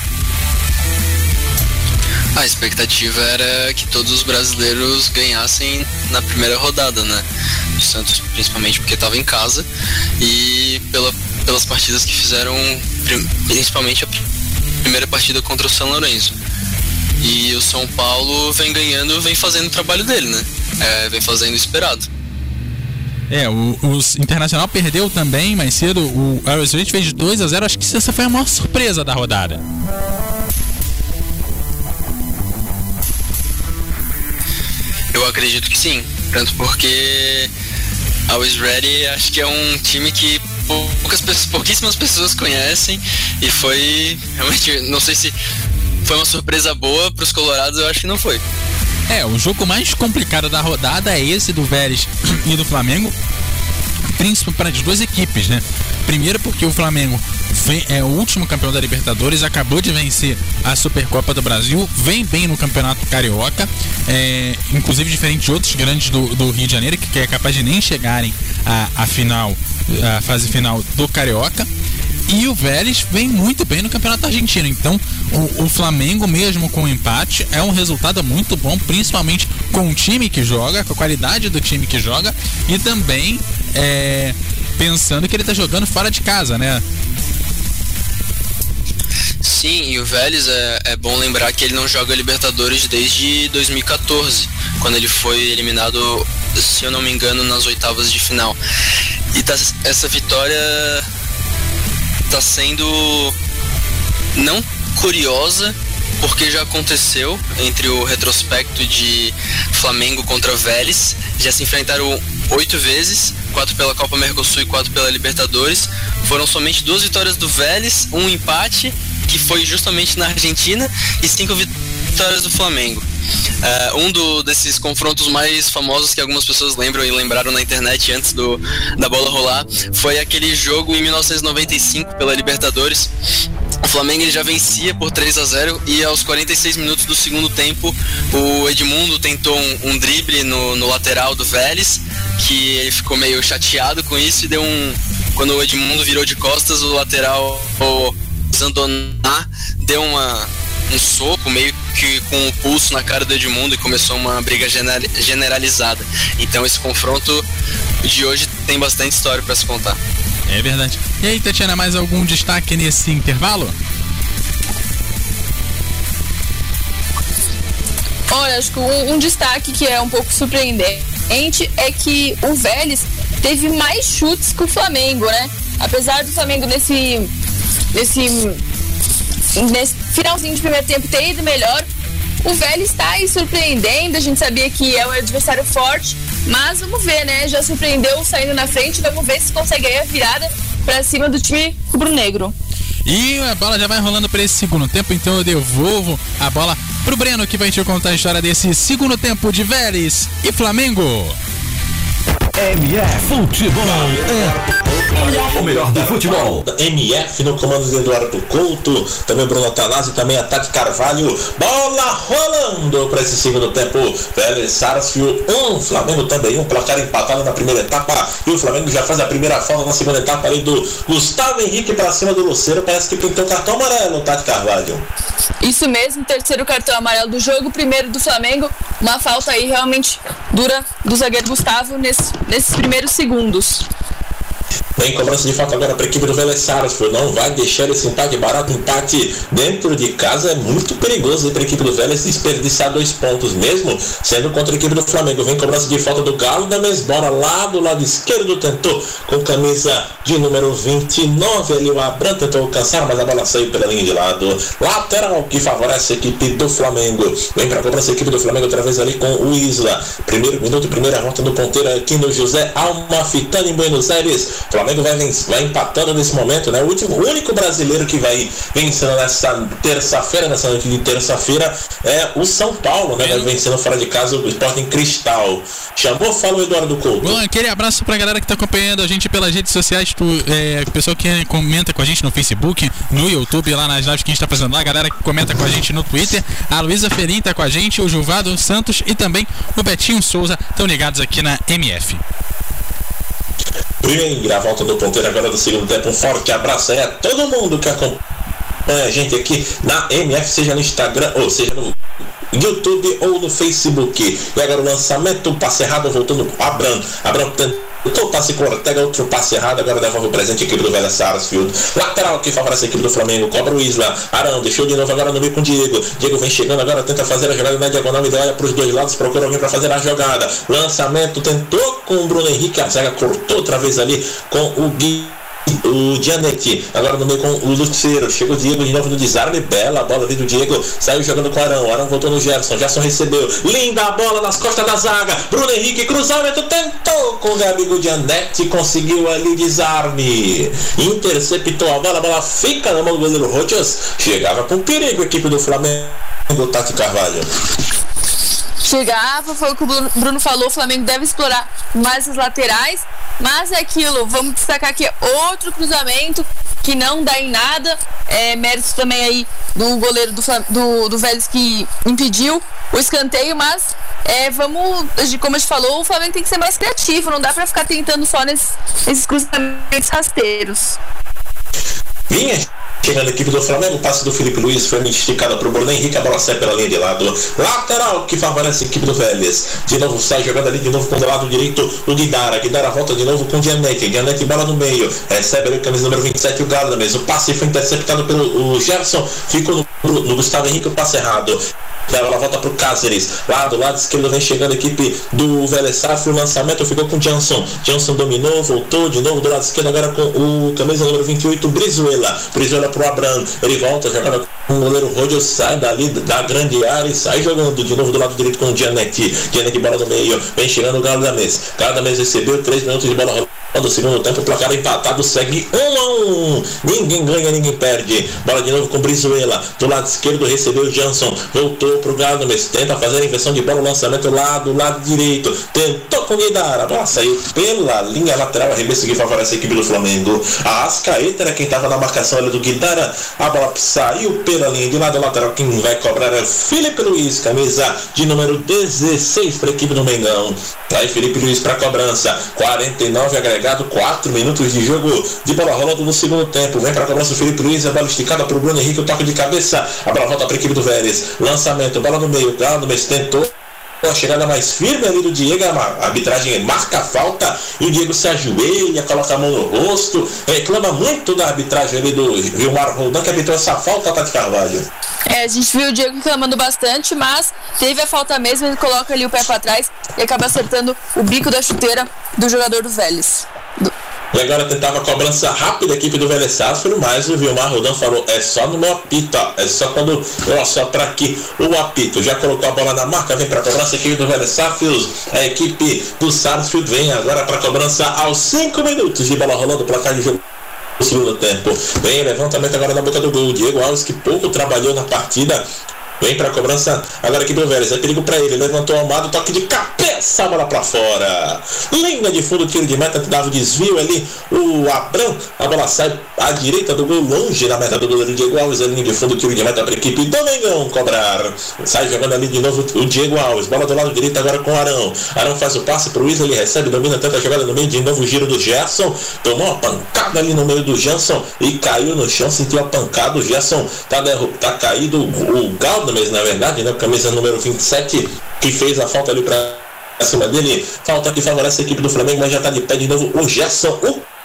A expectativa era que todos os brasileiros ganhassem na primeira rodada, né? O Santos, principalmente porque estava em casa, e pelas partidas que fizeram, principalmente a primeira partida contra o São Lourenço. E o São Paulo vem ganhando, vem fazendo o trabalho dele, né? Vem fazendo o esperado. O Internacional perdeu também mais cedo. O Aerosmith fez 2-0. Acho que essa foi a maior surpresa da rodada. Eu acredito que sim, tanto porque a Always Ready acho que é um time que pouquíssimas pessoas conhecem, e foi realmente, não sei se foi uma surpresa boa para os colorados, eu acho que não foi. O jogo mais complicado da rodada é esse do Vélez e do Flamengo, principalmente para as duas equipes, né? Primeiro porque o Flamengo é o último campeão da Libertadores, acabou de vencer a Supercopa do Brasil, vem bem no Campeonato Carioca, inclusive diferente de outros grandes do Rio de Janeiro, que é capaz de nem chegarem à fase final do Carioca. E o Vélez vem muito bem no Campeonato Argentino. Então, o Flamengo, mesmo com o empate, é um resultado muito bom, principalmente com o time que joga, com a qualidade do time que joga, e também pensando que ele está jogando fora de casa, né? Sim, e o Vélez é bom lembrar que ele não joga Libertadores desde 2014, quando ele foi eliminado, se eu não me engano, nas oitavas de final. E essa vitória está sendo não curiosa, porque já aconteceu entre o retrospecto de Flamengo contra Vélez. Já se enfrentaram 8 vezes, 4 pela Copa Mercosul e 4 pela Libertadores. Foram somente 2 vitórias do Vélez, um empate, que foi justamente na Argentina, e 5 vitórias do Flamengo. Desses confrontos mais famosos que algumas pessoas lembram e lembraram na internet antes da bola rolar foi aquele jogo em 1995 pela Libertadores. O Flamengo ele já vencia por 3-0 e aos 46 minutos do segundo tempo o Edmundo tentou um drible no lateral do Vélez, que ele ficou meio chateado com isso e quando o Edmundo virou de costas, o lateral, o Zandoná, deu um soco meio que com o pulso na cara do Edmundo e começou uma briga generalizada. Então esse confronto de hoje tem bastante história para se contar. É verdade. E aí, Tatiana, mais algum destaque nesse intervalo? Olha, acho que um destaque que é um pouco surpreendente é que o Vélez teve mais chutes que o Flamengo, né? Apesar do Flamengo nesse finalzinho de primeiro tempo ter ido melhor, o Vélez está aí surpreendendo. A gente sabia que é um adversário forte, mas vamos ver, né? Já surpreendeu saindo na frente, vamos ver se consegue aí a virada para cima do time rubro-negro. E a bola já vai rolando para esse segundo tempo, então eu devolvo a bola pro Breno, que vai te contar a história desse segundo tempo de Vélez e Flamengo. MF Futebol o melhor do futebol. MF no comando de Eduardo Couto, também Bruno Atanásio, também a Tati Carvalho. Bola rolando para esse segundo tempo. Vélez Sarsfield 1, Flamengo também 1, placar empatado na primeira etapa, e o Flamengo já faz a primeira falta na segunda etapa ali do Gustavo Henrique para cima do Lucero. Parece que pintou cartão amarelo, Tati Carvalho. Isso mesmo, terceiro cartão amarelo do jogo, primeiro do Flamengo, uma falta aí realmente dura do zagueiro Gustavo nesses primeiros segundos. Vem cobrança de falta agora para a equipe do Vélez Sarsfield. Não vai deixar esse empate barato. Empate dentro de casa é muito perigoso para a equipe do Vélez desperdiçar 2 pontos, mesmo sendo contra a equipe do Flamengo. Vem cobrança de falta do Galo da Mesbora lá do lado esquerdo. Tentou com camisa de número 29 ali. O Abram tentou alcançar, mas a bola saiu pela linha de lado. Lateral que favorece a equipe do Flamengo. Vem para a cobrança a equipe do Flamengo outra vez ali com o Isla. Primeiro minuto, primeira volta do ponteiro aqui no José Amalfitani em Buenos Aires. O Flamengo vai empatando nesse momento, né? O único brasileiro que vai vencendo nessa terça-feira, nessa noite de terça-feira, é o São Paulo, né? Vai vencendo fora de casa o Sporting Cristal. Chamou, fala o Eduardo Couto. Bom, aquele abraço pra galera que tá acompanhando a gente pelas redes sociais, o pessoal que comenta com a gente no Facebook, no YouTube, lá nas lives que a gente tá fazendo lá, a galera que comenta com a gente no Twitter, a Luísa Ferim tá com a gente, o Gilvado Santos e também o Betinho Souza estão ligados aqui na MF. Primeira volta do ponteiro agora do segundo tempo. Um forte abraço aí a todo mundo que acompanha a gente aqui na MF, seja no Instagram ou seja no YouTube ou no Facebook. E agora o lançamento, passe errado, voltando Abram tentou passe com Ortega, outro passe errado, agora devolve o presente a equipe do Vélez Sarsfield. Lateral que favorece a equipe do Flamengo, cobra o Isla, Arão, deixou de novo agora no meio com o Diego vem chegando agora, tenta fazer a jogada na diagonal e olha para os dois lados, procura alguém para fazer a jogada, lançamento, tentou com o Bruno Henrique, a zaga cortou outra vez ali com o Gianetti, agora no meio com o Lucero, chega o Diego de novo no desarme, bela bola ali do Diego, saiu jogando com o Arão voltou no Gerson recebeu, linda a bola nas costas da zaga, Bruno Henrique, cruzamento, tentou com o amigo Gianetti, conseguiu ali o desarme, interceptou a bola fica na mão do goleiro Rojas, chegava com perigo a equipe do Flamengo, Tati Carvalho. Chegava, foi o que o Bruno falou, o Flamengo deve explorar mais as laterais, mas é aquilo, vamos destacar aqui outro cruzamento que não dá em nada, mérito também aí do goleiro do Vélez que impediu o escanteio, mas como a gente falou, o Flamengo tem que ser mais criativo, não dá pra ficar tentando só nesses cruzamentos rasteiros. Chegando a equipe do Flamengo, passe do Felipe Luiz foi esticada para o Bruno Henrique, a bola sai pela linha de lado. Lateral que favorece a equipe do Vélez. De novo sai jogando ali de novo com o lado direito o Guidara volta de novo com o Gianetti bola no meio, recebe ali o camisa número 27, o Galdames. O passe foi interceptado pelo Gerson, ficou no Gustavo Henrique, o passe errado. Ela volta pro Cáceres, lá do lado esquerdo vem chegando a equipe do Vélez Sarsfield, o lançamento ficou com o Jansson dominou, voltou de novo do lado esquerdo agora com o camisa número 28, Brizuela pro Abram, ele volta jogando com o goleiro Roger, sai dali da grande área e sai jogando de novo do lado direito com o Gianetti bola no meio, vem chegando o Galdames recebeu 3 minutos de bola rolando do segundo tempo, o placar empatado, segue 1-1, ninguém ganha, ninguém perde, bola de novo com o Brizuela, do lado esquerdo recebeu o Jansson, voltou pro Galdames, tenta fazer a inversão de bola, o lançamento lá do lado direito, tentou com o Guidara, a bola saiu pela linha lateral, arremesso que favorece a equipe do Flamengo. A Ascaeta era quem estava na marcação ali do Guidara, a bola saiu pela linha de lado lateral, quem vai cobrar é Felipe Luiz, camisa de número 16 para a equipe do Mengão. Aí Felipe Luiz para cobrança, 49 agregado, 4 minutos de jogo de bola rolando no segundo tempo, vem para a cobrança o Felipe Luiz, a bola esticada para o Bruno Henrique, o toque de cabeça, a bola volta para a equipe do Vélez, lançamento, bola no meio, Galdames tentou a chegada mais firme ali do Diego, a arbitragem marca a falta e o Diego se ajoelha, coloca a mão no rosto, reclama muito da arbitragem ali do Vilmar Roldan, que arbitrou essa falta, Tati Carvalho. A gente viu o Diego reclamando bastante, mas teve a falta mesmo, ele coloca ali o pé para trás e acaba acertando o bico da chuteira do jogador do Vélez. E agora tentava a cobrança rápida a equipe do Vélez Sarsfield, mas o Vilmar Roldan falou, é só no meu apito, é só quando eu assoprar aqui o apito. Já colocou a bola na marca, vem para a cobrança a equipe do Vélez Sarsfield, a equipe do Sarsfield vem agora para a cobrança aos 5 minutos de bola rolando, placar de jogo no segundo tempo. Vem levantamento agora na boca do gol, Diego Alves, que pouco trabalhou na partida, vem para a cobrança agora aqui do Vélez, é perigo para ele, levantou o Amado, toque de cabeça, a bola para fora, linha de fundo, tiro de meta, dava o desvio ali, o Abram, a bola sai à direita do gol, longe da meta do goleiro Diego Alves, a linha de fundo, tiro de meta para a equipe do Mengão cobrar, sai jogando ali de novo o Diego Alves, bola do lado direito agora com o Arão faz o passe pro Isla, ele recebe, domina, tenta a jogada no meio, de novo o giro do Gerson, tomou uma pancada ali no meio do Jansson e caiu no chão, sentiu a pancada, o Gerson tá caído, o Galdames, na verdade, né, camisa número 27, que fez a falta ali para cima dele, falta que favorece a equipe do Flamengo, mas já tá de pé de novo o Gerson, o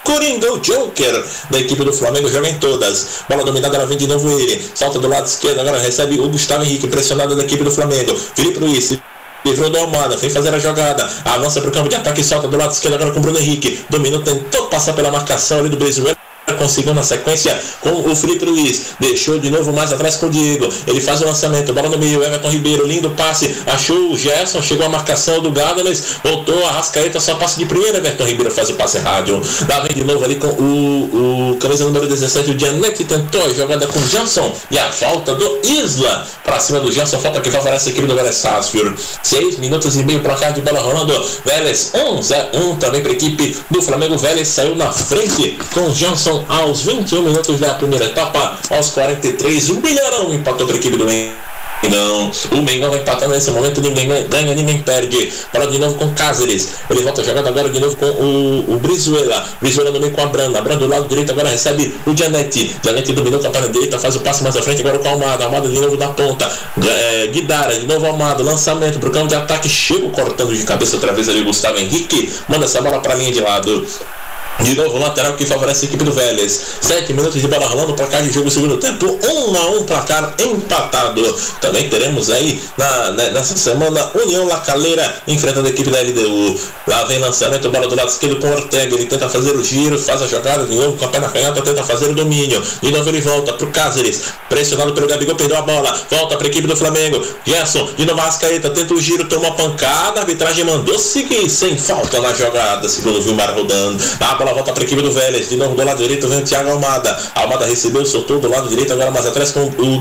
Coringa, o Joker da equipe do Flamengo, joga em todas. Bola dominada, ela vem de novo ele. Salta do lado esquerdo, agora recebe o Gustavo Henrique, pressionado da equipe do Flamengo. Felipe Luiz, livrou do Almada, vem fazer a jogada. Avança para o campo de ataque, solta do lado esquerdo agora com o Bruno Henrique. Dominou, tentou passar pela marcação ali do Brasil. Conseguiu na sequência com o Felipe Luiz, deixou de novo mais atrás com o Diego, ele faz o lançamento, bola no meio, Everton Ribeiro, lindo passe, achou o Gerson, chegou a marcação do Gadames, voltou a Arrascaeta, só passe de primeira, Everton Ribeiro faz o passe rádio, lá vem de novo ali com o camisa número 17, o Giannetti, tentou a jogada com o Jansson, e a falta do Isla, pra cima do Jansson, falta que favorece a equipe do Vélez Sarsfield. 6 minutos e meio pra cá de bola rolando, Vélez 1-1 também pra equipe do Flamengo. Vélez saiu na frente com o Jansson aos 21 minutos da primeira etapa, aos 43, o Milharão empatou para a equipe do Mengão. O Mengão vai empatando nesse momento, ninguém ganha, ninguém perde. Bola de novo com Cáceres, ele volta jogando agora de novo com o Brizuela no meio com a Branda do lado direito, agora recebe o Giannetti dominou com a perna direita, faz o passe mais à frente agora com o Almada de novo da ponta, Guidara, de novo Almada, lançamento pro campo de ataque, chega cortando de cabeça outra vez ali o Gustavo Henrique, manda essa bola para a linha de lado. De novo, lateral que favorece a equipe do Vélez. 7 minutos de bola rolando, placar de jogo, segundo tempo, 1-1, placar empatado. Também teremos aí, nessa semana, União La Calera enfrentando a equipe da LDU. Lá vem lançamento, bola do lado esquerdo com o Ortega, ele tenta fazer o giro, faz a jogada de novo com a perna canhota, tenta fazer o domínio. De novo ele volta pro Cáceres, pressionado pelo Gabigol, perdeu a bola, volta para a equipe do Flamengo. Gerson, de novo Arrascaeta, tenta o giro, tomou a pancada, a arbitragem mandou seguir, sem falta na jogada, segundo o Vilmar rodando. A bola volta para a equipe do Vélez, de novo do lado direito vem o Thiago Almada recebeu, soltou do lado direito, agora mais atrás com o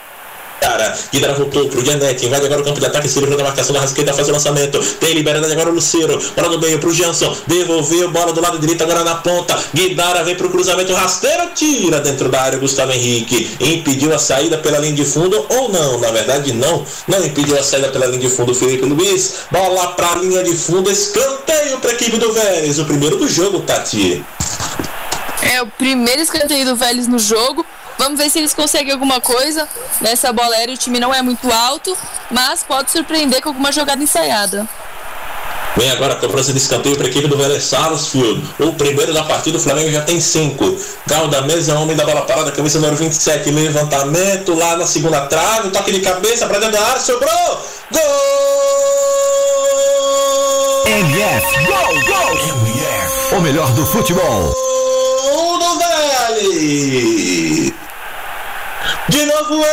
Guidara voltou pro Giannetti, invade agora o campo de ataque, se livrou da marcação da Arrascaeta, faz o lançamento, tem liberdade agora o Lucero, bola no meio pro Jansson, devolveu, bola do lado direito agora na ponta, Guidara vem pro cruzamento rasteiro, tira dentro da área, Gustavo Henrique, impediu a saída pela linha de fundo, ou não, na verdade não impediu a saída pela linha de fundo, Felipe Luiz, bola pra linha de fundo, escanteio pra equipe do Vélez, o primeiro do jogo, Tati. É o primeiro escanteio do Vélez no jogo. Vamos ver se eles conseguem alguma coisa nessa bola aérea. O time não é muito alto, mas pode surpreender com alguma jogada ensaiada. Vem agora a cobrança de escanteio para a equipe do Vélez Sarsfield. O primeiro da partida, o Flamengo já tem 5. Galdamés é o homem da bola parada, camisa número 27. Levantamento lá na segunda trave, toque de cabeça para dentro da área, sobrou! Gol! MF, gol! MF, o melhor do futebol. Gol do Vélez! De novo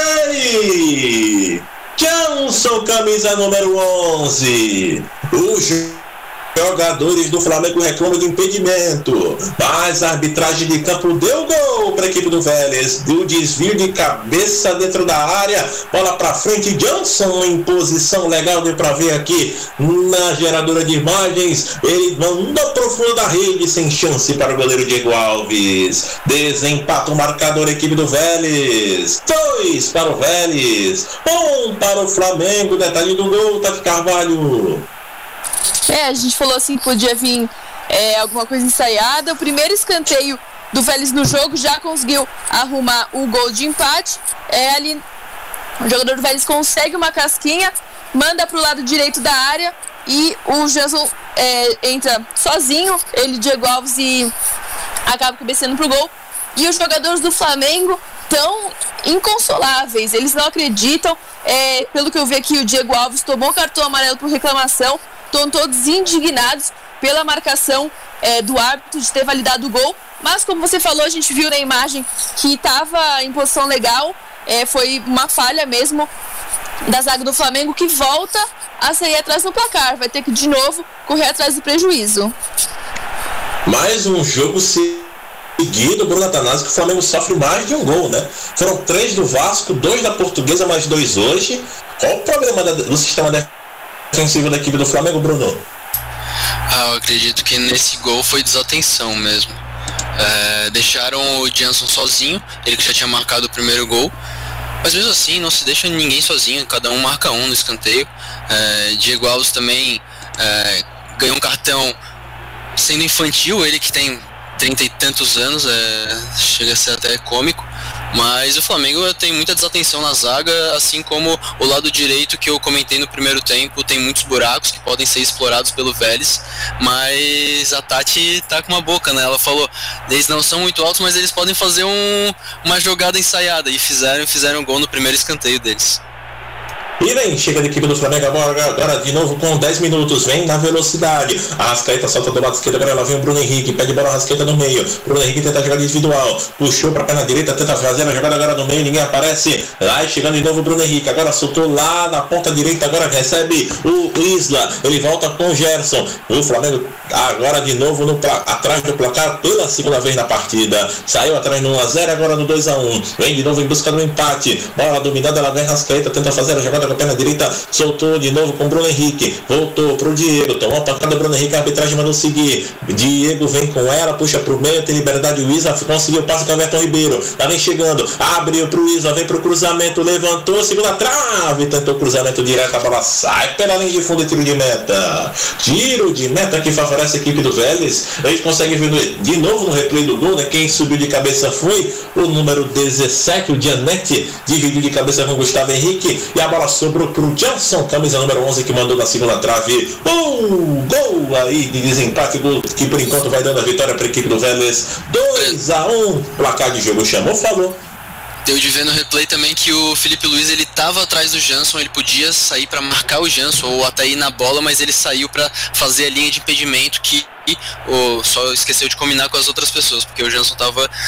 ele! Jansson, camisa número 11. Os jogadores do Flamengo reclamam de impedimento, mas a arbitragem de campo deu gol para a equipe do Vélez. Deu desvio de cabeça dentro da área, bola para frente, Jansson em posição legal, deu para ver aqui na geradora de imagens, ele mandou pro fundo da rede, sem chance para o goleiro Diego Alves. Desempata o marcador, a equipe do Vélez, 2 para o Vélez, 1 para o Flamengo. Detalhe do gol, Tati Carvalho. A gente falou assim que podia vir alguma coisa ensaiada. O primeiro escanteio do Vélez no jogo já conseguiu arrumar o gol de empate. Ali o jogador do Vélez consegue uma casquinha, manda para o lado direito da área e o Jansson entra sozinho, ele, Diego Alves, e acaba cabeceando pro gol. E os jogadores do Flamengo tão inconsoláveis, eles não acreditam. Pelo que eu vi aqui, o Diego Alves tomou cartão amarelo por reclamação. Estão todos indignados pela marcação do árbitro de ter validado o gol. Mas como você falou, a gente viu na imagem que estava em posição legal. Foi uma falha mesmo da zaga do Flamengo, que volta a sair atrás do placar. Vai ter que de novo correr atrás do prejuízo. Mais um jogo seguido, Bruno Atanásio, que o Flamengo sofre mais de um gol, né? Foram 3 do Vasco, 2 da Portuguesa, mais 2 hoje. Qual o problema do sistema defensivo da equipe do Flamengo, Bruno? Eu acredito que nesse gol foi desatenção mesmo. Deixaram o Jansson sozinho, ele que já tinha marcado o primeiro gol, mas mesmo assim não se deixa ninguém sozinho, cada um marca um no escanteio. Diego Alves também ganhou um cartão sendo infantil, ele que tem 30 e tantos anos, chega a ser até cômico, Mas o Flamengo tem muita desatenção na zaga, assim como o lado direito que eu comentei no primeiro tempo, tem muitos buracos que podem ser explorados pelo Vélez, mas a Tati tá com uma boca, né? Ela falou, eles não são muito altos, mas eles podem fazer uma jogada ensaiada, e fizeram gol no primeiro escanteio deles. E vem, chega a equipe do Flamengo agora de novo com 10 minutos, vem na velocidade. A Arrascaeta solta do lado esquerdo, agora ela vem o Bruno Henrique, pede bola a Arrascaeta no meio. Bruno Henrique tenta jogar individual, puxou pra perna direita, tenta fazer a jogada agora no meio, ninguém aparece. Lá chegando de novo o Bruno Henrique, agora soltou lá na ponta direita, agora recebe o Isla, ele volta com o Gerson. O Flamengo agora de novo atrás do placar pela segunda vez na partida. Saiu atrás no 1-0, agora no 2-1. Vem de novo em busca do empate. Bola dominada, ela vem Arrascaeta, tenta fazer a jogada com a perna direita, soltou de novo com o Bruno Henrique, voltou pro Diego, tomou a pancada do Bruno Henrique, a arbitragem mandou seguir. Diego vem com ela, puxa pro meio, tem liberdade, o Isla conseguiu o passe com o Everton Ribeiro, tá vem chegando, abriu pro Isla, vem pro cruzamento, levantou, segunda trave, tentou cruzamento direto, a bola sai pela linha de fundo e tiro de meta. Tiro de meta que favorece a equipe do Vélez. A gente consegue ver de novo no replay do gol, né? Quem subiu de cabeça foi o número 17, o Gianetti, dividiu de cabeça com o Gustavo Henrique, e a bola sobrou pro Gelson, camisa número 11, que mandou na segunda trave. Gol aí de desempate, que por enquanto vai dando a vitória para a equipe do Vélez. 2-1, placar de jogo chamou, falou. Deu de ver no replay também que o Felipe Luiz, ele tava atrás do Jansson, ele podia sair para marcar o Jansson ou até ir na bola, mas ele saiu para fazer a linha de impedimento que só esqueceu de combinar com as outras pessoas, porque o Jansson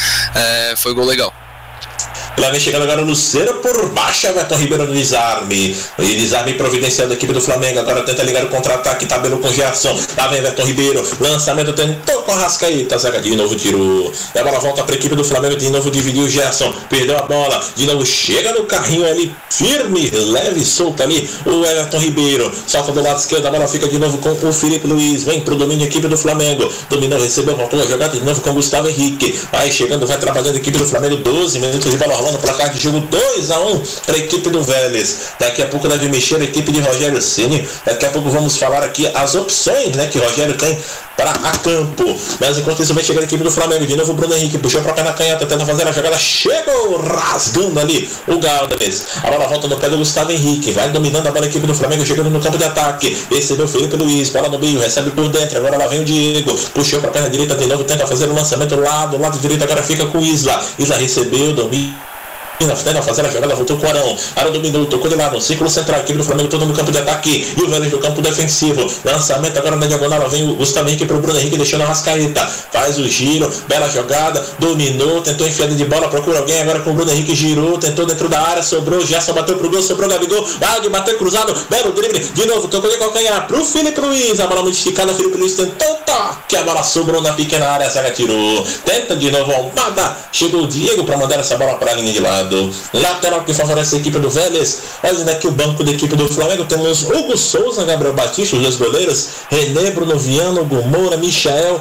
foi gol legal. Lá vem chegando agora o Lucero por baixo, Everton Ribeiro no desarme. E desarme providenciando a equipe do Flamengo. Agora tenta ligar o contra-ataque, tabelou com o Gerson. Lá vem Everton Ribeiro, lançamento tentou com a Arrascaeta, zaga de novo tirou. E a bola volta para a equipe do Flamengo, de novo dividiu o Gerson, perdeu a bola, de novo chega no carrinho ali, firme, leve e solta ali o Everton Ribeiro. Salta do lado esquerdo, a bola fica de novo com o Felipe Luiz, vem pro domínio a equipe do Flamengo. Dominou, recebeu, voltou a jogada de novo com o Gustavo Henrique. Vai chegando, vai trabalhando a equipe do Flamengo, 12 minutos de bola rolando, placar de jogo 2-1 para a equipe do Vélez. Daqui a pouco deve mexer a equipe de Rogério Ceni. Daqui a pouco vamos falar aqui as opções, né, que o Rogério tem para a campo. Mas enquanto isso vai chegar a equipe do Flamengo. De novo o Bruno Henrique puxou para a perna canhota, tenta fazer a jogada, chegou rasgando ali o Galdes. A bola volta no pé do Gustavo Henrique, vai dominando a bola a equipe do Flamengo, chegando no campo de ataque. Recebeu o Felipe Luiz, bola no meio, recebe por dentro, agora lá vem o Diego, puxou para a perna direita de novo, tenta fazer o lançamento lá do lado direito, agora fica com o Isla. Isla recebeu, domina, fazendo a jogada, voltou com o Arão. Arão dominou, tocou de lado, no círculo central, equipe do Flamengo todo no campo de ataque, e o Vélez no campo defensivo. Lançamento agora na diagonal, vem o Gustavo Henrique pro Bruno Henrique, deixando a Arrascaeta, faz o giro, bela jogada, dominou, tentou enfiada de bola, procura alguém agora com o Bruno Henrique, girou, tentou dentro da área, sobrou, Gerson bateu pro gol, sobrou Gabigol, bateu cruzado, belo drible, de novo, tocou de calcanhar pro Felipe Luiz, a bola muito esticada, Felipe Luiz tentou toque, a bola sobrou na pequena área, a zaga tirou, tenta de novo, Almada, chegou o Diego para mandar essa bola para a linha de lado. Lateral que favorece a equipe do Vélez. Olha aqui o banco da equipe do Flamengo. Temos Hugo Souza, Gabriel Batista, os dois goleiros, René, Bruno Viana, Hugo Moura, Michael,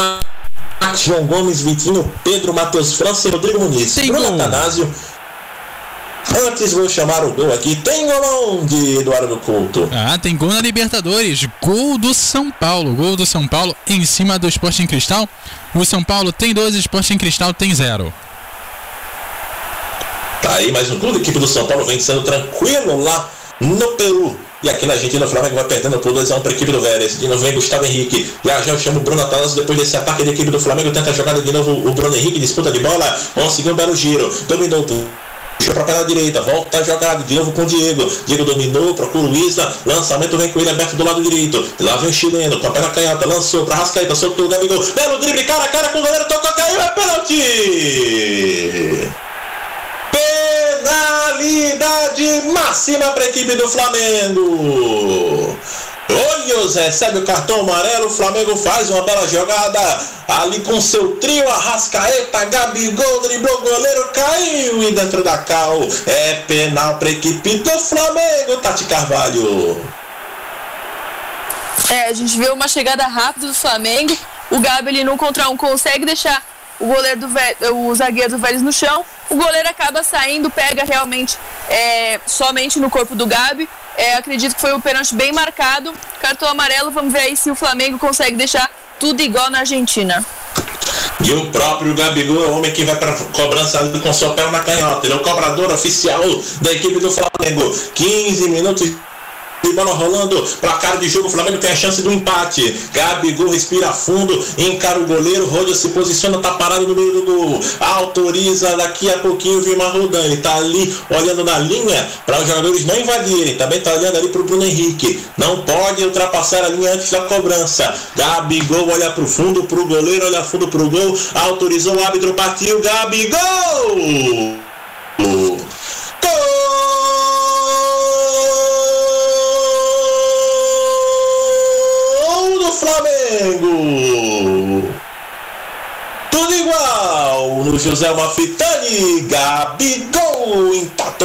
João Gomes, Vitinho, Pedro, Matheus França e Rodrigo Muniz. Bruno Atanásio. Antes vou chamar o gol aqui. Tem gol de Eduardo Couto. Tem gol na Libertadores. Gol do São Paulo. Gol do São Paulo em cima do Sporting Cristal. O São Paulo tem 12, o Sporting Cristal tem 0. Tá aí mais um gol da equipe do São Paulo vencendo tranquilo lá no Peru. E aqui na Argentina o Flamengo vai perdendo por 2-1 para a equipe do Vélez. De novo vem Gustavo Henrique. Já chama o Bruno Atanásio depois desse ataque da equipe do Flamengo. Tenta a jogada de novo o Bruno Henrique. Disputa de bola. Conseguiu um belo giro. Dominou tudo. Puxou para a perna direita, volta a jogada, de novo com o Diego. Diego dominou, procura o Isla, lançamento vem com ele aberto do lado direito. Lá vem o chileno, com a perna canhota, lançou para Arrascaeta, soltou o Gabigol. Belo drible, cara a cara com o goleiro, tocou, caiu, é pênalti! Penalidade máxima para a equipe do Flamengo. Olhos recebe o cartão amarelo, o Flamengo faz uma bela jogada ali com seu trio, Arrascaeta, Gabigol, driblou o goleiro, caiu e dentro da cal. É penal para a equipe do Flamengo, Tati Carvalho. A gente vê uma chegada rápida do Flamengo, o Gabi ele no contra um consegue deixar o goleiro o zagueiro do Vélez no chão, o goleiro acaba saindo, pega realmente somente no corpo do Gabi. Acredito que foi um pênalti bem marcado, cartão amarelo. Vamos ver aí se o Flamengo consegue deixar tudo igual na Argentina. E o próprio Gabigol é o homem que vai para cobrança ali com sua perna canhota. Ele é o cobrador oficial da equipe do Flamengo. 15 minutos de bola rolando, placar de jogo, o Flamengo tem a chance do empate. Gabigol respira fundo, encara o goleiro, Roger se posiciona, tá parado no meio do gol, autoriza daqui a pouquinho o Vilmar Rodan, ele tá ali olhando na linha para os jogadores não invadirem, também tá olhando ali pro Bruno Henrique, não pode ultrapassar a linha antes da cobrança. Gabigol olha pro fundo, pro goleiro, olha fundo pro gol, autorizou o árbitro, partiu, Gabigol! Flamengo! Tudo igual no José Malfitani, Gabigol empatou.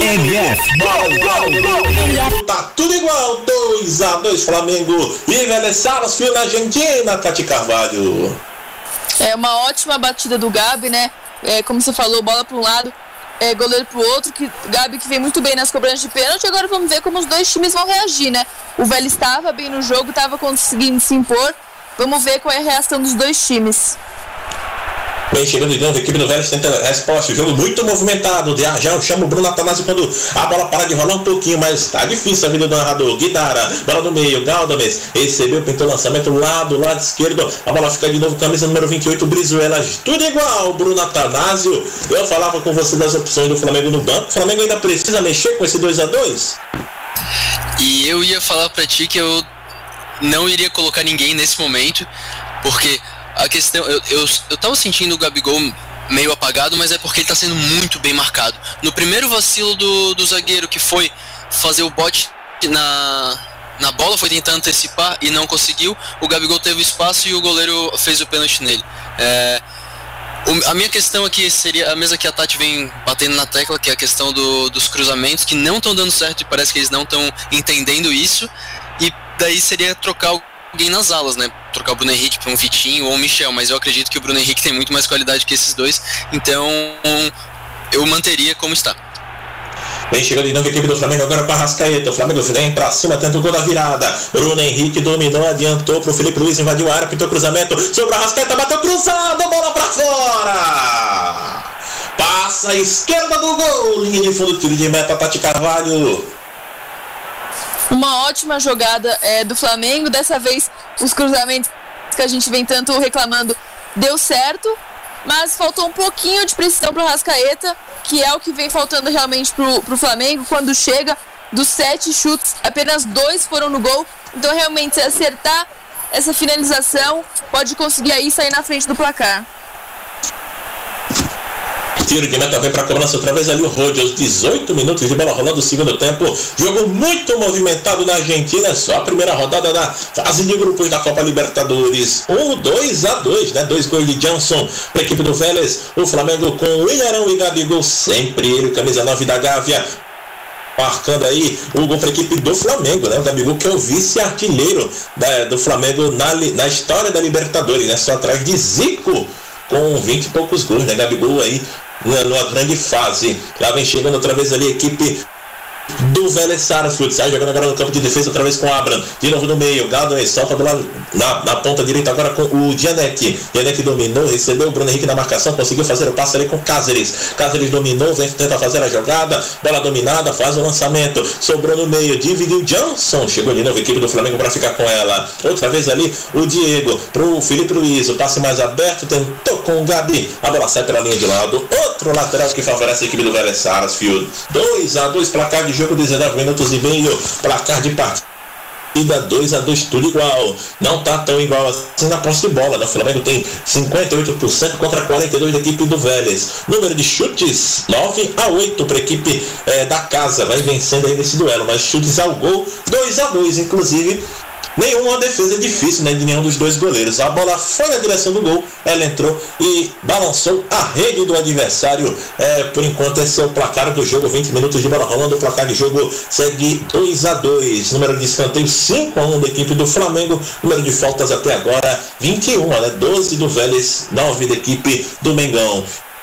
Tá tudo igual, 2-2 Flamengo e Vélez Sarsfield na Argentina, Tati Carvalho. É uma ótima batida do Gabi, né? Como você falou, bola para um lado, goleiro pro outro, Gabi que vem muito bem nas cobranças de pênalti. Agora vamos ver como os dois times vão reagir, né? O Vélez estava bem no jogo, estava conseguindo se impor. Vamos ver qual é a reação dos dois times. Bem, chegando de novo, a equipe do Vélez tenta a resposta, o jogo muito movimentado, já chama o Bruno Atanásio quando a bola para de rolar um pouquinho, mas tá difícil a vida do narrador. Guidara, bola no meio, Galdames, recebeu, pintou o lançamento do lado esquerdo, a bola fica de novo, camisa número 28, Brizuela, tudo igual, Bruno Atanásio. Eu falava com você das opções do Flamengo no banco, o Flamengo ainda precisa mexer com esse 2-2? E eu ia falar pra ti que eu não iria colocar ninguém nesse momento, porque a questão, eu tava sentindo o Gabigol meio apagado, mas é porque ele tá sendo muito bem marcado. No primeiro vacilo do zagueiro, que foi fazer o bote na bola, foi tentar antecipar e não conseguiu, o Gabigol teve espaço e o goleiro fez o pênalti nele. A minha questão aqui seria a mesma que a Tati vem batendo na tecla, que é a questão dos cruzamentos, que não estão dando certo e parece que eles não estão entendendo isso, e daí seria trocar alguém nas alas, né? Trocar o Bruno Henrique para um Vitinho ou um Michel, mas eu acredito que o Bruno Henrique tem muito mais qualidade que esses dois, então eu manteria como está. Vem chegando de novo a equipe do Flamengo agora com a Arrascaeta. O Flamengo vem pra cima, tenta o gol da virada. Bruno Henrique dominou, adiantou pro Felipe Luiz, invadiu a área, pintou cruzamento. Sobre a Arrascaeta, bateu cruzado, bola pra fora. Passa a esquerda do gol. Linha de fundo, tiro de meta, Tati Carvalho. Uma ótima jogada do Flamengo. Dessa vez, os cruzamentos que a gente vem tanto reclamando deu certo. Mas faltou um pouquinho de precisão pro Arrascaeta, que é o que vem faltando realmente pro Flamengo. Quando chega, dos 7 chutes, apenas 2 foram no gol. Então realmente, se acertar essa finalização, pode conseguir aí sair na frente do placar. Tiro de meta, vem para a cobrança outra vez ali o Rode, aos 18 minutos de bola rolando o segundo tempo. Jogo muito movimentado na Argentina, só a primeira rodada da fase de grupos da Copa Libertadores. 2-2, né? 2 gols de Johnson para a equipe do Vélez. O Flamengo com o Ilharão e Gabigol, sempre ele, camisa 9 da Gávea. Marcando aí o gol para a equipe do Flamengo, né? O Gabigol que é o vice-artilheiro do Flamengo na história da Libertadores, né? Só atrás de Zico, com 20 e poucos gols, né? Gabigol aí numa grande fase. Já vem chegando outra vez ali a equipe do Vélez Sarsfield, sai jogando agora no campo de defesa outra vez com o Abraham, de novo no meio, Galdon solta do lado na ponta direita agora com o Giannetti dominou, recebeu o Bruno Henrique na marcação, conseguiu fazer o passe ali com Cáceres dominou, tenta fazer a jogada, bola dominada, faz o lançamento, sobrou no meio, dividiu Johnson, chegou de novo a equipe do Flamengo para ficar com ela, outra vez ali o Diego pro Felipe Luiz, o passe mais aberto, tentou com o Gabi, a bola sai pela linha de lado, outro lateral que favorece a equipe do Vélez Sarsfield. 2-2, placar de jogo, 19 minutos e meio, placar de partida 2-2, tudo igual. Não tá tão igual assim na posse de bola, né? O Flamengo tem 58% contra 42% da equipe do Vélez. Número de chutes 9-8 para a equipe da casa, vai vencendo aí nesse duelo, mas chutes ao gol 2-2, inclusive nenhuma defesa difícil, né, de nenhum dos dois goleiros. A bola foi na direção do gol, ela entrou e balançou a rede do adversário. Por enquanto esse é o placar do jogo, 20 minutos de bola rolando, o placar de jogo segue 2-2. Número de escanteio 5-1 da equipe do Flamengo, número de faltas até agora 21, né, 12 do Vélez, 9 da equipe do Mengão.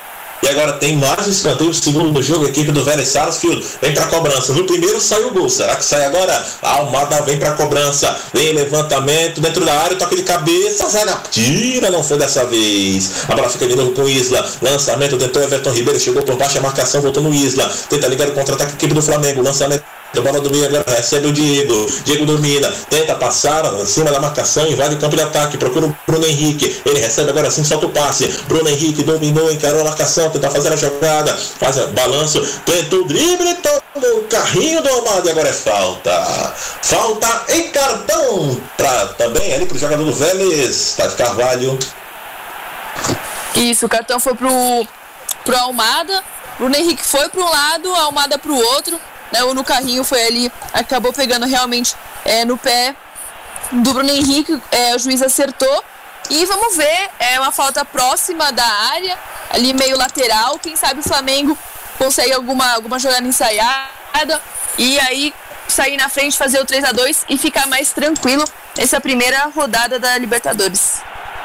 E agora tem mais um escanteio, o segundo do jogo, a equipe do Vélez Sarsfield vem pra cobrança. No primeiro saiu o gol, será que sai agora? A Almada vem pra cobrança, vem levantamento dentro da área, toque de cabeça, zaga tira, não foi dessa vez. A bola fica de novo com o Isla, lançamento, tentou Everton Ribeiro, chegou por baixo a marcação, voltou no Isla, tenta ligar o contra-ataque a equipe do Flamengo, lançamento. A bola do meio agora recebe o Diego domina, tenta passar em cima da marcação, invade o campo de ataque, procura o Bruno Henrique, ele recebe agora sim, solta o passe, Bruno Henrique dominou, encarou a marcação, tenta fazer a jogada, faz o balanço, tentou o drible, tomou o carrinho do Almada e agora é falta em cartão também ali pro jogador do Vélez, tá de Carvalho. Isso, o cartão foi pro Almada, Bruno Henrique foi para um lado, Almada pro outro. No carrinho foi ali, acabou pegando realmente no pé do Bruno Henrique, o juiz acertou. E vamos ver, uma falta próxima da área, ali meio lateral. Quem sabe o Flamengo consegue alguma jogada ensaiada e aí sair na frente, fazer o 3-2 e ficar mais tranquilo nessa primeira rodada da Libertadores.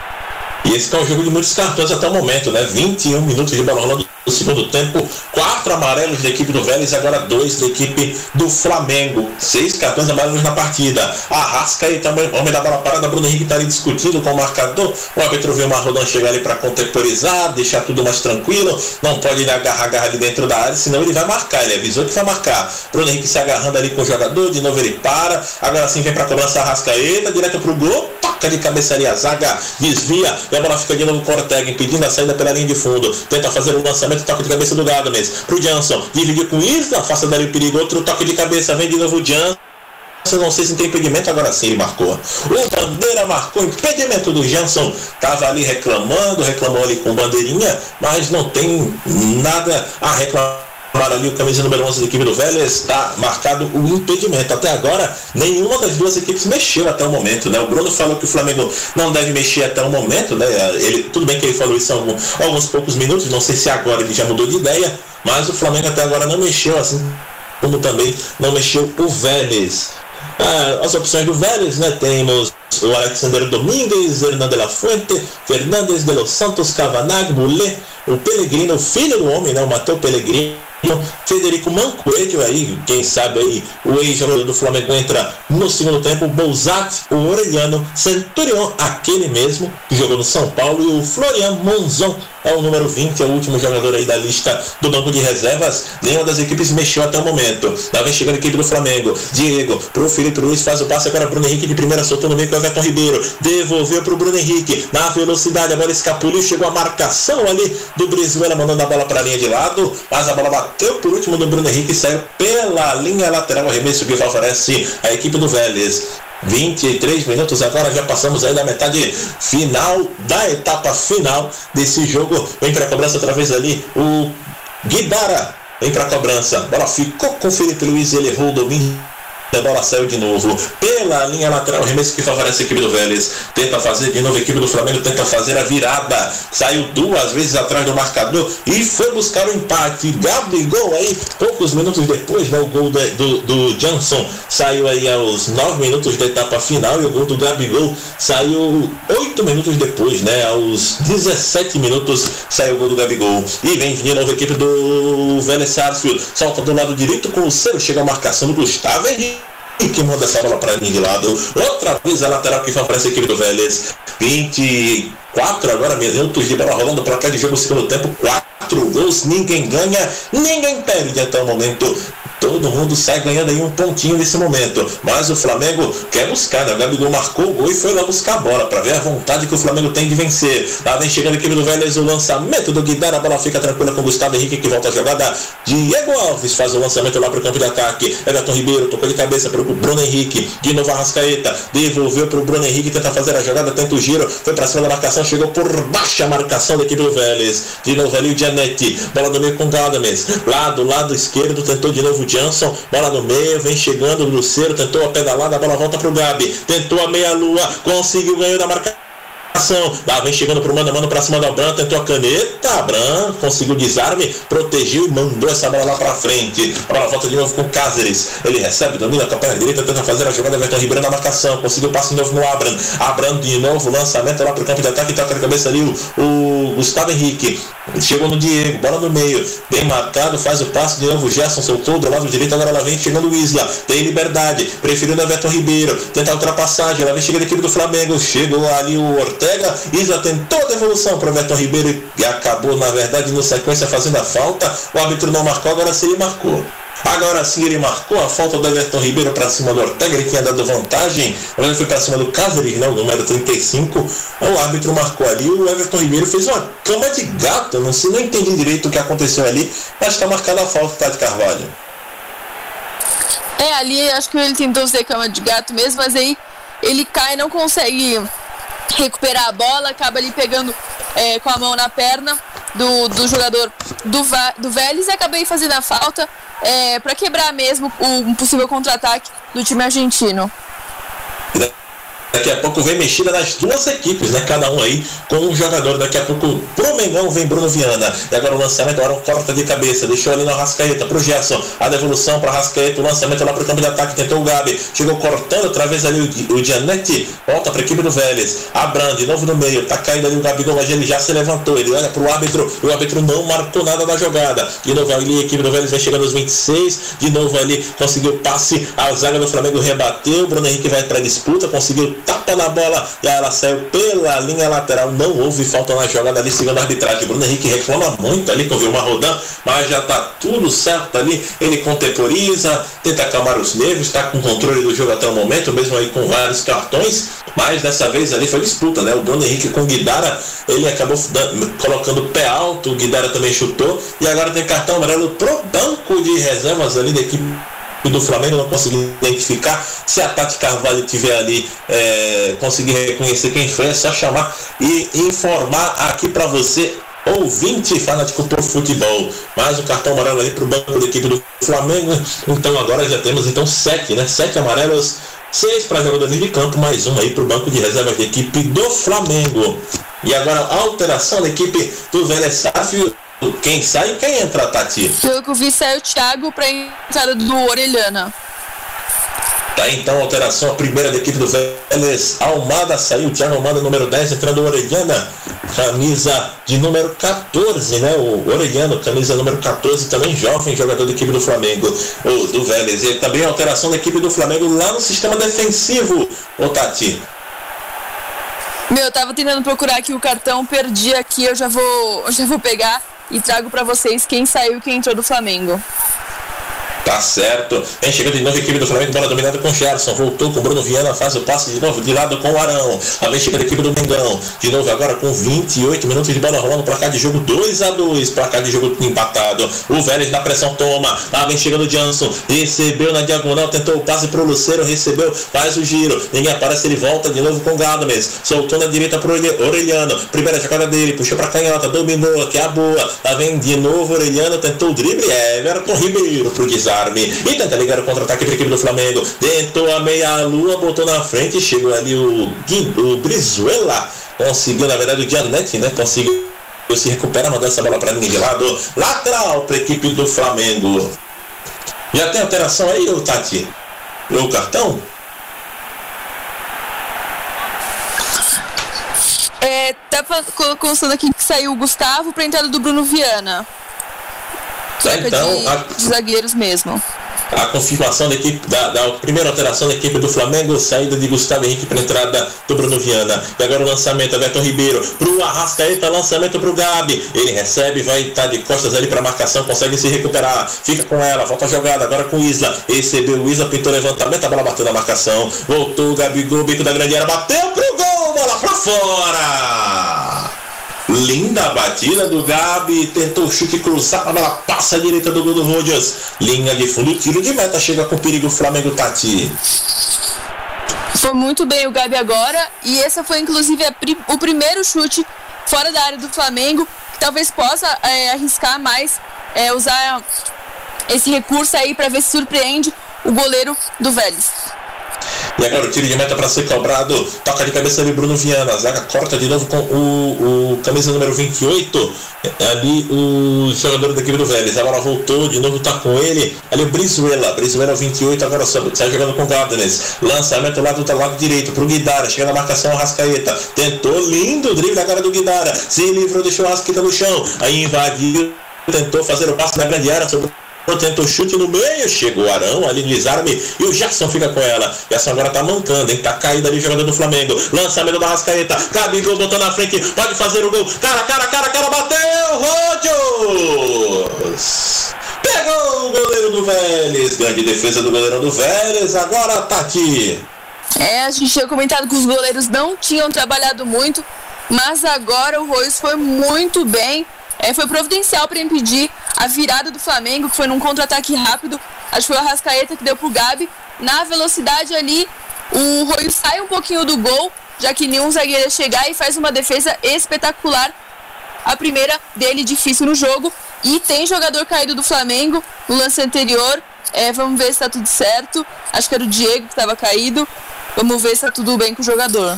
E esse é um jogo de muitos cartões até o momento, né? 21 minutos de bola rolando no segundo tempo, 4 amarelos da equipe do Vélez, agora 2 da equipe do Flamengo. 6 cartões amarelos na partida. Arrascaeta também, homem da bola parada, Bruno Henrique está ali discutindo com o marcador. O árbitro viu o Marrodão chegar ali para contemporizar, deixar tudo mais tranquilo. Não pode ele agarrar ali dentro da área, senão ele vai marcar. Ele avisou que vai marcar. Bruno Henrique se agarrando ali com o jogador, de novo ele para. Agora sim vem para cobrança Arrascaeta, direto pro gol. Toca de cabeça ali a zaga, desvia. E a bola fica de novo com o Ortega, impedindo a saída pela linha de fundo. Tenta fazer o lançamento, toque de cabeça do Gadames. Pro Jansson, dividiu com Isla, afasta dali o perigo. Outro toque de cabeça, vem de novo o Jansson. Não sei se tem impedimento, agora sim ele marcou. O Bandeira marcou impedimento do Jansson. Tava ali reclamou ali com bandeirinha, mas não tem nada a reclamar. Ali o camisa número 11 da equipe do Vélez, está marcado o impedimento. Até agora, nenhuma das duas equipes mexeu até o momento, né? O Bruno falou que o Flamengo não deve mexer até o momento, né? Tudo bem que ele falou isso há alguns poucos minutos, não sei se agora ele já mudou de ideia, mas o Flamengo até agora não mexeu, assim como também não mexeu o Vélez. As opções do Vélez, né? Temos o Alexander Domingues, Hernan de la Fuente, Fernandes de los Santos, Cavanagh, Boulet, o Pellegrino, o filho do homem, né? O Matheus Pellegrino, Federico Mancoelho aí, quem sabe aí o ex-jogador do Flamengo entra no segundo tempo, o Bolzat, o Orelhano, Centurion, aquele mesmo que jogou no São Paulo, e o Florian Monzon é o número 20, é o último jogador aí da lista do banco de reservas. Nenhuma das equipes mexeu até o momento. Lá vem chegando a equipe do Flamengo, Diego pro Felipe Luiz, faz o passe agora, Bruno Henrique de primeira, soltou no meio com o Everton Ribeiro, devolveu pro Bruno Henrique, na velocidade, a bola escapuliu, chegou a marcação ali do Brizuela, mandando a bola para a linha de lado, mas a bola bateu por último do Bruno Henrique e saiu pela linha lateral, o arremesso que favorece a equipe do Vélez. 23 minutos agora, já passamos aí da metade final, da etapa final desse jogo. Vem para a cobrança outra vez ali o Guidara, vem para a cobrança, a bola ficou com o Felipe Luiz, ele errou o domínio, a bola saiu de novo pela linha lateral, remesso que favorece a equipe do Vélez. Tenta fazer de novo a equipe do Flamengo, tenta fazer a virada, saiu 2 vezes atrás do marcador e foi buscar o empate. Gabigol aí, poucos minutos depois, né? O gol do Jansson saiu aí aos 9 minutos da etapa final, e o gol do Gabigol saiu 8 minutos depois, né? Aos 17 minutos saiu o gol do Gabigol. E vem de novo a equipe do Vélez Sarsfield, solta do lado direito com o Cero, chega a marcação do Gustavo Henrique, que manda essa bola para a linha de lado. Outra vez a lateral que favorece a equipe do Vélez. 24 agora minutos de bola rolando para cá de jogo, segundo tempo, 4 gols, ninguém ganha, ninguém perde até o momento. Todo mundo sai ganhando aí um pontinho nesse momento, mas o Flamengo quer buscar, né? O Gabigol marcou o gol e foi lá buscar a bola para ver a vontade que o Flamengo tem de vencer. Lá vem chegando a equipe do Vélez, o lançamento do Guidara, a bola fica tranquila com o Gustavo Henrique, que volta a jogada. Diego Alves faz o lançamento lá para o campo de ataque. Everton Ribeiro tocou de cabeça para o Bruno Henrique, de novo Arrascaeta, devolveu para o Bruno Henrique, tenta fazer a jogada, tenta o giro, foi para cima da marcação, chegou por baixo a marcação da equipe do Vélez. De novo ali o Gianetti, bola no meio com o Gadames, do lado esquerdo, tentou de novo o Jansson, bola no meio, vem chegando o Lucero, tentou a pedalada, a bola volta pro Gabi, tentou a meia-lua, conseguiu ganhar da marcação. Lá vem chegando pro mano a mano pra cima do Abram, tentou a caneta, Abram conseguiu desarme, protegeu e mandou essa bola lá pra frente. A bola volta de novo com o Cáceres, ele recebe, domina com a perna direita, tenta fazer a jogada, Everton Ribeiro na marcação, conseguiu passe de novo no Abram de novo, lançamento lá pro campo de ataque, toca de cabeça ali o Gustavo Henrique. Chegou no Diego, bola no meio, bem marcado, faz o passe de novo, o Gerson soltou do lado direito, agora ela vem chegando o Isla, tem liberdade, preferindo a Everton Ribeiro, tenta a ultrapassagem, ela vem chegando a equipe do Flamengo, chegou ali o Ortega, Isla tentou a devolução para o Everton Ribeiro e acabou, na verdade, na sequência fazendo a falta, o árbitro não marcou, agora sim ele marcou. Agora sim ele marcou a falta do Everton Ribeiro para cima do Ortega, ele tinha dado vantagem, ele foi para cima do Cáceres, né, o número 35, o árbitro marcou ali, o Everton Ribeiro fez uma cama de gato, não entendi direito o que aconteceu ali, mas está marcada a falta, Tati Carvalho. Ali acho que ele tentou ser cama de gato mesmo, mas aí ele cai e não consegue recuperar a bola, acaba ali pegando com a mão na perna do jogador do Vélez e acabei fazendo a falta para quebrar mesmo um possível contra-ataque do time argentino. Daqui a pouco vem mexida nas duas equipes, né? Cada um aí com um jogador. Daqui a pouco pro Mengão vem Bruno Viana. E agora o lançamento, agora um corta de cabeça. Deixou ali no Arrascaeta pro Gerson. A devolução para Arrascaeta. O lançamento lá pro campo de ataque. Tentou o Gabi. Chegou cortando outra vez ali o Gianetti. Volta pra equipe do Vélez. Abrão de novo no meio. Tá caindo ali o Gabigol, mas ele já se levantou. Ele olha pro árbitro. E o árbitro não marcou nada da jogada. De novo ali a equipe do Vélez vem chegando aos 26. De novo ali conseguiu passe. A zaga do Flamengo rebateu. Bruno Henrique vai pra disputa. Conseguiu tapa na bola e ela saiu pela linha lateral, não houve falta na jogada ali, segundo a arbitragem. Bruno Henrique reclama muito ali com o Vilmar Rodan, mas já tá tudo certo ali, ele contemporiza, tenta acalmar os nervos, está com controle do jogo até o momento, mesmo aí com vários cartões, mas dessa vez ali foi disputa, né? O Bruno Henrique com o Guidara, ele acabou colocando o pé alto, o Guidara também chutou, e agora tem cartão amarelo pro banco de reservas ali da equipe do Flamengo. Não consegui identificar. Se a Tati Carvalho tiver ali, conseguir reconhecer quem foi, é só chamar e informar aqui para você, ouvinte fanático por futebol. Mais um cartão amarelo ali para o banco da equipe do Flamengo. Então agora já temos 7, né? 7 amarelos, 6 para jogadores de campo, mais um aí para o banco de reservas da equipe do Flamengo. E agora a alteração da equipe do Vélez Sarsfield. Quem sai e quem entra, Tati? Pelo que eu vi, saiu o Thiago para a entrada do Orellana. Tá, então, alteração, a primeira da equipe do Vélez. Almada saiu, Thiago Almada, número 10, entrando o Orellana, camisa de número 14, né? O Orellano, camisa número 14, também jovem jogador da equipe do Flamengo, do Vélez. E também alteração da equipe do Flamengo lá no sistema defensivo, ô Tati. Eu tava tentando procurar aqui o cartão, perdi aqui, eu já vou pegar e trago para vocês quem saiu e quem entrou do Flamengo. Tá certo. Vem chegando de novo a equipe do Flamengo, bola dominada com o Gerson. Voltou com o Bruno Viana, faz o passe de novo de lado com o Arão. A vem chegando a equipe do Mengão. De novo agora com 28 minutos de bola rolando, placar de jogo 2-2, placar de jogo empatado. O Vélez na pressão toma. Lá vem chegando o Jansson. Recebeu na diagonal, tentou o passe pro Lucero, recebeu, faz o giro. Ninguém aparece, ele volta de novo com o Gadames. Soltou na direita pro Orellano. Primeira jogada dele, puxou pra canhota, dominou, que é a boa. Lá vem de novo Orellano, tentou o drible. Everton Ribeiro pro desarme. E tenta ligar o contra-ataque para a equipe do Flamengo. Tentou a meia-lua, botou na frente. Chegou ali o Brizuela. Conseguiu, na verdade, o Gianetti, né? Conseguiu se recuperar, mandando essa bola para linha de lado. Lateral para a equipe do Flamengo. Já tem alteração aí, ô Tati? No cartão? Tá constando aqui que saiu o Gustavo para a entrada do Bruno Viana. Troca de zagueiros mesmo. A confirmação da equipe, da primeira alteração da equipe do Flamengo, saída de Gustavo Henrique para entrada do Bruno Viana. E agora o lançamento, Everton Ribeiro pro Arrascaeta, lançamento pro Gabi. Ele recebe, vai estar de costas ali para marcação, consegue se recuperar, fica com ela, volta a jogada, agora com o Isla. Recebeu o Isla, pintou levantamento, a bola bateu na marcação. Voltou o Gabigol, bico da grande área, bateu pro gol, bola pra fora. Linda batida do Gabi, tentou o chute cruzado, a bola passa à direita do gol do Rodgers. Linha de fundo, tiro de meta, chega com perigo o Flamengo, Tati. Foi muito bem o Gabi agora, e essa foi inclusive o primeiro chute fora da área do Flamengo, que talvez possa arriscar mais, usar esse recurso aí para ver se surpreende o goleiro do Vélez. E agora o tiro de meta para ser cobrado. Toca de cabeça ali Bruno Viana. A zaga corta de novo com o camisa número 28. Ali o jogador da equipe do Vélez. Agora voltou, de novo tá com ele. Ali o Brizuela 28. Agora sai jogando com o Gárdenes. Lançamento lá do lado direito pro Guidara. Chega na marcação, Arrascaeta. Tentou, lindo o drible agora do Guidara. Se livrou, deixou o Arrascaeta no chão. Aí invadiu, tentou fazer o passe na grande área sobre. Tentou chute no meio, chegou o Arão ali no desarme e o Gerson fica com ela. Gerson agora tá mancando, hein? Tá caído ali o jogador do Flamengo. Lançamento da Arrascaeta. Gabigol botou na frente, pode fazer o gol. Cara, bateu! Rodios! Pegou o goleiro do Vélez. Grande defesa do goleirão do Vélez. Agora tá aqui. A gente tinha comentado que os goleiros não tinham trabalhado muito, mas agora o Rodios foi muito bem. Foi providencial para impedir a virada do Flamengo, que foi num contra-ataque rápido. Acho que foi o Arrascaeta que deu pro Gabi. Na velocidade ali, o Rodios sai um pouquinho do gol, já que nenhum zagueiro ia chegar, e faz uma defesa espetacular. A primeira dele difícil no jogo. E tem jogador caído do Flamengo no lance anterior. Vamos ver se tá tudo certo. Acho que era o Diego que estava caído. Vamos ver se tá tudo bem com o jogador.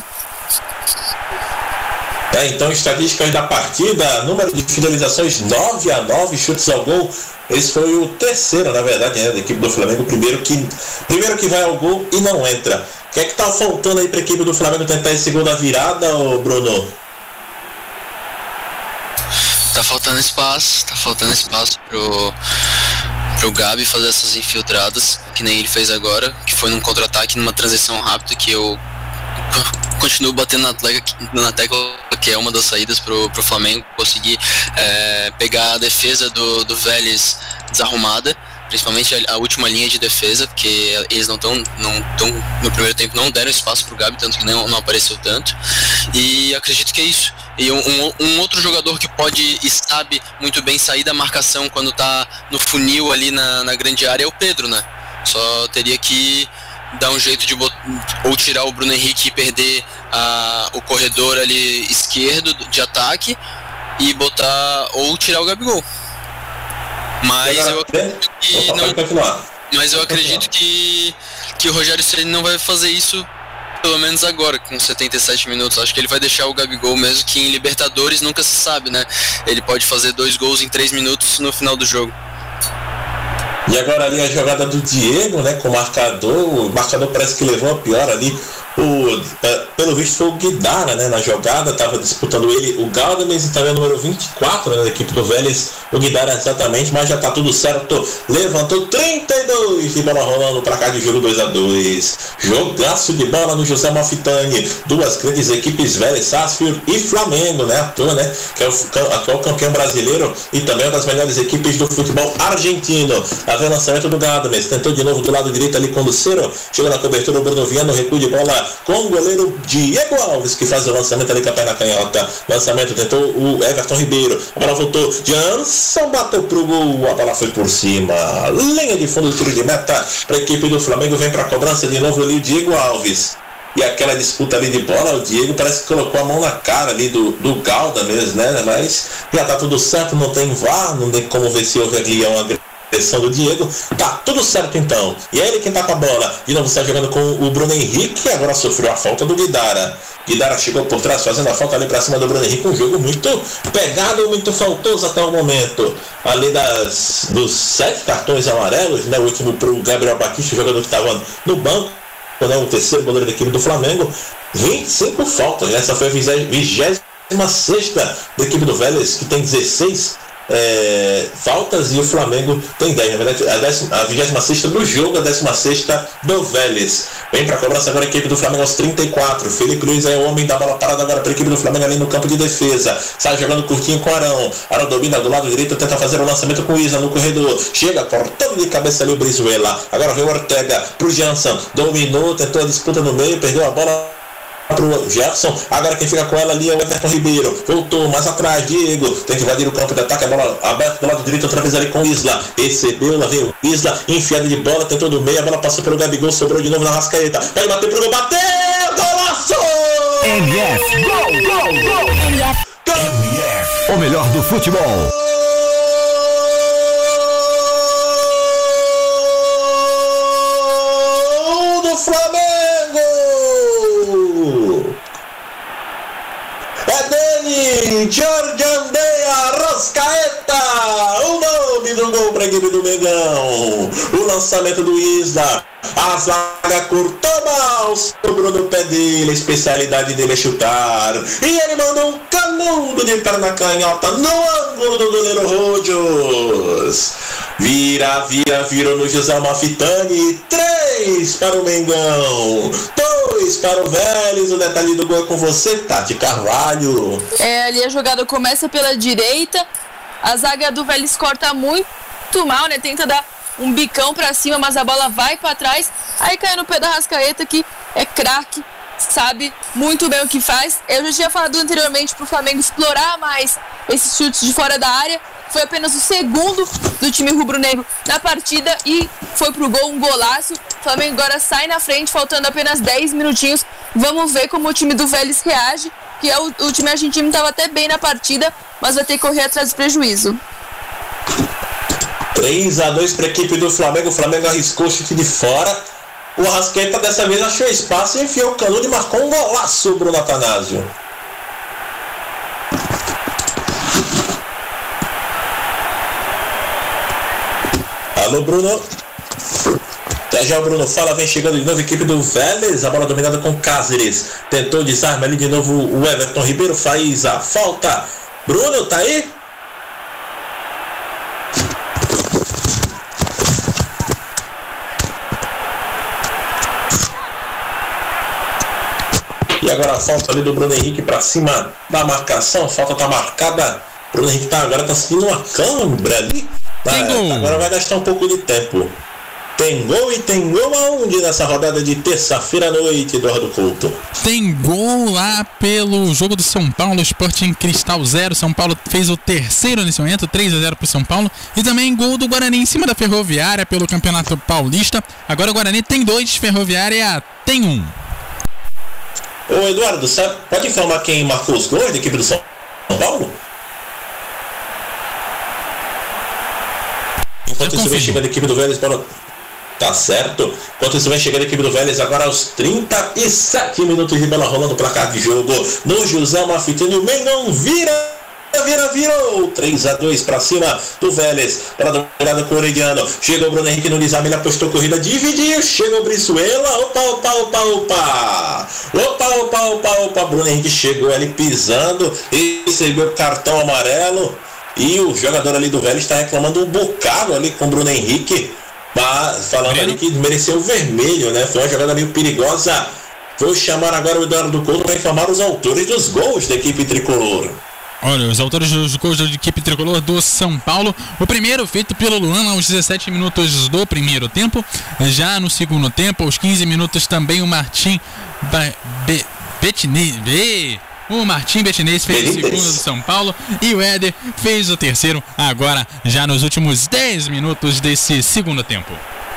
Então, estatísticas da partida, número de finalizações 9-9, chutes ao gol. Esse foi o terceiro, na verdade, da equipe do Flamengo, primeiro que vai ao gol e não entra. O que é que tá faltando aí para a equipe do Flamengo tentar esse gol da virada, Bruno? Tá faltando espaço pro Gabi fazer essas infiltradas, que nem ele fez agora, que foi num contra-ataque, numa transição rápida, que eu continuo batendo na tecla que é uma das saídas pro Flamengo conseguir pegar a defesa do Vélez desarrumada, principalmente a última linha de defesa, porque eles não estão no primeiro tempo, não deram espaço pro Gabi, tanto que não apareceu tanto, e acredito que é isso. E um outro jogador que pode e sabe muito bem sair da marcação quando tá no funil ali na grande área é o Pedro, né? Só teria que dar um jeito de ou tirar o Bruno Henrique e perder o corredor ali esquerdo de ataque e botar, ou tirar o Gabigol. Mas eu acredito que o Rogério Ceni não vai fazer isso, pelo menos agora, com 77 minutos. Acho que ele vai deixar o Gabigol, mesmo que em Libertadores nunca se sabe, né? Ele pode fazer 2 gols em 3 minutos no final do jogo. E agora ali a jogada do Diego, né, com o marcador parece que levou a pior ali. Pelo visto foi o Guidara, né, na jogada, estava disputando ele, o Gáldames, e também o número 24, né, da equipe do Vélez, o Guidara exatamente, mas já tá tudo certo, levantou 32 de bola rolando para cá de jogo 2-2, jogaço de bola no José Malfitani, duas grandes equipes, Vélez, Sarsfield e Flamengo, né, atua, né, que é o atual campeão brasileiro e também uma das melhores equipes do futebol argentino. Havia o lançamento do Gáldames, tentou de novo do lado direito ali com o Lucero, chegou na cobertura o Bruno Viana, no recuo de bola com o goleiro Diego Alves, que faz o lançamento ali com a perna canhota. Lançamento, tentou o Everton Ribeiro, a bola voltou, Jansson bateu pro gol, a bola foi por cima, linha de fundo, tiro de meta para a equipe do Flamengo, vem para a cobrança de novo ali o Diego Alves. E aquela disputa ali de bola, o Diego parece que colocou a mão na cara ali do Galda mesmo, né? Mas já tá tudo certo, não tem VAR, não tem como ver se houve ali uma agressão do Diego, tá tudo certo então. E é ele quem tá com a bola, de novo está jogando com o Bruno Henrique, que agora sofreu a falta do Guidara. Guidara chegou por trás fazendo a falta ali pra cima do Bruno Henrique, um jogo muito pegado, muito faltoso até o momento. Ali dos 7 cartões amarelos, né, o último pro Gabriel Batista, o jogador que estava no banco, né, o terceiro goleiro da equipe do Flamengo, 25 faltas, essa foi a 26ª da equipe do Vélez, que tem 16 faltas, e o Flamengo tem 10, na verdade a 26ª do jogo, a 16ª do Vélez. Vem pra cobrança agora a equipe do Flamengo aos 34, Felipe Luiz é o homem da bola parada agora para a equipe do Flamengo ali no campo de defesa, sai jogando curtinho com Arão domina do lado direito, tenta fazer o lançamento com o Isla no corredor, chega cortando de cabeça ali o Brizuela, agora vem o Ortega pro Jansson, dominou, tentou a disputa no meio, perdeu a bola pro Jefferson, agora quem fica com ela ali é o Everton Ribeiro, voltou mais atrás, Diego, tem que invadir o campo de ataque, a bola aberta do lado direito, outra vez ali com o Isla, recebeu, lá veio o Isla, enfiada de bola, tentou do meio, a bola passou pelo Gabigol, sobrou de novo na Arrascaeta, pode bater pro gol, bateu, golaço! MF, gol! MF, o melhor do futebol. Do Flamengo! Jorge André Arrascaeta, o nome do gol para a equipe do Mengão. O lançamento do Isla, a zaga cortou mal, sobrou no pé dele, a especialidade dele é chutar. E ele mandou um canudo de perna canhota no ângulo do goleiro Rodgers. Virou no José Malfitani. 3 para o Mengão, 2 para o Vélez. O detalhe do gol é com você, Tati Carvalho. Ali a jogada começa pela direita. A zaga do Vélez corta muito mal, né? Tenta dar um bicão pra cima, mas a bola vai pra trás. Aí cai no pé da Arrascaeta, que é craque, sabe muito bem o que faz. Eu já tinha falado anteriormente pro Flamengo explorar mais esses chutes de fora da área. Foi apenas o segundo do time rubro-negro na partida e foi pro gol, um golaço. O Flamengo agora sai na frente, faltando apenas 10 minutinhos. Vamos ver como o time do Vélez reage, que o time argentino estava até bem na partida, mas vai ter que correr atrás do prejuízo. 3-2 para a equipe do Flamengo. O Flamengo arriscou o chute de fora. O Arrascaeta dessa vez achou espaço e enfiou o canudo e marcou um golaço, Bruno Atanásio. Alô, Bruno. Já o Bruno fala, vem chegando de novo a equipe do Vélez. A bola dominada com Cáceres. Tentou desarme ali de novo o Everton Ribeiro. Faz a falta. Bruno, tá aí? E agora a falta ali do Bruno Henrique para cima da marcação. A falta tá marcada. Bruno Henrique agora tá sentindo uma câimbra ali. Agora vai gastar um pouco de tempo. Tem gol e tem gol aonde nessa rodada de terça-feira à noite, Eduardo Couto? Tem gol lá pelo jogo do São Paulo, Sporting Cristal 0. São Paulo fez o terceiro nesse momento, 3-0 pro São Paulo. E também gol do Guarani em cima da Ferroviária pelo Campeonato Paulista. Agora o Guarani tem 2, Ferroviária tem 1. Ô Eduardo, pode informar quem marcou os gols da equipe do São Paulo? Enquanto isso vem chegando a equipe do Vélez para... Tá certo. Enquanto isso vem chegando a equipe do Vélez agora aos 37 minutos de bola rolando o placar de jogo. No José Malfitani, o Mengão virou 3-2 para cima do Vélez. Para dominada com o Orediano. Chega o Bruno Henrique no desarme, ele apostou corrida, dividiu. Chega o Brizuela. Opa. Bruno Henrique chegou ali pisando e recebeu o cartão amarelo. E o jogador ali do Vélez está reclamando um bocado ali com o Bruno Henrique. Mas falando ali que mereceu o vermelho, né? Foi uma jogada meio perigosa. Vou chamar agora o Eduardo Couto para informar os autores dos gols da equipe tricolor. Olha, os autores dos gols da equipe tricolor do São Paulo. O primeiro feito pelo Luan aos 17 minutos do primeiro tempo. Já no segundo tempo, aos 15 minutos também o Martim O Martim Betinês fez o segundo do São Paulo e o Éder fez o terceiro agora, já nos últimos 10 minutos desse segundo tempo.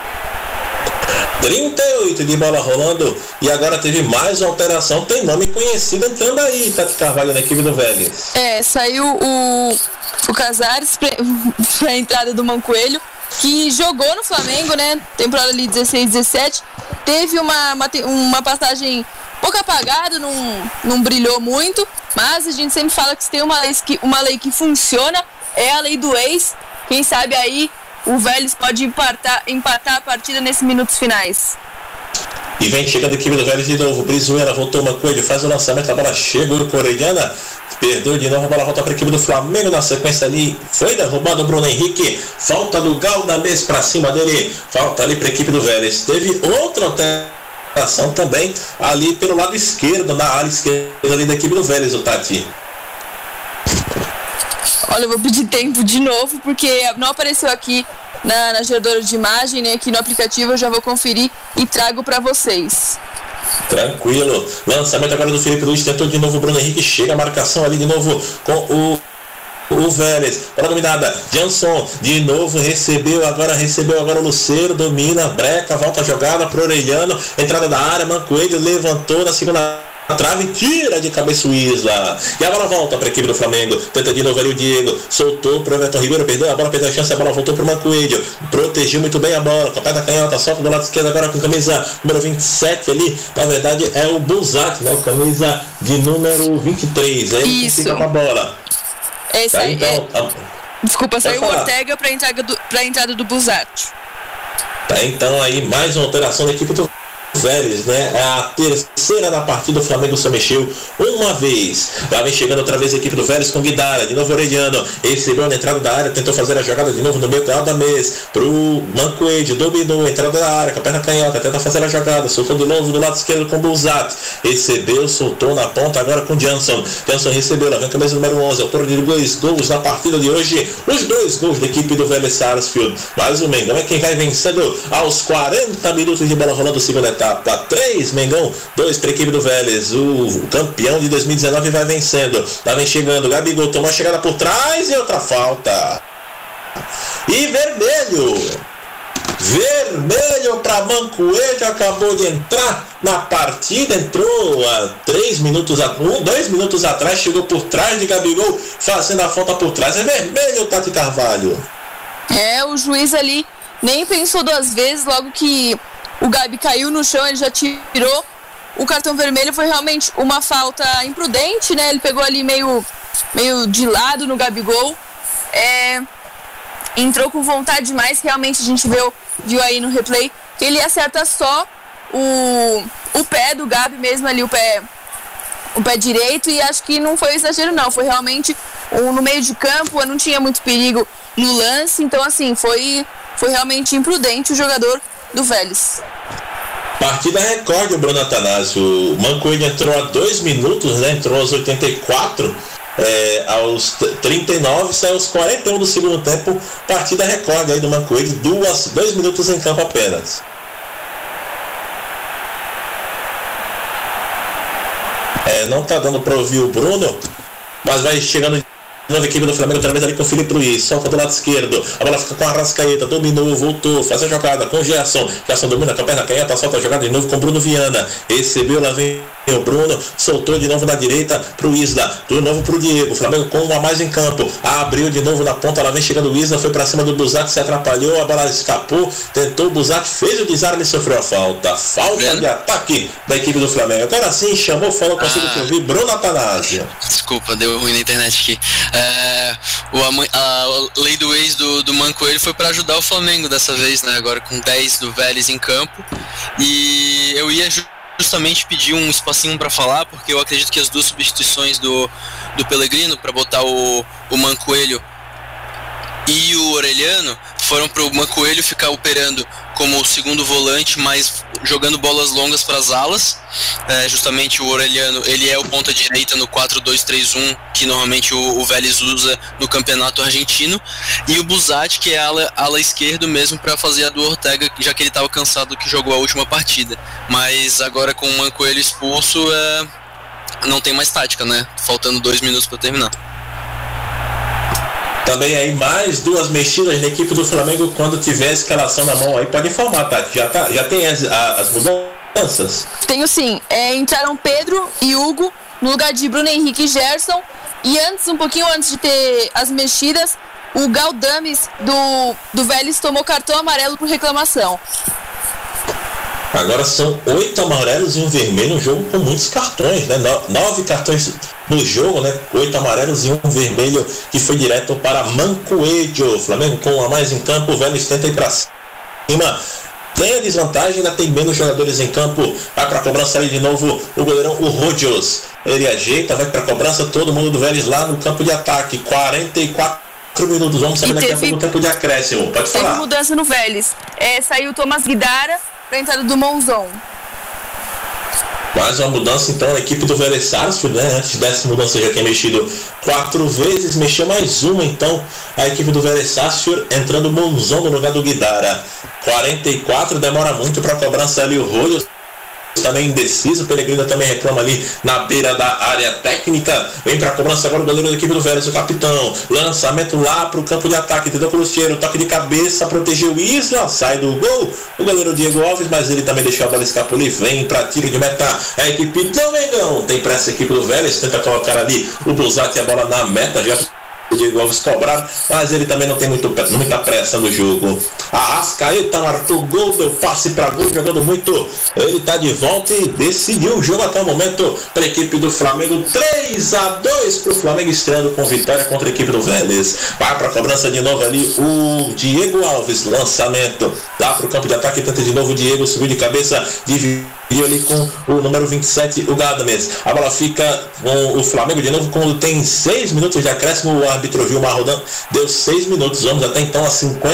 38 de bola rolando e agora teve mais uma alteração. Tem nome conhecido entrando aí, Tati Carvalho, na equipe do Vélez. Saiu o Casares para a entrada do Mancoelho, que jogou no Flamengo, né? Temporada ali 16-17. Teve uma passagem pouco apagado, não brilhou muito, mas a gente sempre fala que se tem uma lei que funciona, é a lei do ex. Quem sabe aí o Vélez pode empatar a partida nesses minutos finais. E vem chegando a equipe do Vélez de novo. Brizuela voltou uma coisa, faz o lançamento, a bola chega o Corellana, perdeu de novo, a bola volta para a equipe do Flamengo. Na sequência ali foi derrubado o Bruno Henrique, falta do Galdamés para cima dele, falta ali para a equipe do Vélez. Teve outra alteração também ali pelo lado esquerdo, na área esquerda ali da equipe do Vélez, o Tati. Olha, eu vou pedir tempo de novo, porque não apareceu aqui na geradora de imagem, né? Aqui no aplicativo eu já vou conferir e trago para vocês. Tranquilo. Lançamento agora do Felipe Luiz, tentou de novo o Bruno Henrique, chega a marcação ali de novo com o Vélez, para dominada, Jansson de novo recebeu agora o Luceiro, domina, breca, volta a jogada pro Orellano, entrada da área, Mancoelho levantou na segunda trave, tira de cabeça o Isla. E a bola volta para a equipe do Flamengo. Tenta de novo ali o Diego. Soltou para o Everton Ribeiro. Perdeu a bola, perdeu a chance. A bola voltou para o Mancoelho. Protegeu muito bem a bola. Com a pé da canhota. Solta do lado esquerdo agora com camisa número 27 ali. Na verdade é o Buzat, né? Camisa de número 23. Aí ele fica com a bola. Esse tá, então, desculpa, saiu o Ortega para a entrada do Buzat. Tá, então aí mais uma alteração da equipe do Vélez, né? É a terceira da partida. O Flamengo só mexeu uma vez. Lá vem chegando outra vez a equipe do Vélez com Guidara, de novo Orelhano, recebeu na entrada da área, tentou fazer a jogada de novo no meio da mesa pro Mancoelho, dominou a entrada da área com a perna canhota, tenta fazer a jogada, soltou de novo do lado esquerdo com o Buzat, recebeu, soltou na ponta agora com o Jansson recebeu, lá vem a camisa número 11, autor de 2 gols na partida de hoje, os 2 gols da equipe do Vélez Sarsfield. Mas o Mengão é quem vai vencendo aos 40 minutos de bola rolando, segunda etapa. 3 Mengão, 2 para a equipe do Vélez. O campeão de 2019 vai vencendo. Lá vem chegando, Gabigol tomou a chegada por trás e outra falta. E vermelho para Mancoelho, acabou de entrar na partida, entrou há 2 minutos atrás, chegou por trás de Gabigol, fazendo a falta por trás. É vermelho, Tati Carvalho. O juiz ali nem pensou 2 vezes, logo que o Gabi caiu no chão, ele já tirou o cartão vermelho. Foi realmente uma falta imprudente, né? Ele pegou ali meio de lado no Gabigol. Entrou com vontade demais. Realmente a gente viu aí no replay que ele acerta só o pé do Gabi mesmo ali, o pé direito. E acho que não foi exagero não. Foi realmente no meio de campo, não tinha muito perigo no lance. Então assim, foi realmente imprudente o jogador do Vélez. Partida recorde, o Bruno Atanásio. O Mancoelho entrou há 2 minutos, né? Entrou aos 84, aos 39, saiu aos 41 do segundo tempo. Partida recorde aí do Mancoelho, 2 minutos em campo apenas. Não tá dando para ouvir o Bruno, mas vai chegando nova equipe do Flamengo, outra vez ali com o Felipe Luiz, solta do lado esquerdo, a bola fica com a Arrascaeta, dominou, voltou, faz a jogada com o Gerson domina com a perna canhota, solta a jogada de novo com o Bruno Viana, recebeu, lá vem o Bruno, soltou de novo na direita pro Isla, de novo pro Diego, o Flamengo com um a mais em campo, abriu de novo na ponta, lá vem chegando o Isla, foi pra cima do Buzat, se atrapalhou, a bola escapou, tentou o Buzat, fez o desarme e sofreu a falta de ataque da equipe do Flamengo. Agora sim, chamou, falou, consigo te ouvir, Bruno Atanásio. Desculpa, deu ruim na internet aqui. A lei do ex do Mancoelho foi para ajudar o Flamengo dessa vez, né? Agora com 10 do Vélez em campo. E eu ia justamente pedir um espacinho para falar, porque eu acredito que as 2 substituições do Pellegrino para botar o Mancoelho e o Orelhano foram para o Mancoelho ficar operando como o segundo volante, mas jogando bolas longas para as alas. Justamente o Orelhano, ele é o ponta direita no 4-2-3-1 que normalmente o Vélez usa no campeonato argentino, e o Buzat, que é ala esquerdo mesmo, para fazer a do Ortega, já que ele estava cansado que jogou a última partida. Mas agora com o Mancoelho expulso, não tem mais tática, né? Faltando 2 minutos para terminar. Também aí mais 2 mexidas na equipe do Flamengo. Quando tiver a escalação na mão aí, pode informar, Tati. Já tem as mudanças? Tenho sim. Entraram Pedro e Hugo no lugar de Bruno Henrique e Gerson. E um pouquinho antes de ter as mexidas, o Galdames do Vélez tomou cartão amarelo por reclamação. Agora são 8 amarelos e um vermelho, um jogo com muitos cartões, né? 9 cartões no jogo, né? 8 amarelos e um vermelho que foi direto para Mancoelho. Flamengo com um a mais em campo, o Vélez tenta ir para cima. Tem a desvantagem, ainda tem menos jogadores em campo. Vai para a cobrança ali de novo o goleirão, o Rodgers. Ele ajeita, vai para a cobrança, todo mundo do Vélez lá no campo de ataque. 44 minutos, vamos saber daqui a pouco o tempo de acréscimo. Pode falar. Teve mudança no Vélez. Saiu o Thomas Guidara para a entrada do Monzon. Mais uma mudança então na equipe do Vélez Sarsfield, né? Antes dessa mudança já tinha mexido 4 vezes, mexeu mais uma então a equipe do Vélez Sarsfield, entrando o Monzon no lugar do Guidara. 44, demora muito para a cobrança ali o Rolho. também indeciso. O Pellegrino também reclama ali na beira da área técnica. Vem pra cobrança agora o goleiro da equipe do Vélez, o capitão. Lançamento lá pro campo de ataque, tentou pro Luciano, toque de cabeça, protegeu o Isla, sai do gol o goleiro Diego Alves, mas ele também deixou a bola escapulir. Vem pra tiro de meta a equipe do Mengão. Tem pressa a equipe do Vélez, tenta colocar ali o Buzati, a bola na meta, já o Diego Alves cobrado, mas ele também não tem muita pressa no jogo. Arrascaeta marcou gol, deu passe para gol, jogando muito. Ele tá de volta e decidiu o jogo até o momento para a equipe do Flamengo. 3-2 para o Flamengo, estreando com vitória contra a equipe do Vélez. Vai para a cobrança de novo ali o Diego Alves, lançamento lá para o campo de ataque, tenta de novo o Diego, subiu de cabeça, dividiu ali com o número 27, o Gadames. A bola fica com o Flamengo de novo, quando tem 6 minutos de acréscimo. O árbitro Gilmar Rodan deu 6 minutos, vamos até então a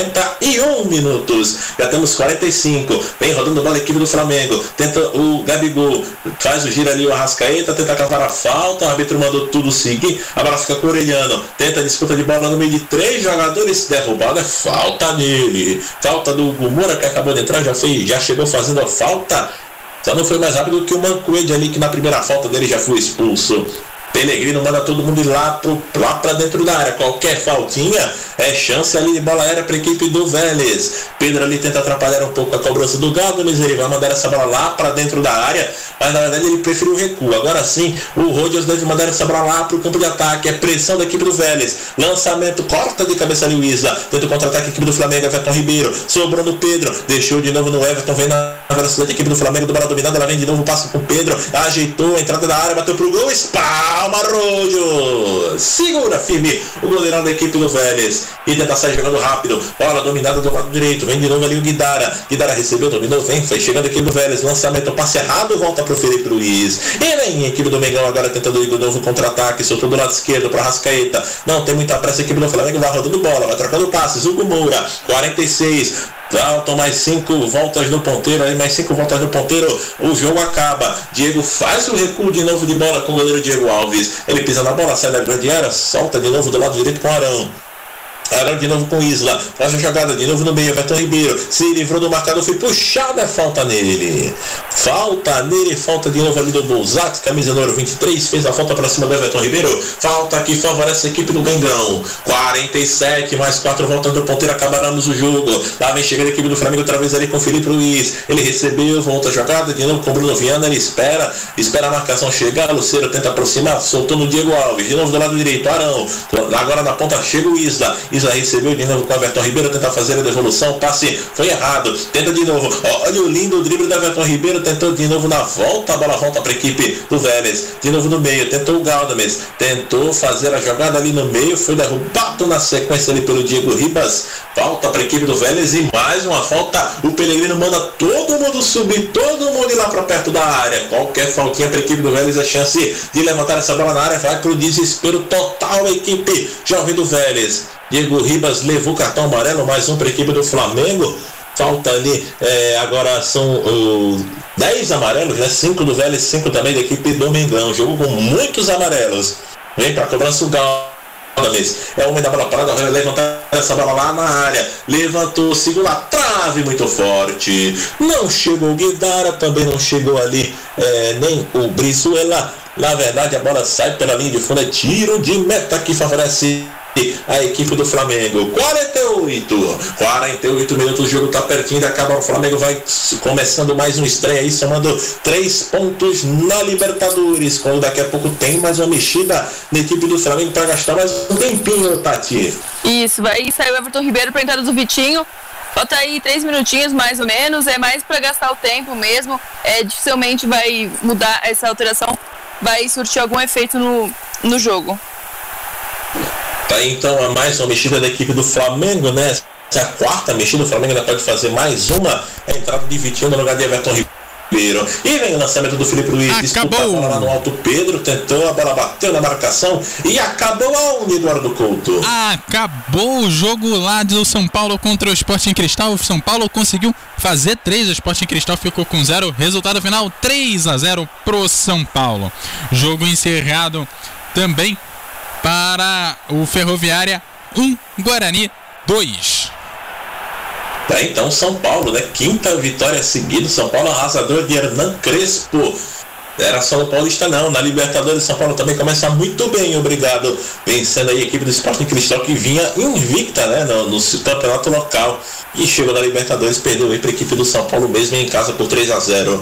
51 minutos, já temos 45. Vem rodando a bola a equipe do Flamengo, tenta o Gabigol, faz o giro ali o Arrascaeta, tenta cavar a falta, o árbitro mandou tudo seguir, a bola fica com o Orelhano, tenta a disputa de bola no meio de 3 jogadores, derrubada, falta nele, falta do Gumura, que acabou de entrar, já chegou fazendo a falta. Só não foi mais rápido que o Mancuede ali, que na primeira falta dele já foi expulso. Pellegrino manda todo mundo ir lá pra dentro da área. Qualquer faltinha é chance ali de bola aérea para a equipe do Vélez. Pedro ali tenta atrapalhar um pouco a cobrança do Galo, mas ele vai mandar essa bola lá para dentro da área, mas na verdade ele preferiu o recuo. Agora sim, o Rodgers deve mandar essa bola lá para o campo de ataque. É pressão da equipe do Vélez. Lançamento, corta de cabeça ali o Isla. Tenta o contra-ataque a equipe do Flamengo, Everton Ribeiro. Sobrou no Pedro, deixou de novo no Everton, vem na velocidade da equipe do Flamengo, do bola dominada, ela vem de novo, passa com o Pedro, ajeitou a entrada da área, bateu pro gol, espalma Rodgers. Segura firme o goleirão da equipe do Vélez e tenta sair jogando rápido. Bola dominada do lado direito, vem de novo ali o Guidara. Guidara recebeu, dominou, foi chegando a equipe do Vélez. Lançamento, passe errado, volta pro Felipe Luiz. E vem a equipe do Mengão agora tentando ir de novo contra-ataque, soltou do lado esquerdo para Arrascaeta. Não tem muita pressa a equipe do Flamengo, vai rodando bola, vai trocando passes. Hugo Moura, 46. Faltam mais 5 voltas no ponteiro, aí mais 5 voltas no ponteiro, o jogo acaba. Diego faz o recuo de novo de bola com o goleiro Diego Alves. Ele pisa na bola, sai da grande área, solta de novo do lado direito com o Arão. Arão de novo com Isla, faz a jogada de novo no meio, Everton Ribeiro se livrou do marcador, foi puxada, falta nele, falta de novo ali do Bolzat, camisa número 23, fez a falta para cima do Everton Ribeiro, falta que favorece a equipe do Mengão. 47, mais 4 voltas do ponteiro, acabaremos o jogo. Lá vem chegando a equipe do Flamengo outra vez ali com o Felipe Luiz, ele recebeu, volta a jogada de novo com o Bruno Viana, ele espera a marcação chegar, Lucero tenta aproximar, soltou no Diego Alves, de novo do lado direito, Arão, agora na ponta chega o Isla recebeu de novo com o Everton Ribeiro, tenta fazer a devolução, passe foi errado, tenta de novo, olha o lindo drible do Everton Ribeiro, tentou de novo na volta, a bola volta para a equipe do Vélez, de novo no meio, tentou o Galdames, tentou fazer a jogada ali no meio, foi derrubado na sequência ali pelo Diego Ribas, falta para a equipe do Vélez e mais uma falta, o Pellegrino manda todo mundo subir, todo mundo ir lá para perto da área, qualquer faltinha para a equipe do Vélez, a chance de levantar essa bola na área, vai para o desespero total a equipe jovem do Vélez. Diego Ribas levou cartão amarelo, mais um para a equipe do Flamengo. Falta ali, agora são 10 amarelos, né? 5 do Vélez, 5 também da equipe do Mengão. Jogo com muitos amarelos. Vem para a cobrança o Galdames. É o homem da bola parada, vai levantar essa bola lá na área. Levantou, segura a trave muito forte. Não chegou o Guidara, também não chegou ali nem o Brizuela. Na verdade, a bola sai pela linha de fundo, é tiro de meta que favorece a equipe do Flamengo. 48 minutos, o jogo tá pertinho de acabar. O Flamengo vai começando mais um estreia aí, somando 3 pontos na Libertadores, quando daqui a pouco tem mais uma mexida na equipe do Flamengo para gastar mais um tempinho, Tati. Isso, vai sair o Everton Ribeiro para entrada do Vitinho. Falta aí 3 minutinhos mais ou menos, é mais para gastar o tempo mesmo, dificilmente vai mudar essa alteração, vai surtir algum efeito no jogo. Tá, então a mais uma mexida da equipe do Flamengo, né? Essa é a quarta mexida, o Flamengo ainda pode fazer mais uma, a entrada de Vitinho no lugar de Everton Ribeiro. E vem o lançamento do Felipe Luiz, disputa a bola lá no alto, Pedro tentou, a bola bateu na marcação e acabou aonde, Eduardo Couto? Acabou o jogo lá do São Paulo contra o Sporting Cristal. O São Paulo conseguiu fazer 3, o Sporting Cristal ficou com 0, resultado final 3-0 pro São Paulo. Jogo encerrado também para o Ferroviária 1, Guarani 2. Então São Paulo, né? 5ª vitória seguida, São Paulo arrasador de Hernan Crespo. Era só o Paulista não, na Libertadores São Paulo também começa muito bem, obrigado, vencendo aí a equipe do Sporting Cristal, que vinha invicta, né, no campeonato local, e chegou na Libertadores, perdeu aí para a equipe do São Paulo mesmo em casa por 3-0.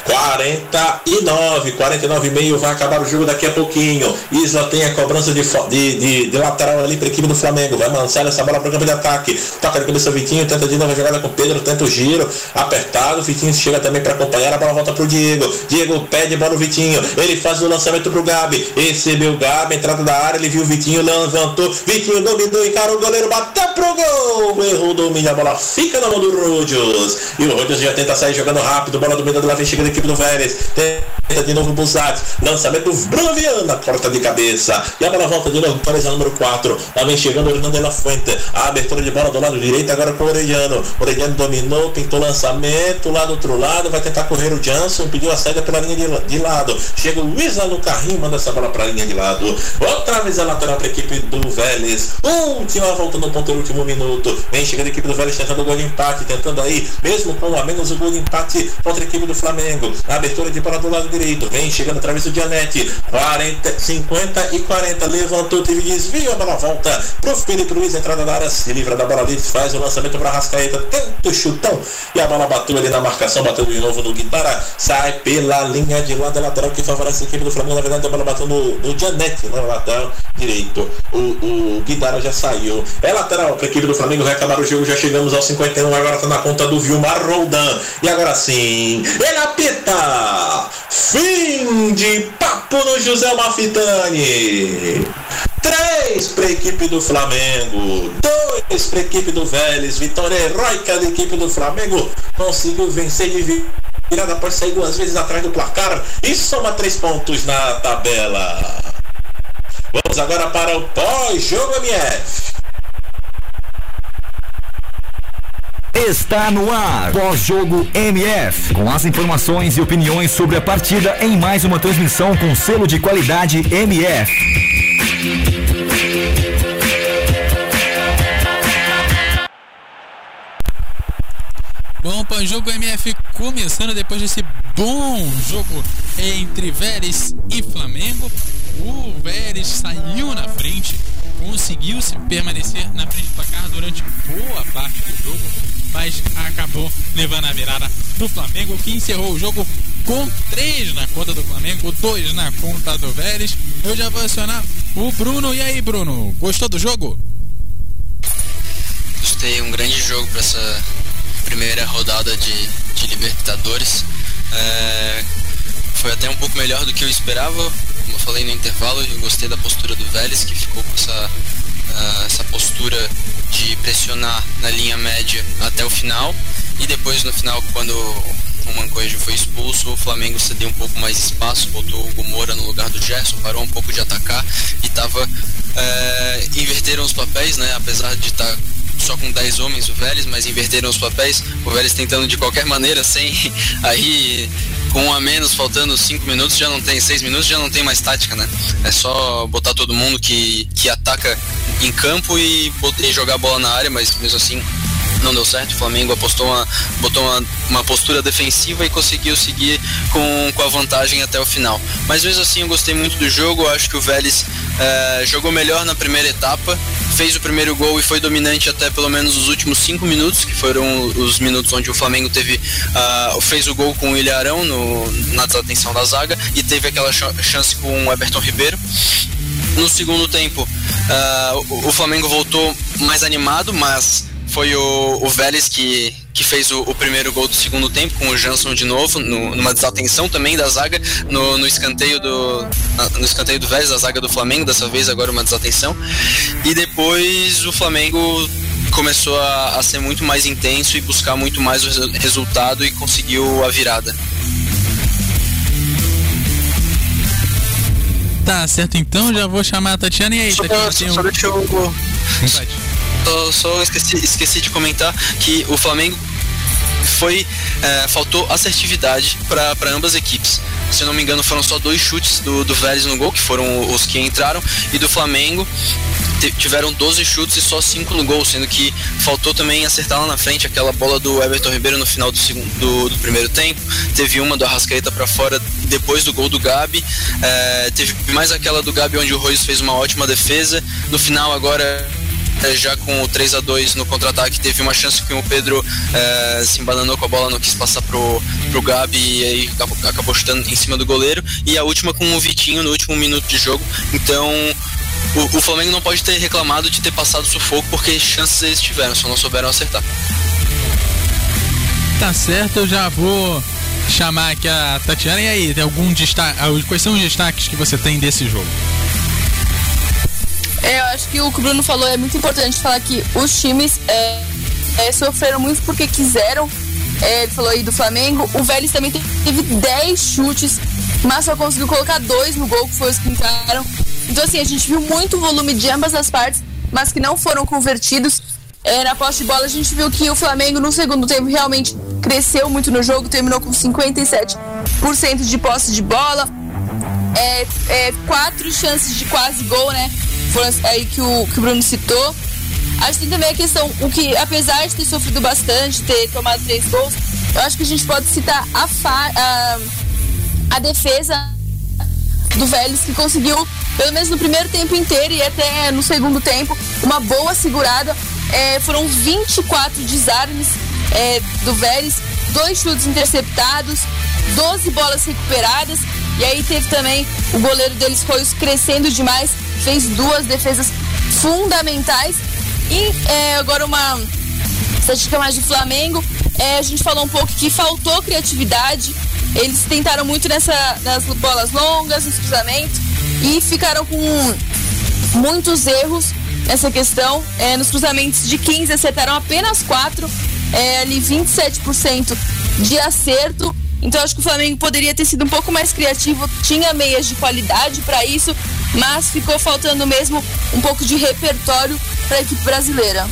49,5, vai acabar o jogo daqui a pouquinho. Isla tem a cobrança de lateral ali para a equipe do Flamengo, vai lançar essa bola para o campo de ataque, toca de cabeça o Vitinho, tenta de nova jogada com o Pedro, tenta o giro, apertado, o Vitinho chega também para acompanhar, a bola volta para o Diego pede bola no Vitinho, ele faz o lançamento pro Gabi, recebeu o Gabi, entrada da área, ele viu o Vitinho, levantou, Vitinho dominou, encarou o goleiro, bateu pro gol, errou o domínio, a bola fica na mão do Rodgers, e o Rodgers já tenta sair jogando rápido, bola dominada lá, vem chegando a equipe do Vélez, tenta de novo o Bussati, lançamento do Bruno Viana, corta de cabeça, e a bola volta de novo para o número 4, lá vem chegando o Hernando de la Fuente, a abertura de bola do lado direito, agora com o Orellano dominou, pintou lançamento, lá do outro lado, vai tentar correr o Janson, pediu a saída pela linha de lado, chega o Luizão no carrinho, manda essa bola pra linha de lado, outra vez a lateral pra equipe do Vélez, última volta no ponto do último minuto, vem chegando a equipe do Vélez tentando o gol de empate, tentando aí, mesmo com a menos o gol de empate contra a equipe do Flamengo, a abertura de bola do lado direito, vem chegando através do Dianete, 50 e 40, levantou, teve desvio, a bola volta pro Felipe Luiz, entrada da área, se livra da bola ali, faz o lançamento pra Arrascaeta, tenta o chutão, e a bola bateu ali na marcação, bateu de novo no Guitarra, sai pela linha de lado, lateral que favorece a equipe do Flamengo, na verdade a bola bateu no Dianete, no lateral direito, o Guitarra já saiu, é lateral para a equipe do Flamengo, vai acabar o jogo, já chegamos aos 51, agora tá na conta do Vilmar Roldan, e agora sim, ele apita, fim de papo no José Malfitani, 3 para a equipe do Flamengo, 2 para a equipe do Vélez, vitória heróica da equipe do Flamengo, conseguiu vencer de virada após sair 2 vezes atrás do placar e soma 3 pontos na tabela. Vamos agora para o pós-jogo MF. Está no ar, pós-jogo MF, com as informações e opiniões sobre a partida em mais uma transmissão com selo de qualidade MF. Bom, pós-jogo MF começando depois desse bom jogo entre Vélez e Flamengo. O Vélez saiu na frente, conseguiu se permanecer na frente do placar durante boa parte do jogo, mas acabou levando a virada do Flamengo, que encerrou o jogo com 3 na conta do Flamengo, 2 na conta do Vélez. Eu já vou acionar o Bruno. E aí, Bruno, gostou do jogo? Gostei, um grande jogo para essa primeira rodada de Libertadores. Foi até um pouco melhor do que eu esperava. Como eu falei no intervalo, eu gostei da postura do Vélez, que ficou com essa postura de pressionar na linha média até o final, e depois no final, quando o Mancoejo foi expulso, o Flamengo cedeu um pouco mais de espaço, botou o Hugo Moura no lugar do Gerson, parou um pouco de atacar e inverteram os papéis, né? Apesar de estar só com 10 homens o Vélez, mas inverteram os papéis, o Vélez tentando de qualquer maneira, sem aí com 1 a menos, faltando 5 minutos, já não tem 6 minutos, já não tem mais tática, né? É só botar todo mundo que ataca em campo e jogar a bola na área, mas mesmo assim não deu certo. O Flamengo botou uma postura defensiva e conseguiu seguir com a vantagem até o final. Mas mesmo assim eu gostei muito do jogo. Eu acho que o Vélez jogou melhor na primeira etapa, fez o primeiro gol e foi dominante até pelo menos os últimos 5 minutos, que foram os minutos onde o Flamengo fez o gol com o Ilharão na desatenção da zaga e teve aquela chance com o Everton Ribeiro. No segundo tempo o Flamengo voltou mais animado, mas foi o Vélez que fez o primeiro gol do segundo tempo, com o Janson de novo, numa desatenção também da zaga, no escanteio do Vélez, a zaga do Flamengo, dessa vez agora uma desatenção. E depois o Flamengo começou a ser muito mais intenso e buscar muito mais o resultado e conseguiu a virada. Tá certo, então já vou chamar a Tatiana. E aí, Tatiana? Só deixa eu... Só esqueci de comentar que o Flamengo faltou assertividade para ambas equipes. Se eu não me engano, foram só 2 chutes do Vélez no gol, que foram os que entraram, e do Flamengo tiveram 12 chutes e só 5 no gol, sendo que faltou também acertar lá na frente aquela bola do Everton Ribeiro no final do primeiro tempo. Teve uma do Arrascaeta para fora depois do gol do Gabi, teve mais aquela do Gabi onde o Royce fez uma ótima defesa. No final agora, já com o 3-2 no contra-ataque, teve uma chance que o Pedro se embananou com a bola, não quis passar pro Gabi e aí acabou chutando em cima do goleiro. E a última com o Vitinho no último minuto de jogo. Então o Flamengo não pode ter reclamado de ter passado sufoco, porque chances eles tiveram, só não souberam acertar. Tá certo, eu já vou chamar aqui a Tatiana. E aí, tem algum destaque? Quais são os destaques que você tem desse jogo? Eu acho que o que o Bruno falou é muito importante falar que os times sofreram muito porque quiseram. Ele falou aí do Flamengo. O Vélez também teve 10 chutes, mas só conseguiu colocar 2 no gol, que foi os que entraram. Então assim, a gente viu muito volume de ambas as partes, mas que não foram convertidos. Na posse de bola a gente viu que o Flamengo no segundo tempo realmente cresceu muito no jogo, terminou com 57% de posse de bola, 4 chances de quase gol, né? Foram aí que o Bruno citou. Acho que tem também a questão, o que apesar de ter sofrido bastante, ter tomado 3 gols, eu acho que a gente pode citar a defesa do Vélez, que conseguiu, pelo menos no primeiro tempo inteiro e até no segundo tempo, uma boa segurada. Foram 24 desarmes do Vélez, 2 chutes interceptados, 12 bolas recuperadas. E aí teve também o goleiro deles, foi crescendo demais, fez 2 defesas fundamentais. E agora uma estatística mais do Flamengo, a gente falou um pouco que faltou criatividade. Eles tentaram muito nas bolas longas, nos cruzamentos, e ficaram com muitos erros nessa questão. Nos cruzamentos de 15 acertaram apenas 4, ali 27% de acerto. Então acho que o Flamengo poderia ter sido um pouco mais criativo, tinha meias de qualidade para isso, mas ficou faltando mesmo um pouco de repertório para a equipe brasileira.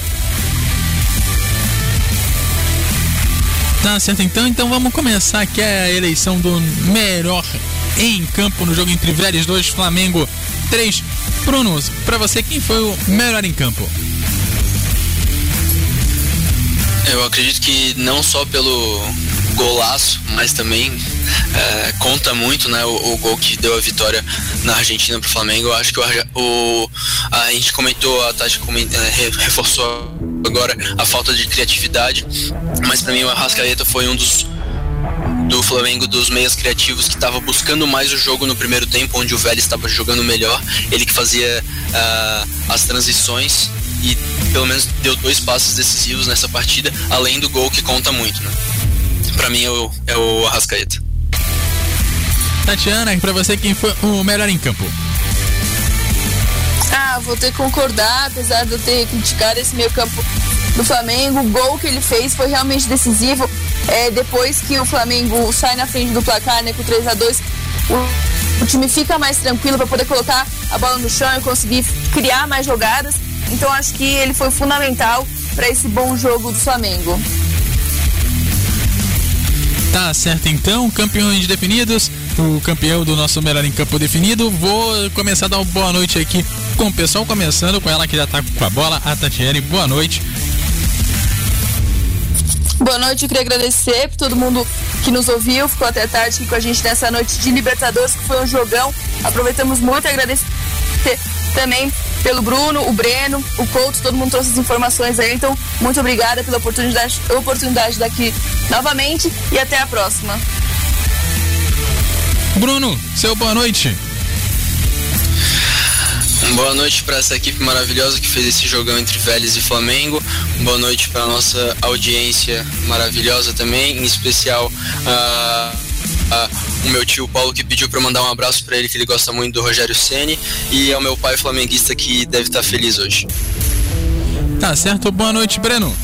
Tá certo, então vamos começar aqui a eleição do melhor em campo no jogo entre Vélez 2, Flamengo 3. Bruno, pra você, quem foi o melhor em campo? Eu acredito que não só pelo golaço, mas também conta muito, né, o gol que deu a vitória na Argentina pro Flamengo. Eu acho que a gente comentou, a Tati reforçou agora a falta de criatividade, mas para mim o Arrascaeta foi um do Flamengo, dos meias criativos, que estava buscando mais o jogo no primeiro tempo, onde o Vélez estava jogando melhor. Ele que fazia as transições e pelo menos deu 2 passes decisivos nessa partida, além do gol que conta muito, né? Pra mim é o Arrascaeta. Tatiana, pra você, quem foi o melhor em campo? Vou ter que concordar, apesar de eu ter criticado esse meio campo do Flamengo. O gol que ele fez foi realmente decisivo. Depois que o Flamengo sai na frente do placar, né, com 3-2, o time fica mais tranquilo para poder colocar a bola no chão e conseguir criar mais jogadas. Então acho que ele foi fundamental para esse bom jogo do Flamengo. Tá certo, então, campeões definidos, o campeão do nosso melhor em campo definido. Vou começar a dar uma boa noite aqui com o pessoal, começando com ela que já tá com a bola, a Tatiane. Boa noite. Boa noite, eu queria agradecer por todo mundo que nos ouviu, ficou até tarde aqui com a gente nessa noite de Libertadores, que foi um jogão. Aproveitamos muito, agradecer também pelo Bruno, o Breno, o Couto, todo mundo trouxe as informações aí, então muito obrigada pela oportunidade daqui novamente e até a próxima. Bruno, seu boa noite. Boa noite para essa equipe maravilhosa que fez esse jogão entre Vélez e Flamengo. Boa noite para nossa audiência maravilhosa também, em especial o meu tio Paulo, que pediu para eu mandar um abraço para ele, que ele gosta muito do Rogério Ceni, e ao meu pai flamenguista, que deve estar feliz hoje. Tá certo, boa noite, Breno.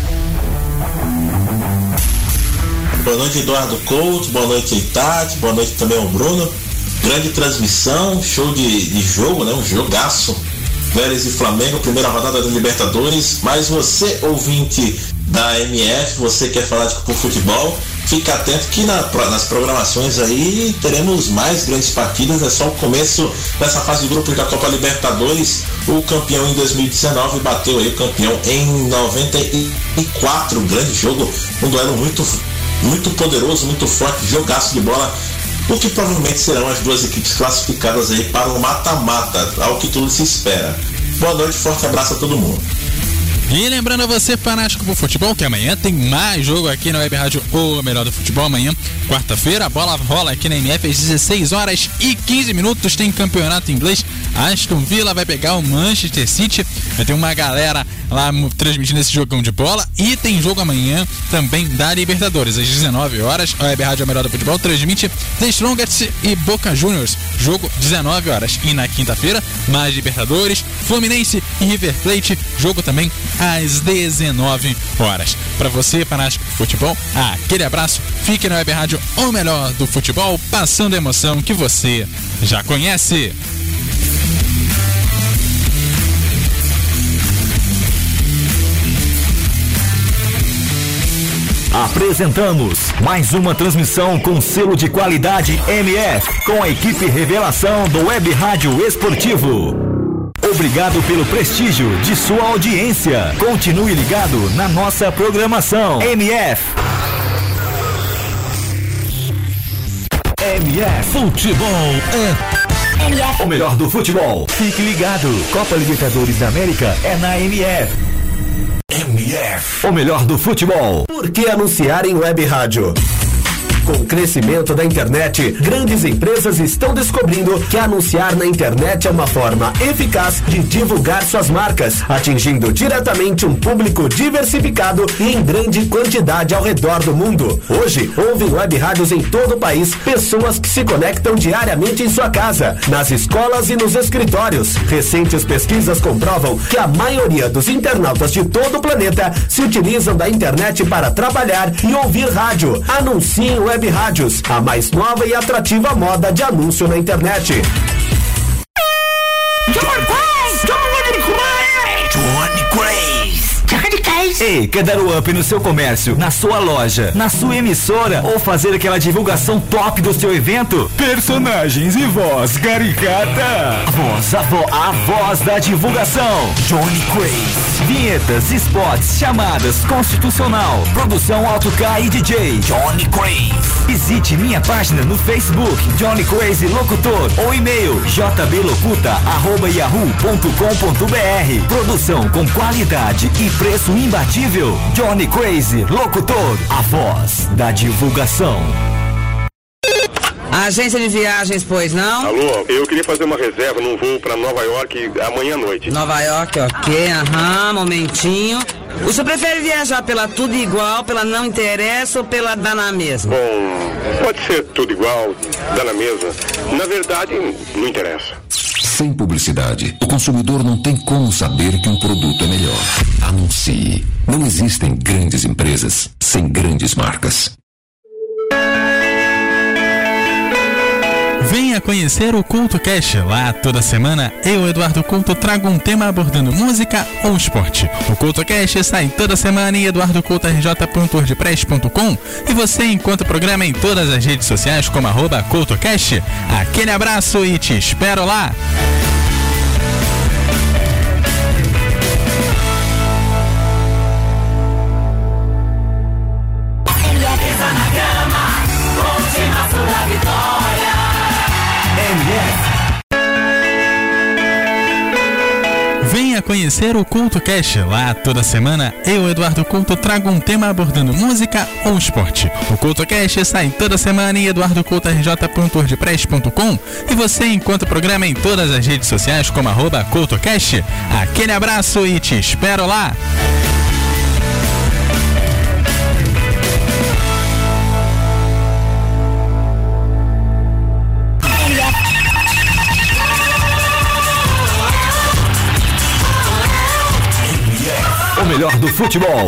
Boa noite, Eduardo Couto, boa noite, Tati, boa noite também ao Bruno. Grande transmissão, show de jogo, né? Um jogaço. Vélez e Flamengo, primeira rodada da Libertadores. Mas você, ouvinte da MF, você quer falar de futebol, fica atento que nas programações aí teremos mais grandes partidas. É só o começo dessa fase de grupos da Copa Libertadores. O campeão em 2019 bateu aí o campeão em 94, grande jogo, um duelo muito poderoso, muito forte, jogaço de bola, o que provavelmente serão as duas equipes classificadas aí para o mata-mata, ao que tudo se espera. Boa noite, forte abraço a todo mundo. E lembrando a você, fanático por futebol, que amanhã tem mais jogo aqui na Web Rádio O Melhor do Futebol. Amanhã, quarta-feira, a bola rola aqui na MF às 16h15. Tem campeonato inglês. Aston Villa vai pegar o Manchester City. Vai ter uma galera lá transmitindo esse jogão de bola. E tem jogo amanhã também da Libertadores, às 19h. A Web Rádio O Melhor do Futebol transmite The Strongest e Boca Juniors. Jogo 19h. E na quinta-feira, mais Libertadores, Fluminense e River Plate. Jogo também às 19h. Para você, fanático de futebol, aquele abraço. Fique na Web Rádio O Melhor do Futebol, passando a emoção que você já conhece. Apresentamos mais uma transmissão com selo de qualidade MF, com a equipe Revelação do Web Rádio Esportivo. Obrigado pelo prestígio de sua audiência. Continue ligado na nossa programação. MF Futebol é MF. O melhor do futebol. Fique ligado. Copa Libertadores da América é na MF. MF. O melhor do futebol. Por que anunciar em web rádio? Com o crescimento da internet, grandes empresas estão descobrindo que anunciar na internet é uma forma eficaz de divulgar suas marcas, atingindo diretamente um público diversificado e em grande quantidade ao redor do mundo. Hoje, ouvem web rádios em todo o país, pessoas que se conectam diariamente em sua casa, nas escolas e nos escritórios. Recentes pesquisas comprovam que a maioria dos internautas de todo o planeta se utilizam da internet para trabalhar e ouvir rádio. Anunciem web rádios, a mais nova e atrativa moda de anúncio na internet. Ei, quer dar o up no seu comércio, na sua loja, na sua emissora ou fazer aquela divulgação top do seu evento? Personagens e voz caricata. A voz da divulgação. Johnny Craze. Vinhetas, spots, chamadas, constitucional, produção Auto K e DJ. Johnny Craze. Visite minha página no Facebook, Johnny Craze Locutor, ou e-mail jblocuta@yahoo.com.br. Produção com qualidade e preço imbatível. Johnny Craze Locutor, a voz da divulgação. Agência de viagens, pois não? Alô, eu queria fazer uma reserva num voo para Nova York amanhã à noite. Nova York, ok, momentinho. O senhor prefere viajar pela tudo igual, pela não interessa ou pela dá na mesma? Bom, pode ser tudo igual, dá na mesma. Na verdade, não interessa. Sem publicidade, o consumidor não tem como saber que um produto é melhor. Anuncie. Não existem grandes empresas sem grandes marcas. Venha conhecer o Culto Cast. Lá toda semana eu, Eduardo Couto, trago um tema abordando música ou esporte. O Culto Cast sai toda semana em eduardocoutorj.wordpress.com e você encontra o programa em todas as redes sociais como @CultoCast. Aquele abraço e te espero lá! Venha conhecer o Culto Cast. Lá toda semana eu, Eduardo Couto, trago um tema abordando música ou esporte. O Culto Cast sai toda semana em eduardocoutorj.wordpress.com e você encontra o programa em todas as redes sociais como @CultoCast. Aquele abraço e te espero lá! O melhor do futebol.